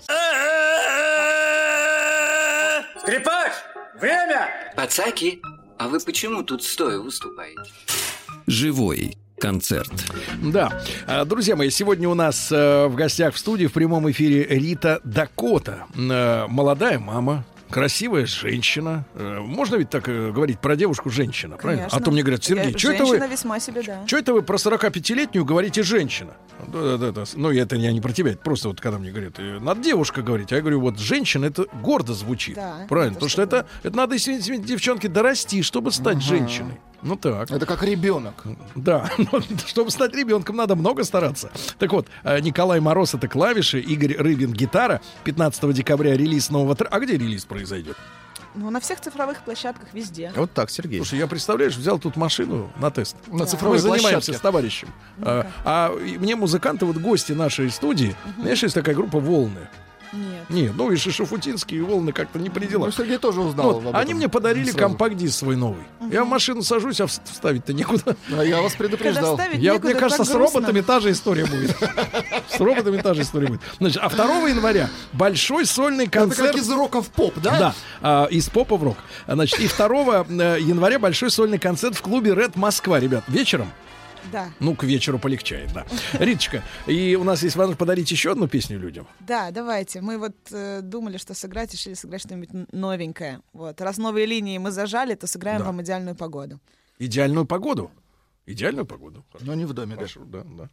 Скрипач, время! Пацаки, а вы почему тут стоя выступаете? Живой концерт. Да, А, друзья мои, сегодня у нас э, в гостях в студии в прямом эфире Рита Дакота. Э, молодая мама, красивая женщина. Э, можно ведь так э, говорить про девушку женщина, правильно? Конечно. А то мне говорят, Сергей, Я- что это женщина вы... весьма себе, да. Что это вы про сорокапятилетнюю говорите женщина? Да, да, да. Ну, это я не про тебя, это просто вот когда мне говорят, э, надо девушка говорить. А я говорю, вот женщина, это гордо звучит. Да, Правильно, это потому что это, это надо, извините, извините, девчонки, дорасти, чтобы стать женщиной. Ну так. Это как ребенок. Да, но чтобы стать ребенком, надо много стараться. Так вот, э, Николай Мороз — это клавиши, Игорь Рыбин — гитара. пятнадцатого декабря релиз нового трека. А где релиз произойдет? Ну, на всех цифровых площадках везде. Вот так, Сергей. Слушай, я, представляешь, взял тут машину на тест. На Мы цифровой занимаемся площадке. с товарищем. А, а и мне музыканты, вот гости нашей студии, знаешь, есть такая группа «Волны». Нет. Нет, ну и Шишофутинские и «Волны» как-то не при делах. Ну, Сергей тоже узнал. Вот, об они этом мне подарили сразу. компакт-диск свой новый. Я в машину сажусь, а вс- вставить-то некуда. А я вас предупреждал. Когда ставить Я, вот, мне некуда, кажется, так с грустно. роботами та же история будет. С роботами та же история будет. Значит, а второго января большой сольный Это концерт. как из рока в поп, да? Да, а, из попа в рок. Значит, и второго э, января большой сольный концерт в клубе Red Москва, ребят, вечером. Да. Ну, к вечеру полегчает, да. Риточка, и у нас есть возможность подарить еще одну песню людям. Да, давайте. Мы вот э, думали, что сыграть, решили сыграть что-нибудь н- новенькое. Вот. Раз новые линии мы зажали, то сыграем Да. вам идеальную погоду. Идеальную погоду. Идеальную погоду. Но не в доме, да. Хорошо, да, да.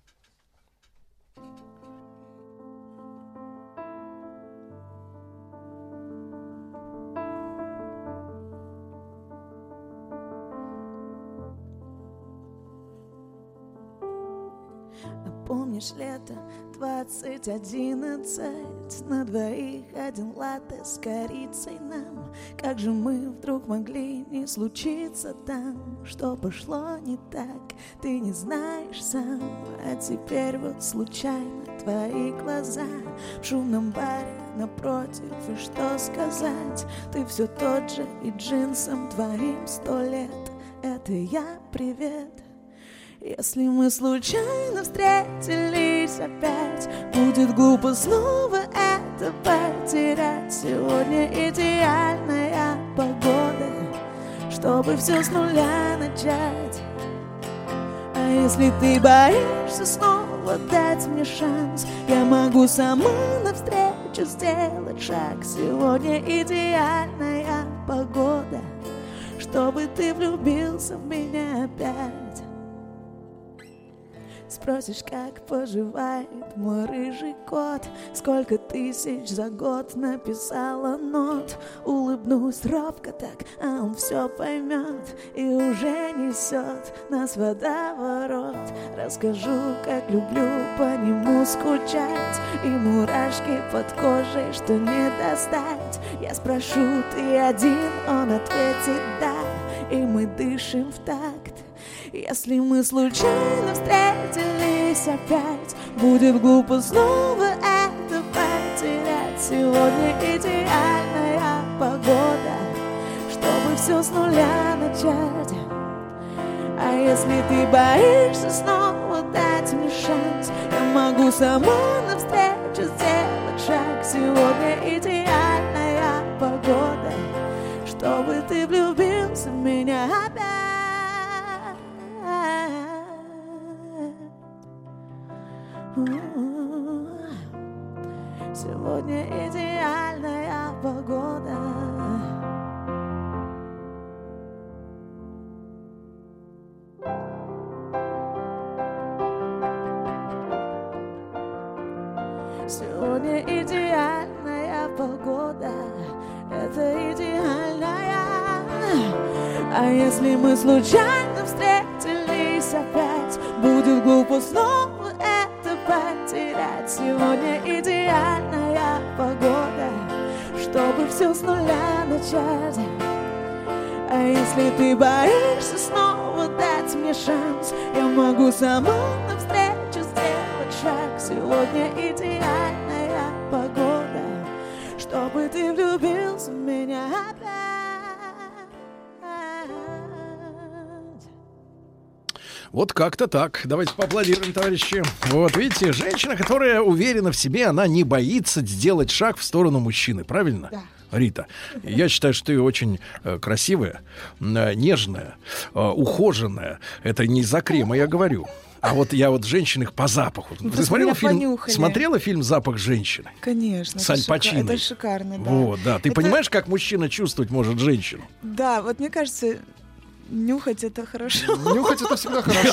Помнишь лето двадцать одиннадцать? На двоих один латте с корицей нам. Как же мы вдруг могли не случиться там? Что пошло не так, ты не знаешь сам. А теперь вот случайно твои глаза в шумном баре напротив. И что сказать? Ты все тот же, и джинсам твоим сто лет. Это я, привет. Если мы случайно встретились опять, будет глупо снова это потерять. Сегодня идеальная погода, чтобы все с нуля начать. А если ты боишься снова дать мне шанс, я могу сама навстречу сделать шаг. Сегодня идеальная погода, чтобы ты влюбился в меня опять. С спросишь, как поживает мой рыжий кот. Сколько тысяч за год написала нот. Улыбнусь робко так, а он все поймет и уже несет нас в водоворот. Расскажу, как люблю по нему скучать, и мурашки под кожей, что не достать. Я спрошу, ты один, он ответит да, и мы дышим в такт. Если мы случайно встретились опять, будет глупо снова это потерять. Сегодня идеальная погода, чтобы все с нуля начать. А если ты боишься снова дать мне шанс, я могу сама навстречу сделать шаг. Сегодня идеальная погода, чтобы ты влюбился в меня опять. Сегодня идеальная погода. Сегодня идеальная погода, это идеальная. А если мы случайно встретились опять, будет глупо снова это потерять. Сегодня идеальная погода, чтобы все с нуля начать. А если ты боишься снова дать мне шанс, я могу сама навстречу сделать шаг. Сегодня идеальная погода, чтобы ты влюбился в меня опять. Вот как-то так. Давайте поаплодируем, товарищи. Вот, видите, женщина, которая уверена в себе, она не боится сделать шаг в сторону мужчины. Правильно? Да. Рита, я считаю, что ты очень э, красивая, э, нежная, э, ухоженная. Это не из-за крема, я говорю. А вот я вот женщин их по запаху. Ну, Ты смотрела фильм, понюхали. смотрела фильм «Запах женщины»? Конечно. С Аль Пачино. Это шикарно, да. Вот, да. Ты это... понимаешь, как мужчина чувствовать может женщину? Да, вот мне кажется, нюхать это хорошо. Нюхать это всегда хорошо.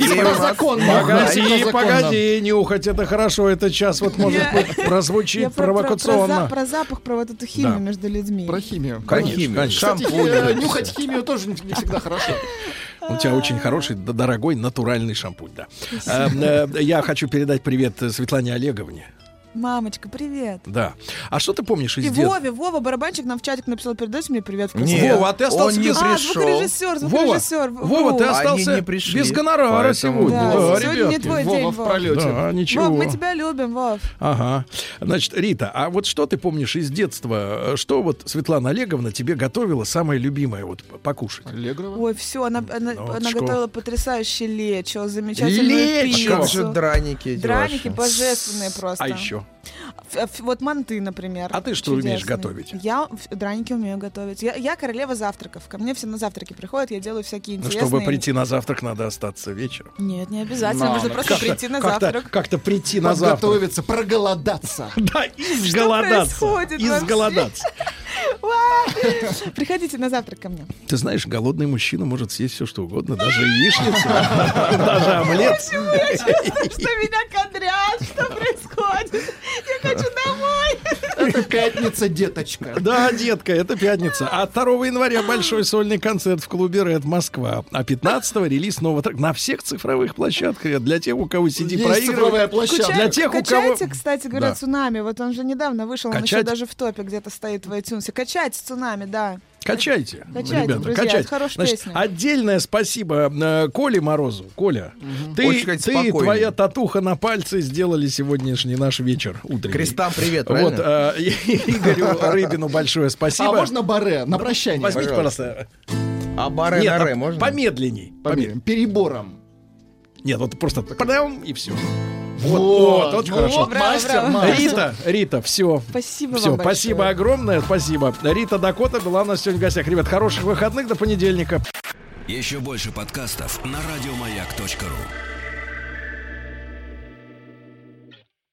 Погоди, погоди, нюхать это хорошо. Это сейчас вот может быть прозвучит провокационно. Про запах, про вот эту химию между людьми. Про химию. Конечно, Кстати, нюхать химию тоже не всегда хорошо. У тебя очень хороший, дорогой, натуральный шампунь, да. Я хочу передать привет Светлане Олеговне. Мамочка, привет. Да. А что ты помнишь из И детства? Вове, Вова, барабанщик нам в чатик написал, передайте мне привет. Нет, Вова, а ты остался он без... А, звукорежиссер, звукорежиссер. Вова, Вова, ты остался не пришли, без гонорара поэтому... сегодня. Да, Да, сегодня ребятки. не твой Вова день, в Вов. пролете. Да, ничего. Вов, мы тебя любим, Вов. Ага. Значит, Рита, а вот что ты помнишь из детства? Что вот Светлана Олеговна тебе готовила самое любимое вот покушать? Аллегрова? Ой, все, она, она, Ну, она что? готовила потрясающее лечо, замечательную Лечо! пиццу. Как же драники эти Драники ваши? божественные просто. А еще? Ф- ф- Вот манты, например. А ты что умеешь чудесные. готовить? Я ф- драники умею готовить. Я, я королева завтраков. Ко мне все на завтраки приходят, я делаю всякие Ну, интересные... чтобы прийти на завтрак, надо остаться вечером. Нет, не обязательно. Но, Можно ну, просто Как-то- прийти на как-то- завтрак. Как-то прийти на завтрак. Подготовиться, проголодаться. Да, изголодаться. происходит Изголодаться. Приходите на завтрак ко мне. Ты знаешь, голодный мужчина может съесть все, что угодно, даже яичницу, даже омлет. Что меня кадрят? Что происходит? Я хочу домой. Это пятница, деточка. Да, детка, это пятница. А второго января большой сольный концерт в клубе Red Москва. А пятнадцатого релиз нового трека на всех цифровых площадках. Для тех, у кого си ди Есть проигрывает. цифровая площадка. Качай- Для тех, у кого... Качайте, кстати говоря, Да. цунами. Вот он же недавно вышел, он еще Качать? даже в топе где-то стоит в iTunes. Качайте цунами, да. Качайте, Качайте, ребята, друзья, качайте. это хорошая Значит, песня. отдельное спасибо э, Коле Морозу. Коля, ты, Очень, кстати, ты и спокойный. твоя татуха на пальце сделали сегодняшний наш вечер утренний. Крестам привет, Вот, правильно? э, Игорю Рыбину большое спасибо. А можно баре на прощание? Возьмите, Пожалуйста. пожалуйста. А баре Нет, на ре а можно? помедленней. Померим. Перебором. Нет, вот просто падам и все. Вот, Вот, вот, ну хорошо. вот, мастер, Браво, браво. мастер. Рита, Рита, все. Спасибо Все, вам спасибо большое. огромное, спасибо. Рита Дакота была у нас сегодня в гостях. Ребят, хороших выходных до понедельника. Еще больше подкастов на радиомаяк точка ру.